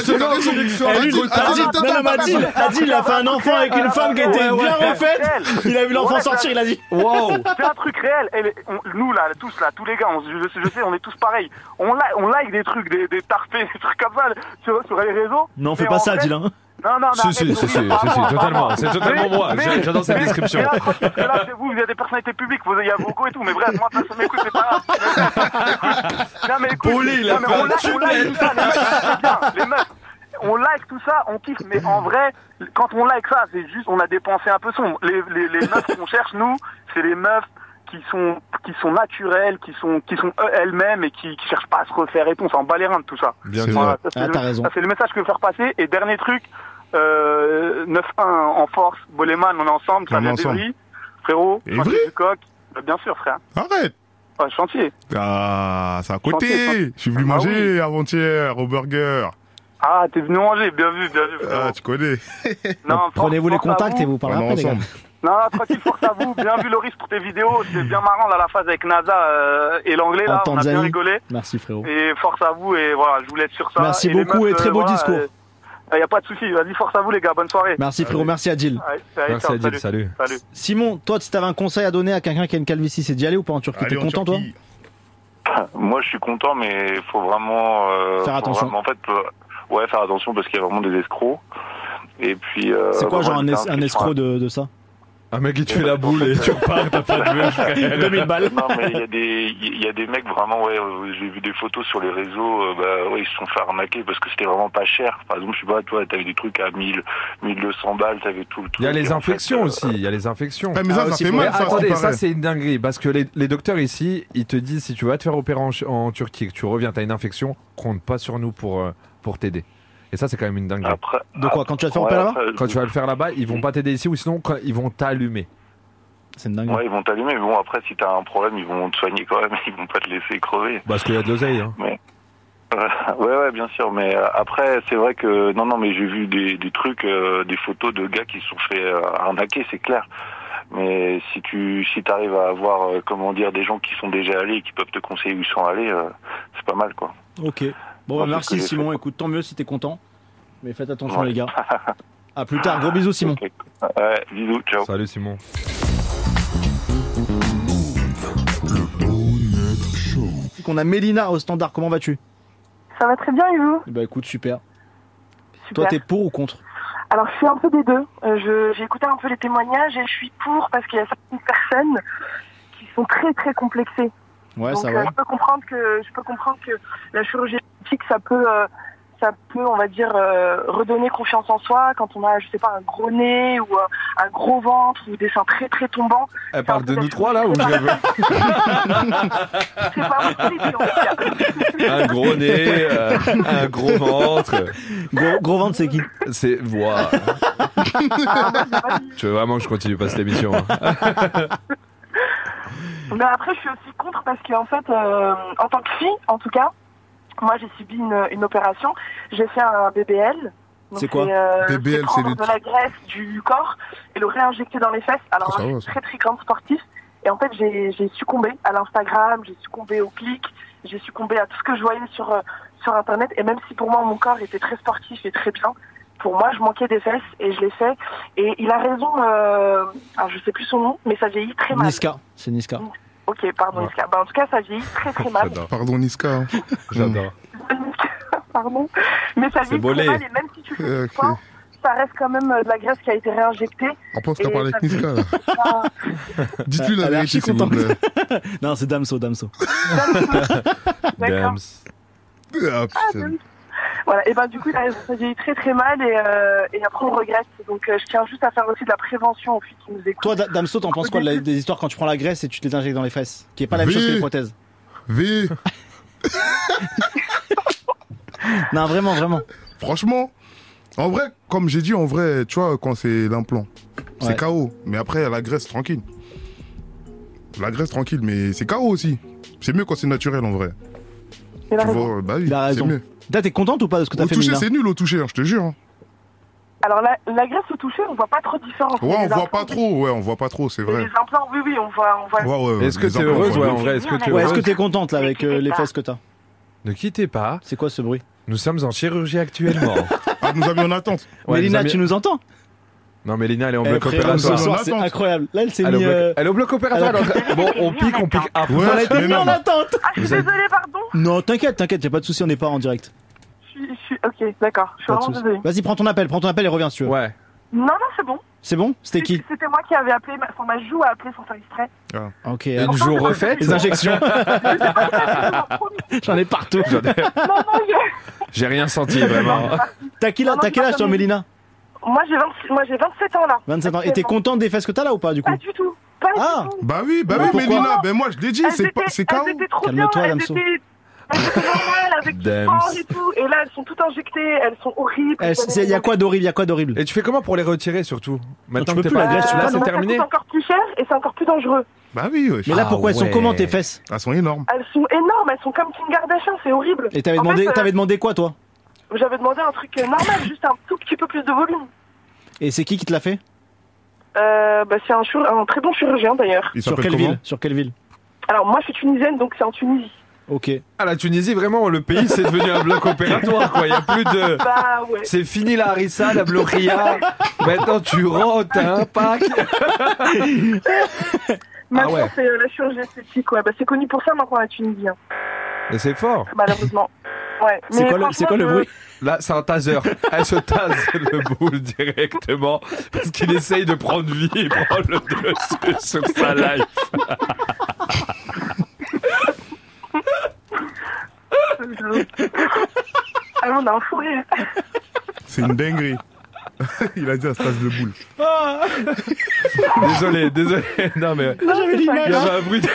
Adil, il a fait un enfant avec une femme qui était bien refaite. Il a vu l'enfant sortir, il a dit wow. C'est un truc réel. Nous là, tous les gars, je sais, on est tous pareils. On like des trucs, des tarpés, des trucs comme ça sur les réseaux. Non, fais Mais pas en ça, fait- Adil. Hein. Non, Si, totalement. C'est totalement moi. J'adore cette description. Là, vous êtes des personnalités publiques, il y a beaucoup et tout, mais bref, moi, personne m'écoute, c'est pas grave. Non, mais écoute, Pauli, il a non, mais fait un on like tout ça, les meufs, c'est bien, les meufs. On like tout ça, on kiffe, mais en vrai, quand on like ça, c'est juste, on a des pensées un peu sombres. Les meufs qu'on cherche, nous, c'est les meufs qui sont naturelles, qui sont elles-mêmes et qui cherchent pas à se refaire et tout. On s'en bat les reins de tout ça. Bien Voilà, sûr. ça, c'est t'as raison. ça, c'est le message que je veux faire passer. Et dernier truc, 9-1 en force, Boleman, on est ensemble, ça On est vient ensemble. d'Evry. Frérot, Evry chantier du coq. Bien sûr, frère. Arrête. Ouais, chantier. Ah, c'est à côté. Chantier. Je suis venu Ah bah manger avant-hier au burger. Ah, t'es venu manger, bien vu, frérot. Ah, tu connais. Non, Prenez-vous les force à contacts vous. et vous parlez On est après, les gars. ensemble. Non, tranquille, force à vous. Bien vu, Loris, pour tes vidéos. C'était bien marrant, là, la phase avec NASA et l'anglais, En là. On a bien Tanzanie. rigolé. Merci, frérot. Et force à vous, et voilà, je vous laisse sur ça. Merci Et les beaucoup meufs, et très beau voilà, discours. Y a pas de souci. Vas-y, force à vous, les gars. Bonne soirée. Merci, frérot. Merci, Adil. Allez, Merci, ciao, Adil, salut. Simon, toi, si t'avais un conseil à donner à quelqu'un qui a une calvitie, c'est d'y aller ou pas en Turquie? T'es Allez, en content, toi? Turquie. Moi, je suis content, mais il faut vraiment. Faire attention. En fait, faire attention parce qu'il y a vraiment des escrocs. Et puis. C'est quoi, genre vraiment, un escroc de ça? Un mec, il te fait la boule et tu repars, t'as pas de vue, frère. 2000 balles. Non, mais il y a des mecs vraiment, j'ai vu des photos sur les réseaux, ils se sont fait arnaquer parce que c'était vraiment pas cher. Par exemple, je sais pas, toi, t'avais des trucs à 1200 balles, t'avais tout le truc. Il y a les et en infections fait, aussi, il y a les infections. Ah, mais ça aussi, fait pour- mal, ça. Attendez, c'est ça pareil. c'est une dinguerie parce que les docteurs ici, ils te disent si tu vas te faire opérer en Turquie, que tu reviens, t'as une infection, compte pas sur nous pour t'aider. Et ça c'est quand même une dinguerie. Après, De quoi? Quand tu vas te faire opérer là-bas? Quand tu vas le faire là-bas, ils vont pas t'aider ici ou sinon ils vont t'allumer. C'est une dingue. Ouais, ils vont t'allumer, mais bon, après, si t'as un problème, ils vont te soigner quand même, ils vont pas te laisser crever. Parce qu'il y a de l'oseille. Hein. Ouais, bien sûr, mais après, c'est vrai que, non, mais j'ai vu des trucs, des photos de gars qui se sont fait arnaquer, c'est clair. Mais si t'arrives à avoir, des gens qui sont déjà allés et qui peuvent te conseiller où ils sont allés, c'est pas mal, quoi. Ok. Bon, Non, c'est merci ce que j'ai Simon. fait. Écoute, tant mieux si t'es content. Mais faites attention Ouais. les gars. À plus tard, gros bisous Simon. Ok. Ouais, bisous, ciao. Salut Simon. On a Mélina au standard, comment vas-tu? Ça va très bien et vous? Bah écoute, super. Super. Toi t'es pour ou contre? Alors je suis un peu des deux. J'ai écouté un peu les témoignages et je suis pour parce qu'il y a certaines personnes qui sont très très complexées. Ouais, Donc ça va. je peux comprendre que la chirurgie esthétique ça peut on va dire redonner confiance en soi quand on a je sais pas un gros nez ou un gros ventre ou des seins très très tombants. Elle parle de nous trois là ou je C'est pas mon style, en tout cas. Un gros nez, un gros ventre. Gros ventre c'est qui? C'est moi. Tu veux vraiment que je continue pas cette émission hein. Mais après je suis aussi contre parce qu'en fait en tant que fille en tout cas moi j'ai subi une opération, j'ai fait un BBL. Donc c'est quoi BBL, c'est prendre de la graisse du corps et le réinjecter dans les fesses. Alors Ça moi, va, je suis ça. très très grande sportive et en fait j'ai succombé à l'Instagram, j'ai succombé au clic, j'ai succombé à tout ce que je voyais sur internet et même si pour moi mon corps était très sportif et très bien, pour moi je manquais des fesses et je l'ai fait et il a raison, alors je sais plus son nom mais ça vieillit très mal. Niska, c'est Niska. Ok, pardon Niska. Bah, en tout cas ça vieillit très très mal. Pardon Niska. hein. J'adore. Pardon. Mais ça C'est vieillit très bolé. mal et même si tu fais du Ok. sport, ça reste quand même de la graisse qui a été réinjectée. On pense que t'as Et parlé ça avec Niska là. fait- Dites-lui la Elle est vérité archi s'il vous contente. plaît. Non, c'est Damso. D'accord. Dams. Ah, putain. Voilà, et ben du coup, ça vieillit très très mal et après on regrette. Donc je tiens juste à faire aussi de la prévention aux filles qui nous écoutent. Toi Damso, t'en penses quoi des histoires quand tu prends la graisse et tu te les injectes dans les fesses? Qui est pas la même Oui. chose que les prothèses. V. Non, vraiment. Franchement, en vrai, comme j'ai dit, en vrai, tu vois, quand c'est l'implant, Ouais. c'est KO. Mais après, la graisse, tranquille. La graisse, tranquille, mais c'est KO aussi. C'est mieux quand c'est naturel, en vrai. Il a Tu raison. vois, bah oui, Il a c'est raison. mieux. Là, t'es contente ou pas de ce que t'as Au fait, toucher, Mélina? c'est nul au toucher, hein, je te jure. hein. Alors la graisse au toucher, on voit pas trop de différence. Ouais, Mais on les voit implants, pas trop, ouais, on voit pas trop, c'est mais vrai. les implants, oui, on voit. Ouais, Est-ce que les t'es implants, heureuse on voit ouais en mieux. vrai? Est-ce que t'es Ouais, est-ce que heureuse? t'es contente là avec les fesses que t'as? Ne quittez pas. C'est quoi ce bruit? Nous sommes en chirurgie actuellement. Ah, nous avions en attente. Ouais, Mélina, nous a mis- tu nous entends? Non, Mélina, elle est en Eh, bloc frérot, opératoire. ce soir, En c'est attente. incroyable. Là, elle s'est Elle est mis. elle est au bloc opératoire. alors- Bon, on pique up. Ouais, On a été mais mis non. en attente. Ah, je suis Vous êtes- désolée, pardon. Non, t'inquiète, y'a pas de souci, on n'est pas en direct. Ok, d'accord. Je suis Pas de vraiment souci. désolée. Vas-y, prends ton appel et reviens si tu veux. Ouais. Non, c'est bon. C'est bon? C'était qui? C'était moi qui avais appelé, ma joue a appelé sans faire exprès. Ok. Une joue refaite. Les injections. J'en ai partout. J'ai rien senti vraiment. T'as quel âge toi, Mélina? Moi j'ai 27 ans là. 27 ans. Et t'es contente des fesses que t'as là ou pas du coup? Pas du tout. Pas du tout. Bah oui, Mais pourquoi? Mélina, ben moi je l'ai dit, c'est KO. Elles étaient trop Calme-toi, bien, Damso. elles étaient normales avec du Dams. sport et tout. Et là elles sont toutes injectées, elles sont horribles. Il y a quoi d'horrible? Et tu fais comment pour les retirer surtout? Maintenant tu que peux t'es plus, pas la graisse, tu là, peux c'est Ça terminé. coûte encore plus cher et c'est encore plus dangereux. Bah oui, ouais. Mais là, pourquoi elles sont ouais. comment tes fesses? Elles sont énormes. Elles sont énormes, elles sont comme Kim Kardashian, c'est horrible. Et t'avais En demandé, fait, demandé quoi toi? J'avais demandé un truc normal, juste un tout petit peu plus de volume. Et c'est qui te l'a fait? C'est un très bon chirurgien d'ailleurs. Il Sur s'appelle quelle comment? ville? Sur quelle ville? Alors moi je suis tunisienne donc c'est en Tunisie. Ok. Ah, la Tunisie, vraiment, le pays, c'est devenu un bloc opératoire, quoi. Il y a plus de. Bah ouais. C'est fini la harissa, la bloria. Maintenant, tu rentres, t'as un pack. Maintenant ouais. c'est la chirurgie esthétique, ouais. Bah, c'est connu pour ça maintenant la Tunisie, hein, Mais c'est fort. malheureusement. Ouais. C'est Mais quoi, franchement, le bruit? Là, c'est un taser. Elle se tase le boule directement parce qu'il essaye de prendre vie et prendre le dessus sur sa life. Ah on a un fou rire. C'est une dinguerie. Il a dit à se tasse de boule. Désolé. Non, mais. J'avais Il y l'image. avait un bruit de.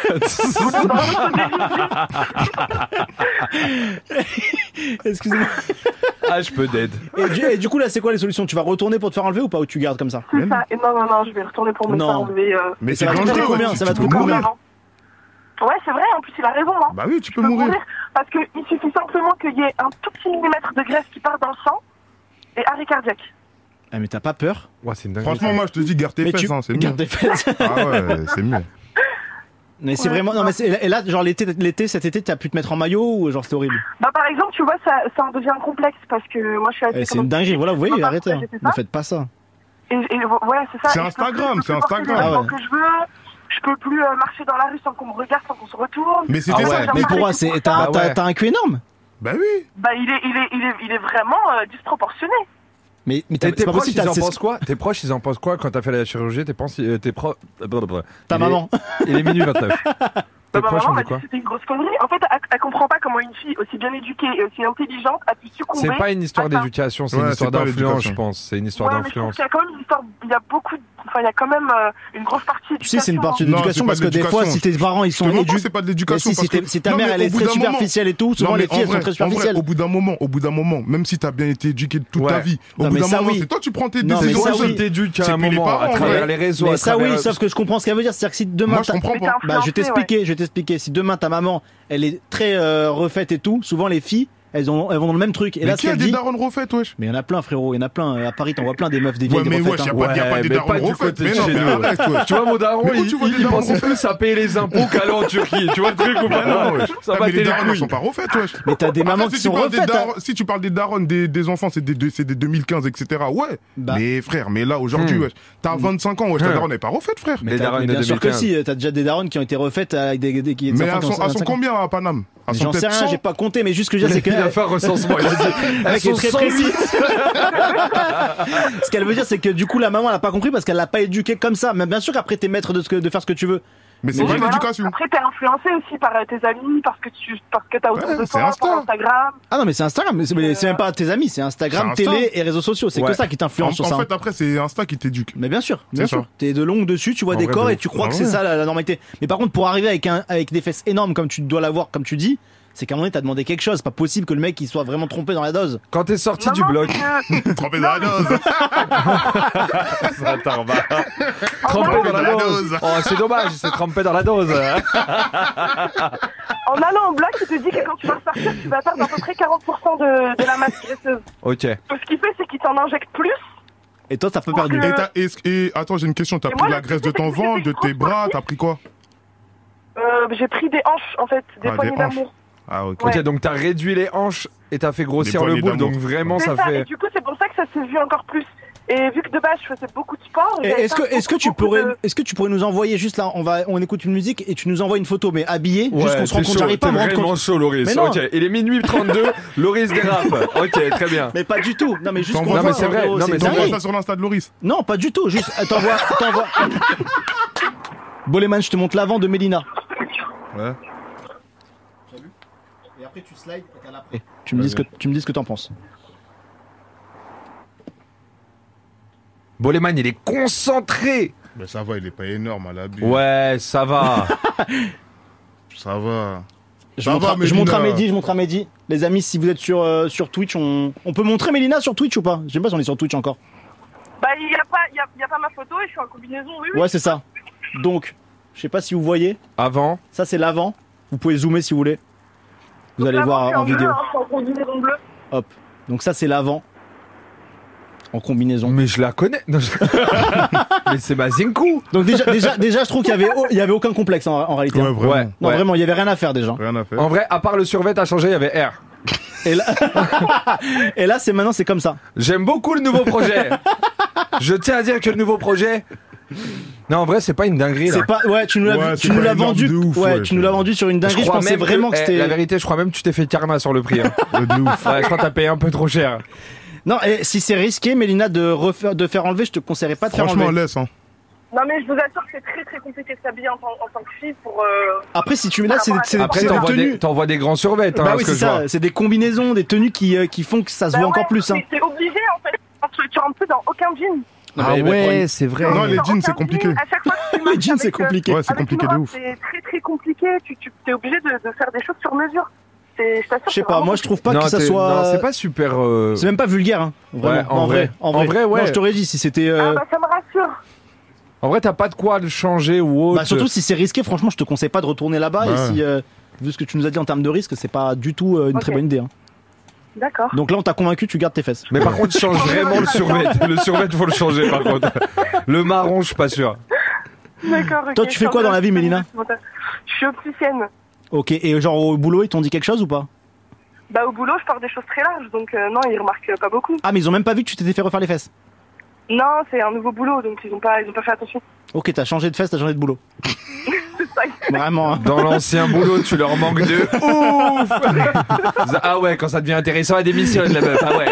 Excusez-moi. Ah, je peux d'aide. Et du coup là c'est quoi les solutions? Tu vas retourner pour te faire enlever ou pas? Ou tu gardes comme ça? C'est ça. Et non, je vais retourner pour me Non. faire enlever. Mais ça c'est va te coûter dangereux. combien? tu- Ça va tu te peux coûter mourir. combien? Ouais, c'est vrai, en plus il a raison. Hein. Bah oui, tu peux Je peux mourir. parce qu'il suffit simplement qu'il y ait un tout petit millimètre de graisse qui part dans le sang et arrêt cardiaque. Ah mais t'as pas peur? Ouais, c'est une dinguerie. Franchement, moi je te dis, garde tes Mais fesses, tu hein, c'est mieux. gardes tes fesses. Ah ouais, c'est mieux. Mais c'est Ouais, vraiment. Non, mais et là, genre cet été, t'as pu te mettre en maillot ou genre c'était horrible? Bah, par exemple, tu vois, ça en devient complexe parce que moi, je suis assez. C'est une dinguerie, voilà, vous voyez, Moi, arrêtez. j'ai fait Ne ça. faites pas ça. Et ouais, c'est ça. C'est Et je peux Instagram, plus c'est porter Instagram. les vêtements Ah ouais. que je veux. Je peux plus marcher dans la rue sans qu'on me regarde, sans qu'on se retourne. Mais c'était Ah ça. ouais, mais pourquoi t'as un cul énorme? Bah oui. Bah, il est vraiment disproportionné. Mais Et c'est tes pas proches, possible. ils en pensent quoi? Tes proches, ils en pensent quoi quand t'as fait la chirurgie? Ta maman. Il est minuit 29. Tes Ma proches maman ont m'a dit dit quoi? que c'était une grosse connerie. En fait, elle comprend pas comment une fille aussi bien éduquée et aussi intelligente a pu succomber. C'est pas une histoire à ça. d'éducation, c'est Ouais, une histoire c'est pas d'influence, l'éducation. je pense. C'est une histoire Ouais, mais je trouve d'influence. qu'il y a quand même une histoire. Il y a beaucoup. Enfin, il y a quand même une grosse partie. Tu sais, c'est une partie Non, d'éducation c'est pas parce que de des fois, l'éducation. si tes parents ils sont Je te mens pas, éduqués. c'est pas de l'éducation. parce que- Si ta Non, mère mais elle au est bout très d'un moment- superficielle et tout, souvent Non, mais les filles elles en sont très vrai, superficielles. au bout d'un moment, même si t'as bien été éduqué toute Ouais. ta vie, au Non, bout mais d'un ça, moment, oui. c'est toi tu prends tes Non, mais décisions. ça, tout seul. oui. t'éduques à C'est un plus les moment, parents, à en travers vrai. les réseaux, Mais à ça travers... oui, sauf que je comprends ce qu'elle veut dire, c'est-à-dire que si demain Moi, je comprends Mais pas. t'as bah je vais influencé, je vais t'expliquer. Si demain ta maman, elle est très refaite et tout, souvent les filles, elles vont dans le même truc. Et Mais là, ce qui a qu'elle des dit. darons refaites, wesh? Mais il y en a plein, frérot. Il y en a plein. À Paris, t'en vois plein des meufs, des Ouais, vieilles mais refaites. wesh, y a hein. pas des mais darons pas du refaites. côté Mais de non, chez mais nous. arrête, wesh. Tu vois, mon daron, Mais où tu vois des il darons pensait refaites plus à payer les impôts qu'aller en Turquie. Tu vois le truc ou pas? Non, wesh. Ça Ah, va mais les les darons ne couilles. sont pas refaites, wesh. Mais t'as des mamans Après, qui sont refaites. hein. si tu parles des darons des enfants, c'est des 2015, etc. Ouais. Bah. Mais frère, mais là, aujourd'hui, wesh, t'as 25 ans, wesh, ta daronne n'est pas refaite, frère. Les darons de Bien sûr que 2015. si, t'as déjà des darons qui ont été refaites avec des Mais enfants elles qui ont sont 25 ans. combien à Paname? Elles sont J'en sais peut-être rien, 100. j'ai pas compté, mais juste ce que je veux dire, c'est Il a que. fait un recensement. Il a dit, Le elles mec est sont très 108. précis. Ce qu'elle veut dire, c'est que du coup, la maman, elle a pas compris parce qu'elle l'a pas éduqué comme ça. Mais bien sûr qu'après, t'es maître de faire ce que tu veux. Mais c'est Mais pas voilà. l'éducation. Après, t'es influencé aussi par tes amis, parce que t'as autour Ouais, de c'est toi, Insta. par Instagram. Ah non, mais c'est Instagram. Mais c'est même pas tes amis, c'est Instagram, C'est Insta. télé et réseaux sociaux. C'est Ouais. que ça qui t'influence sur ça. En fait, après, c'est Insta qui t'éduque. Mais bien sûr, C'est bien ça. sûr. T'es de longue dessus, tu vois En des vrai, corps de et ouf. tu crois Ah que c'est ouais. ça la normalité. Mais par contre, pour arriver avec des fesses énormes comme tu dois l'avoir, comme tu dis, c'est qu'à un moment donné, t'as demandé quelque chose. C'est pas possible que le mec il soit vraiment trompé dans la dose. Quand t'es sorti Non, du non, bloc, c'est que- Trempé dans la dose. trempé dans la dans la dose. dose. Oh, c'est dommage, c'est trempé dans la dose. En allant en bloc, il te dit que quand tu vas sortir, tu vas perdre à peu près 40% de la masse graisseuse. Ok. Donc, ce qu'il fait, c'est qu'il t'en injecte plus. Et toi, t'as pas Pour perdu. que- Et attends, j'ai une question. T'as Et pris moi, la le graisse de truc, ton c'est que ventre, j'étais de tes grosse bras, partie. t'as pris quoi? J'ai pris des hanches, en fait, des Ah, des poignées hanches. d'amour. Ah, ok. Ok, donc t'as réduit les hanches et t'as fait grossir Des le poignées boule, donc d'amour. vraiment C'est ça ça, et fait. du coup, c'est pour ça que ça s'est vu encore plus. Et vu que de base, je faisais beaucoup de sport. Et j'avais Est-ce fait que tu beaucoup pourrais, de- est-ce que tu pourrais nous envoyer juste là, on écoute une musique et tu nous envoies une photo, mais habillée, juste qu'on se rend t'es compte, chaud, j'arrive pas à t'es me rendre vraiment compte. chaud, Loris. Mais non. Ok, il est minuit 32, Loris dérape. Ok, très bien. Mais pas du tout. Non, mais juste qu'on T'envoies voit. ça, c'est vrai. frérot, Non, mais une c'est T'envoies dinguerie. ça sur l'Insta de Loris. Non, pas du tout. Juste, t'envoies. Boleman, je te montre l'avant de Mélina. Ouais. Et après, tu slides et t'as l'après. Tu me dis ce que t'en penses. Boleman, il est concentré. Ben ça va, il est pas énorme à l'abus. Ouais, ça va. Ça va. Je Ça montre, va, à, je Mélina. montre à Mehdi. Les amis, si vous êtes sur Twitch, on peut montrer Mélina sur Twitch ou pas? Je sais pas si on est sur Twitch encore. Bah, il y a pas ma photo et je suis en combinaison, oui. Ouais, c'est ça. Donc, je sais pas si vous voyez. Avant. Ça, c'est l'avant. Vous pouvez zoomer si vous voulez. Vous allez voir en vidéo. Je suis en combinaison bleue. Hop. Donc ça, c'est l'avant. En combinaison. Mais je la connais. Non, mais c'est ma Zinkou. Donc déjà, je trouve qu'il y avait aucun complexe en réalité. Ouais, vraiment. Ouais. Non, vraiment, il y avait rien à faire déjà. Rien à faire. En vrai, à part le survêt à changer, il y avait R. Et là, et là, maintenant, c'est comme ça. J'aime beaucoup le nouveau projet. Je tiens à dire que le nouveau projet. Non, en vrai, c'est pas une dinguerie là. C'est pas, ouais, tu nous l'as, Ouais, tu c'est nous pas l'as énorme vendu, de ouf, ouais, ouais, tu nous l'as vendu sur une dinguerie. Je pensais vraiment que c'était. La vérité, je crois même que tu t'es fait karma sur le prix. Hein. De ouf. Ouais, je crois que t'as payé un peu trop cher. Non, et si c'est risqué, Mélina, de faire enlever, je te conseillerais pas de faire Franchement, enlever. laisse, hein. Non, mais je vous assure que c'est très très compliqué de s'habiller en tant que fille pour. Après, si tu mets là, c'est Après, des tenues. t'envoies des grands survêts. Hein, Bah ce oui, que c'est je vois. ça. C'est des combinaisons, des tenues qui font que ça se voit encore plus. Hein. C'est obligé en fait. Tu rentres plus dans aucun jean. Ah ouais, c'est vrai. Non, les Dans jeans, aucun c'est compliqué. jean. À chaque fois que tu marches Les jeans, c'est avec, compliqué. Ouais, c'est avec compliqué une de robe, ouf. C'est très très compliqué. Tu es obligé de faire des choses sur mesure. Je t'assure. Je sais pas, moi je trouve pas Non, que ça t'es- soit. Non, c'est pas super. C'est même pas vulgaire, hein. Vraiment. Ouais, en vrai. En En vrai, ouais. Non, je t'aurais dit si c'était. Ah bah ça me rassure. En vrai, t'as pas de quoi le changer ou autre. Bah, surtout si c'est risqué, franchement, je te conseille pas de retourner là-bas. Ouais. Et si, vu ce que tu nous as dit en termes de risque, c'est pas du tout une très Ok. bonne idée. Hein. D'accord. Donc là, on t'a convaincu, tu gardes tes fesses. Mais par contre, change vraiment le survêt. Le survêt, faut le changer par contre. Le marron, je suis pas sûr. D'accord. Toi, tu fais quoi dans la vie, Mélina? Je suis opticienne. Ok, et genre au boulot, ils t'ont dit quelque chose ou pas? Bah au boulot, je porte des choses très larges, donc non, ils remarquent pas beaucoup. Ah, mais ils ont même pas vu que tu t'étais fait refaire les fesses? Non, c'est un nouveau boulot, donc ils ont pas fait attention. Ok, t'as changé de fesses, t'as changé de boulot. C'est ça. Vraiment. Hein. Dans l'ancien boulot, tu leur manques de ouf. Ah ouais, quand ça devient intéressant, elle démissionne la meuf. Ah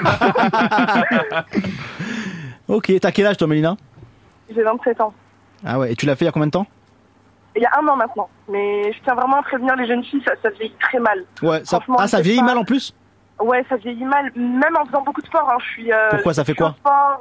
ouais. Ok, t'as quel âge toi, Mélina? J'ai 27 ans. Ah ouais, et tu l'as fait il y a combien de temps? Il y a 1 an maintenant. Mais je tiens vraiment à prévenir les jeunes filles, ça vieillit très mal. Ouais, ça... Franchement, Ah, ça vieillit mal en plus? Ouais, ça vieillit mal, même en faisant beaucoup de sport. Hein. Je suis. Pourquoi, ça fait quoi?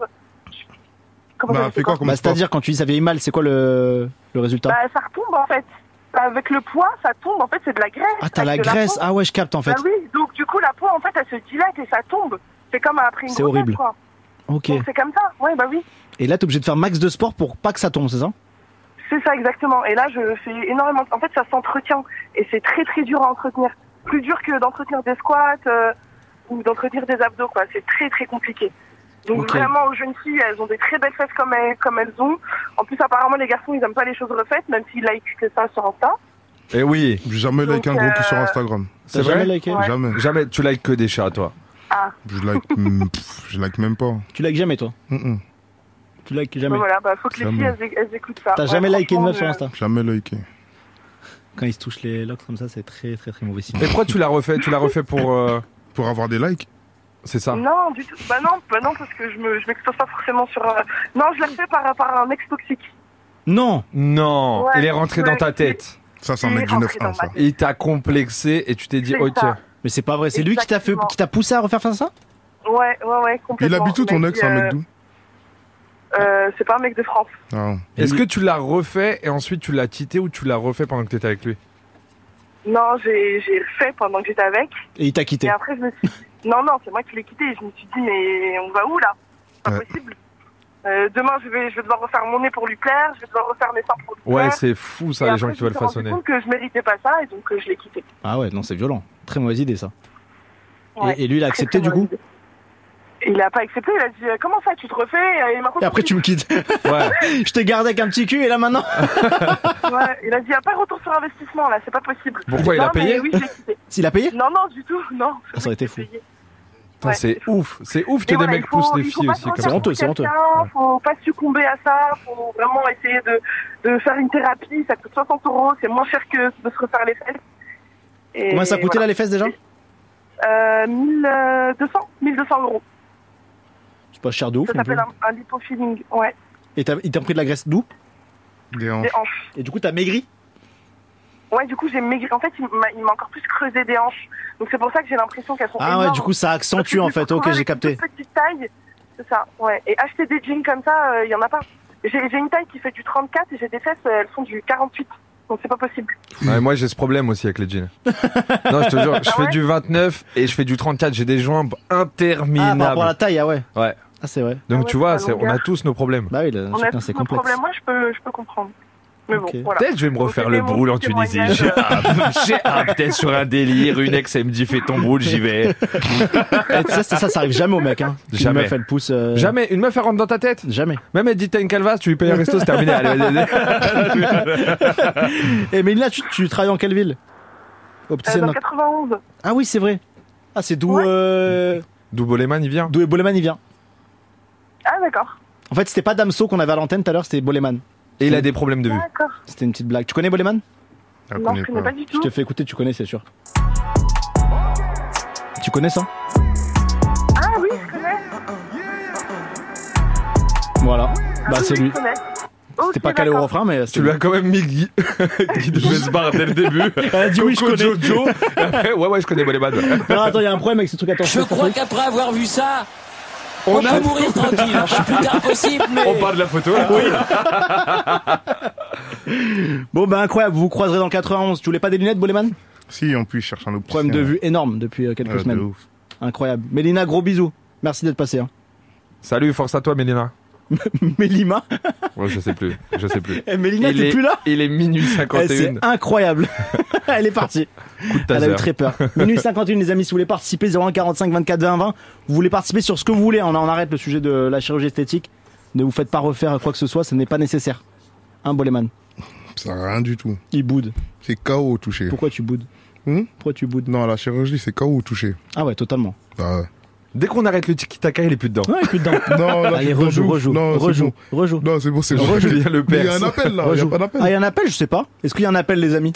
Comment ça fait quoi Bah, c'est-à-dire, quand tu dis ça vieillit mal, c'est quoi le résultat? Bah, ça retombe en fait. Avec le poids, ça tombe. En fait, c'est de la graisse. Ah, t'as la graisse. Ah ouais, je capte en fait. Bah oui, donc du coup, la peau, en fait, elle se dilate et ça tombe. C'est comme après une C'est grossesse, horrible. quoi. Ok. Donc c'est comme ça. Ouais, bah oui. Et là, t'es obligé de faire max de sport pour pas que ça tombe, c'est ça? C'est ça exactement. Et là, je fais énormément. En fait, ça s'entretient et c'est très très dur à entretenir. Plus dur que d'entretenir des squats ou d'entretenir des abdos, quoi. C'est très très compliqué. Donc Ok. vraiment, aux jeunes filles, elles ont des très belles fesses comme elles ont. En plus, apparemment, les garçons, ils aiment pas les choses refaites, même s'ils like que ça sur Insta. Et oui. J'ai jamais liké un gros cul sur Instagram. C'est vrai? Jamais liké? Ouais. Jamais. Jamais. Tu likes que des chats, toi. Ah. Je like même pas. Tu likes jamais toi? Tu likes jamais? Donc voilà, bah faut que les Jamais. filles, elles écoutent ça. T'as Ouais, jamais liké une meuf sur franchement, Insta? Jamais liké. Quand ils se touchent les locks comme ça, c'est très très très mauvais signe. Et pourquoi tu l'as refait? Tu l'as refait pour Pour avoir des likes? C'est ça? Non, du tout. Bah non, parce que je m'expose pas forcément sur. Non, je l'ai fait par un ex toxique. Non! Non. Ouais, Il est rentré dans ta tête. Ça, c'est un Il mec est du rentré 9-1, dans ça. ma Il t'a complexé et tu t'es dit, C'est ok. ça. Mais c'est pas vrai, c'est lui qui t'a Exactement. poussé à refaire ça? Ouais, complètement. Il habite où ton m'a ex, dit, un mec d'où? C'est pas un mec de France. Ah. Est-ce que tu l'as refait et ensuite tu l'as quitté ou tu l'as refait pendant que t'étais avec lui? Non, j'ai fait pendant que j'étais avec. Et il t'a quitté? Et après, je me suis dit, non, c'est moi qui l'ai quitté. Et je me suis dit, mais on va où là? C'est pas possible. Demain, je vais devoir refaire mon nez pour lui plaire. Je vais devoir refaire mes seins pour lui plaire. Ouais, c'est fou ça, Et les gens après, qui veulent je me suis façonner. rendu compte que je méritais pas ça et donc je l'ai quitté. Ah ouais, non, c'est violent. Très mauvaise idée ça. Ouais, Et lui, il a très, accepté très du coup? mauvaise idée. Il a pas accepté, il a dit comment ça tu te refais? Et après tu me quittes. Ouais. Je t'ai gardé avec un petit cul et là maintenant. Ouais, il a dit il n'y a pas retour sur investissement là, c'est pas possible. Pourquoi, il a Non, mais payé? Oui, j'ai quitté. S'il a payé? Non, du tout, non. Ah, ça aurait été fou. Putain, Ouais, c'est ouf que Et des voilà, mecs poussent les filles aussi comme C'est ça. honteux, c'est honteux. Faut pas succomber à ça, faut vraiment essayer de faire une thérapie, ça coûte 60 €, c'est moins cher que de se refaire les fesses. Et Combien ça coûtait là les fesses déjà? 1200 €. C'est pas cher de ouf Ça non plus. s'appelle un lipofilling, ouais. Et ils t'ont pris de la graisse d'où? Des hanches. Des hanches. Et du coup t'as maigri? Ouais, du coup j'ai maigri. En fait, il m'a encore plus creusé des hanches. Donc c'est pour ça que j'ai l'impression qu'elles sont Ah ouais, énormes. du coup ça accentue en fait. Ok, j'ai capté. Une petite taille, c'est ça, ouais. Et acheter des jeans comme ça, il y en a pas. J'ai une taille qui fait du 34 et j'ai des fesses, elles font du 48. Donc c'est pas possible. Ouais, moi j'ai ce problème aussi avec les jeans. Non, je te jure, je fais du 29 et je fais du 34, j'ai des joints Ah, interminables. par rapport à la taille, ah ouais. Ouais. Ah c'est vrai. Donc Ah ouais, tu vois, c'est la on a longueur. tous nos problèmes. Bah oui, là, On a chacun tous c'est nos complexe. problèmes. Moi, je peux comprendre. Mais bon, Ok. voilà. Peut-être je vais me refaire Donc, le c'était mon brûle en petit Tunisie. témoignage. J'ai peut-être sur un délire, une ex elle me dit fais ton brûle, j'y vais. Eh, ça arrive jamais au mec, hein. Jamais. Une meuf, elle pousse. Jamais, une meuf elle rentre dans ta tête. Jamais. Même elle dit t'as une calvasse, tu lui payes un resto, c'est terminé. Allez, vas-y. Et mais là, tu travailles dans quelle ville? Opticienne. Dans dans- 91. Ah oui, c'est vrai. Ah, c'est d'où D'où Boleman il vient. d'où Boleman il vient. Ah, d'accord. En fait, c'était pas Damso qu'on avait à l'antenne tout à l'heure, c'était Boleman. Et il a des problèmes de vue. D'accord. C'était une petite blague. Tu connais Boleman? Non, je connais pas du Je tout. te fais écouter, tu connais, c'est sûr. Tu connais ça? Ah oui, je connais. Voilà. Ah Bah, oui, c'est oui, lui. je connais. C'était Ok, pas calé au d'accord. refrain, mais Tu lui as quand même mis Guy de Besbar dès le début. Elle a dit oui, je Coco connais. Jojo. Et après, ouais, je connais Boleman. Non, attends, il y a un problème avec ce truc. Attends, Je fais ce crois truc. qu'après avoir vu ça, On on a- peut mourir tranquille. Je suis plus tard possible, mais... On parle de la photo là. Bon, bah, incroyable, vous vous croiserez dans le 91. Tu voulais pas des lunettes, Boleman? Si, en plus, je cherche un autre Problème de vue énorme depuis quelques de semaines. ouf. Incroyable. Mélina, gros bisous. Merci d'être passé. Hein. Salut, force à toi Mélina. Mélima. Ouais, je sais plus. Eh, Mélina, Il t'es est- plus là? Il est minuit Eh, 51. c'est incroyable. Elle est partie. Coup de Elle a eu taser. très peur. Minuit 51, les amis, si vous voulez participer, 01 45 24 20 20. Vous voulez participer sur ce que vous voulez. On arrête le sujet de la chirurgie esthétique. Ne vous faites pas refaire quoi que ce soit, ce n'est pas nécessaire. Hein, Boleman? Ça sert à rien du tout. Il boude. C'est KO au toucher. Pourquoi tu boudes? Pourquoi tu boudes? Non, la chirurgie, c'est KO au toucher. Ah ouais, totalement. Bah ouais. Dès qu'on arrête le tiki-taka, il est plus dedans. Ouais, il est plus dedans. Non, là, Allez, je rejoue. Non, c'est bon, c'est bon. Rejoue. Il y a le Mais il y père. a un appel là, il y a pas d'appel. Ah, il y a un appel, je sais pas. Est-ce qu'il y a un appel, les amis?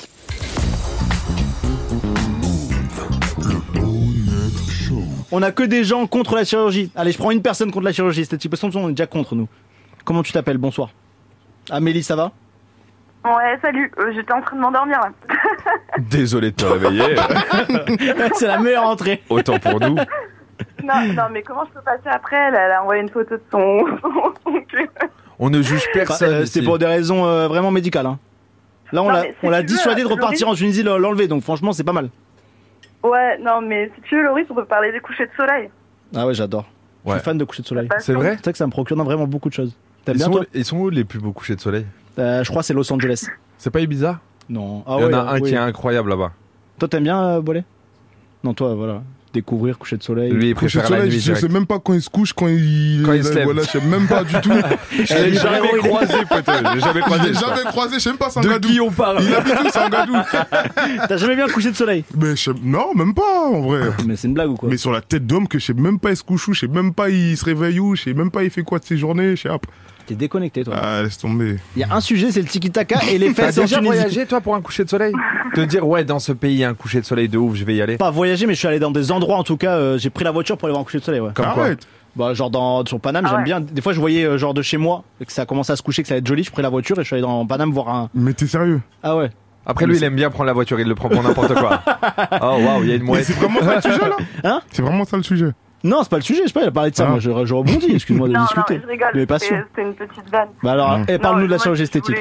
On a que des gens contre la chirurgie. Allez, je prends une personne contre la chirurgie. Cette type on est déjà contre nous. Comment tu t'appelles? Bonsoir. Amélie, ça va? Ouais, salut. J'étais en train de m'endormir là. Désolé de te réveiller. C'est la meilleure entrée. Autant pour nous. Non, mais comment je peux passer après? Elle a envoyé une photo de son cul. On ne juge personne. C'est pour des raisons vraiment médicales. Hein. Là, on l'a dissuadé de repartir en Tunisie, l'enlever. Donc franchement, c'est pas mal. Ouais, non, mais si tu veux, Loris, on peut parler des couchers de soleil. Ah ouais, j'adore. Je suis fan de couchers de soleil. C'est vrai? C'est vrai que ça me procure vraiment beaucoup de choses. T'aimes bien, toi? Ils sont où les plus beaux couchers de soleil? Je crois que c'est Los Angeles. C'est pas Ibiza? Non. Il y en a un qui est incroyable là-bas. Toi, t'aimes bien, Bolé? Non, toi, voilà. Découvrir coucher de soleil. Lui, il Coucher préfère de la soleil, nuit je sais direct. même pas quand il se couche, quand il se lève. Voilà, je sais même pas du tout. Je l'ai jamais croisé, peut-être. J'ai jamais croisé. J'ai jamais croisé, je sais même pas, c'est un De gadou. qui on parle? Il habite où, c'est un gadou. T'as jamais vu un coucher de soleil? Mais non, même pas, en vrai. Mais c'est une blague ou quoi? Mais sur la tête d'homme que je sais même pas il se couche où, je sais même pas il se réveille où, je sais même pas il fait quoi de ses journées, je sais pas. T'es déconnecté, toi. Ah, laisse tomber. Il y a un sujet, c'est le tiki-taka et les T'as fesses en déjà Tunisie. voyagé, toi, pour un coucher de soleil? Te dire, ouais, dans ce pays, il y a un coucher de soleil de ouf, je vais y aller. Pas voyager, mais je suis allé dans des endroits, en tout cas, j'ai pris la voiture pour aller voir un coucher de soleil, ouais. Comme quoi? Arrête. Bah, genre sur Paname, j'aime bien. Des fois, je voyais genre de chez moi, et que ça commençait à se coucher, que ça allait être joli, je pris la voiture et je suis allé dans Paname voir un. Mais t'es sérieux? Ah ouais. Après, lui, il aime bien prendre la voiture, il le prend pour n'importe quoi. Oh, waouh, il y a une Mais mouette. c'est vraiment ça le sujet là? Hein? C'est vraiment ça le sujet. Non, c'est pas le sujet, je sais pas, il a parlé de ça, Ah. moi je rebondis, excuse-moi de Non, discuter. non, je rigole. Mais pas sûr. C'était une petite vanne. Bah alors, parle-nous de la chirurgie esthétique.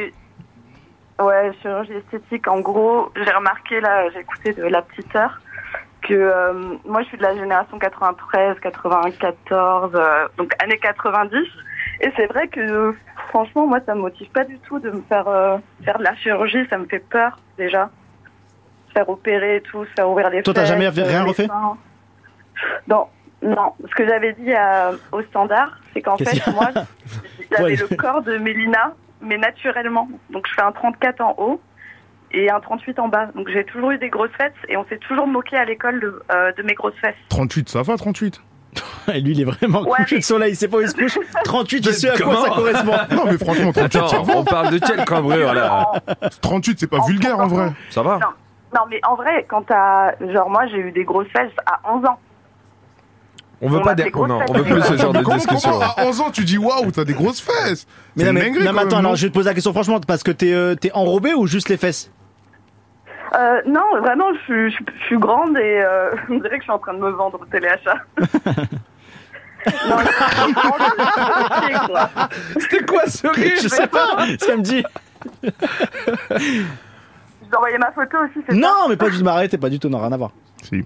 Ouais, chirurgie esthétique. En gros, j'ai remarqué là, j'ai écouté de la petite heure que moi je suis de la génération 93, 94, donc années 90. Et c'est vrai que franchement, moi ça me motive pas du tout de me faire de la chirurgie, ça me fait peur déjà. Se faire opérer et tout, se faire ouvrir les Toi, t'as fesses, jamais rien les refait? seins. Non. Ce que j'avais dit au standard, c'est qu'en Qu'est-ce fait, qu'il y a moi, j'avais Ouais. le corps de Mélina, mais naturellement. Donc, je fais un 34 en haut et un 38 en bas. Donc, j'ai toujours eu des grosses fesses et on s'est toujours moqué à l'école de mes grosses fesses. 38, ça va 38? Et lui, il est vraiment Ouais, couché de soleil, il sait pas où il se couche. 38, il sait à quoi Comment ça correspond. Non, mais franchement, 38, ça Attends, va. on parle de quelle cambrure là? 38, c'est pas vulgaire en vrai. Ça va? Non, mais en vrai, quand t'as... Genre, moi, j'ai eu des grosses fesses à 11 ans. On veut On pas a fait non, grosse on veut plus ce genre de discussion. Comment à 11 ans tu dis waouh, t'as des grosses fesses? Mais C'est non, une dinguerie, non, mais quand attends, même, alors non? je vais te poser la question franchement, parce que t'es enrobé ou juste les fesses? Non, vraiment, je suis grande et on dirait que je suis en train de me vendre au téléachat. Non, quoi. C'était quoi ce rire? Je sais pas, ça me dit. Je dois envoyer ma photo aussi, c'est ça? Non, mais pas du tout, m'arrêtez, pas du tout, non, rien à voir. Si.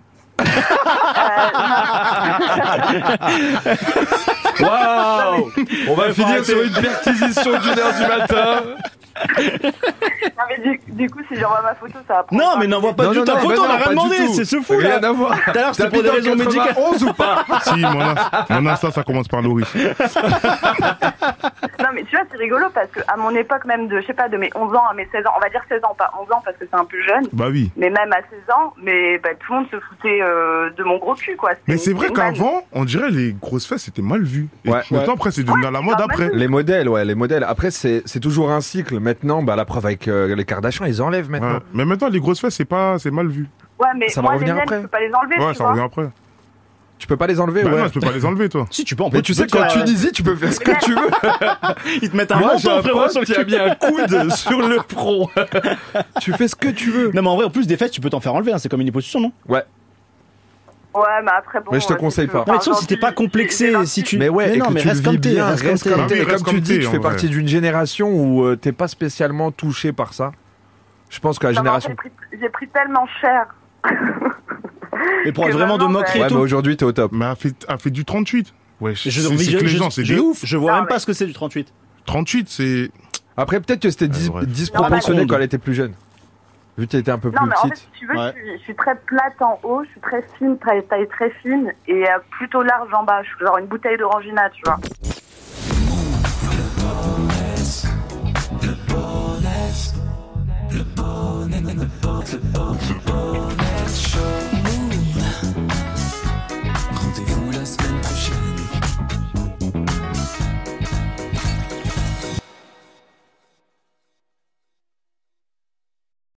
Waouh! On va finir sur une perquisition d'1h du matin. Non, mais du coup, si j'envoie ma photo, ça va prendre. Non, mais n'envoie pas du tout ta photo, on a rien demandé, c'est ce fou là. Rien à voir. Tout à l'heure, c'était pour des raisons médicales. 11 ou pas? Si, mon Insta, ça commence par Loris. Non, mais tu vois, c'est rigolo parce qu'à mon époque, même de, je sais pas, de mes 11 ans à mes 16 ans, on va dire 16 ans, pas 11 ans parce que c'est un peu jeune. Bah oui. Mais même à 16 ans, tout le monde se foutait de mon gros cul, quoi. Mais c'est vrai qu'avant, on dirait les grosses fesses c'était mal vu. Et Ouais. maintenant, après, c'est devenu à la mode après. Les modèles, ouais, les modèles. Après, c'est toujours un cycle. Maintenant, bah, la preuve avec les Kardashians, ils enlèvent maintenant. Ouais. Mais maintenant, les grosses fesses, c'est mal vu. Ouais, mais Ça va moi, les revenir miennes, après. je peux pas les enlever, Ouais, tu ça vois. revient après. Tu peux pas les enlever, Bah ouais. non, tu peux pas les enlever, toi. Si, tu peux en Mais tu sais qu'en Tunisie, tu peux faire ce que tu veux. Ils te mettent un Moi, j'ai menton, un frérot, pote sur le qui a cul. mis un coude sur le front. Tu fais ce que tu veux. Non, mais en vrai, en plus des fesses, tu peux t'en faire enlever, hein, c'est comme une liposuction, non? Ouais. Ouais, mais après, bon. Mais je te conseille pas. Non, mais sauf si t'es pas complexé, si tu. Mais ouais, et non, que mais tu le reste vis comme t'es, bien, reste reste comme comme t'es. t'es. Et Reste comme tu comme dis, t'es, tu en fais vrai. partie d'une génération où t'es pas spécialement touché par ça. Je pense que la génération... J'ai pris tellement cher. Mais pour Que vraiment de maintenant, moquerie et Ouais, mais tout. aujourd'hui, t'es au top. Mais elle fait du 38. Ouais, c'est Je- que les gens, c'est des ouf. Je vois Non, même pas mais- ce que c'est du 38. 38, c'est. Après, peut-être que c'était bref. disproportionné Non, mais- quand elle était plus jeune. Vu qu'elle était un peu Non, plus mais en fait, petite. si tu veux, Ouais. je suis très plate en haut, je suis très fine, taille très fine, et plutôt large en bas. Je suis genre une bouteille d'orangina, tu vois. porte le bonheur.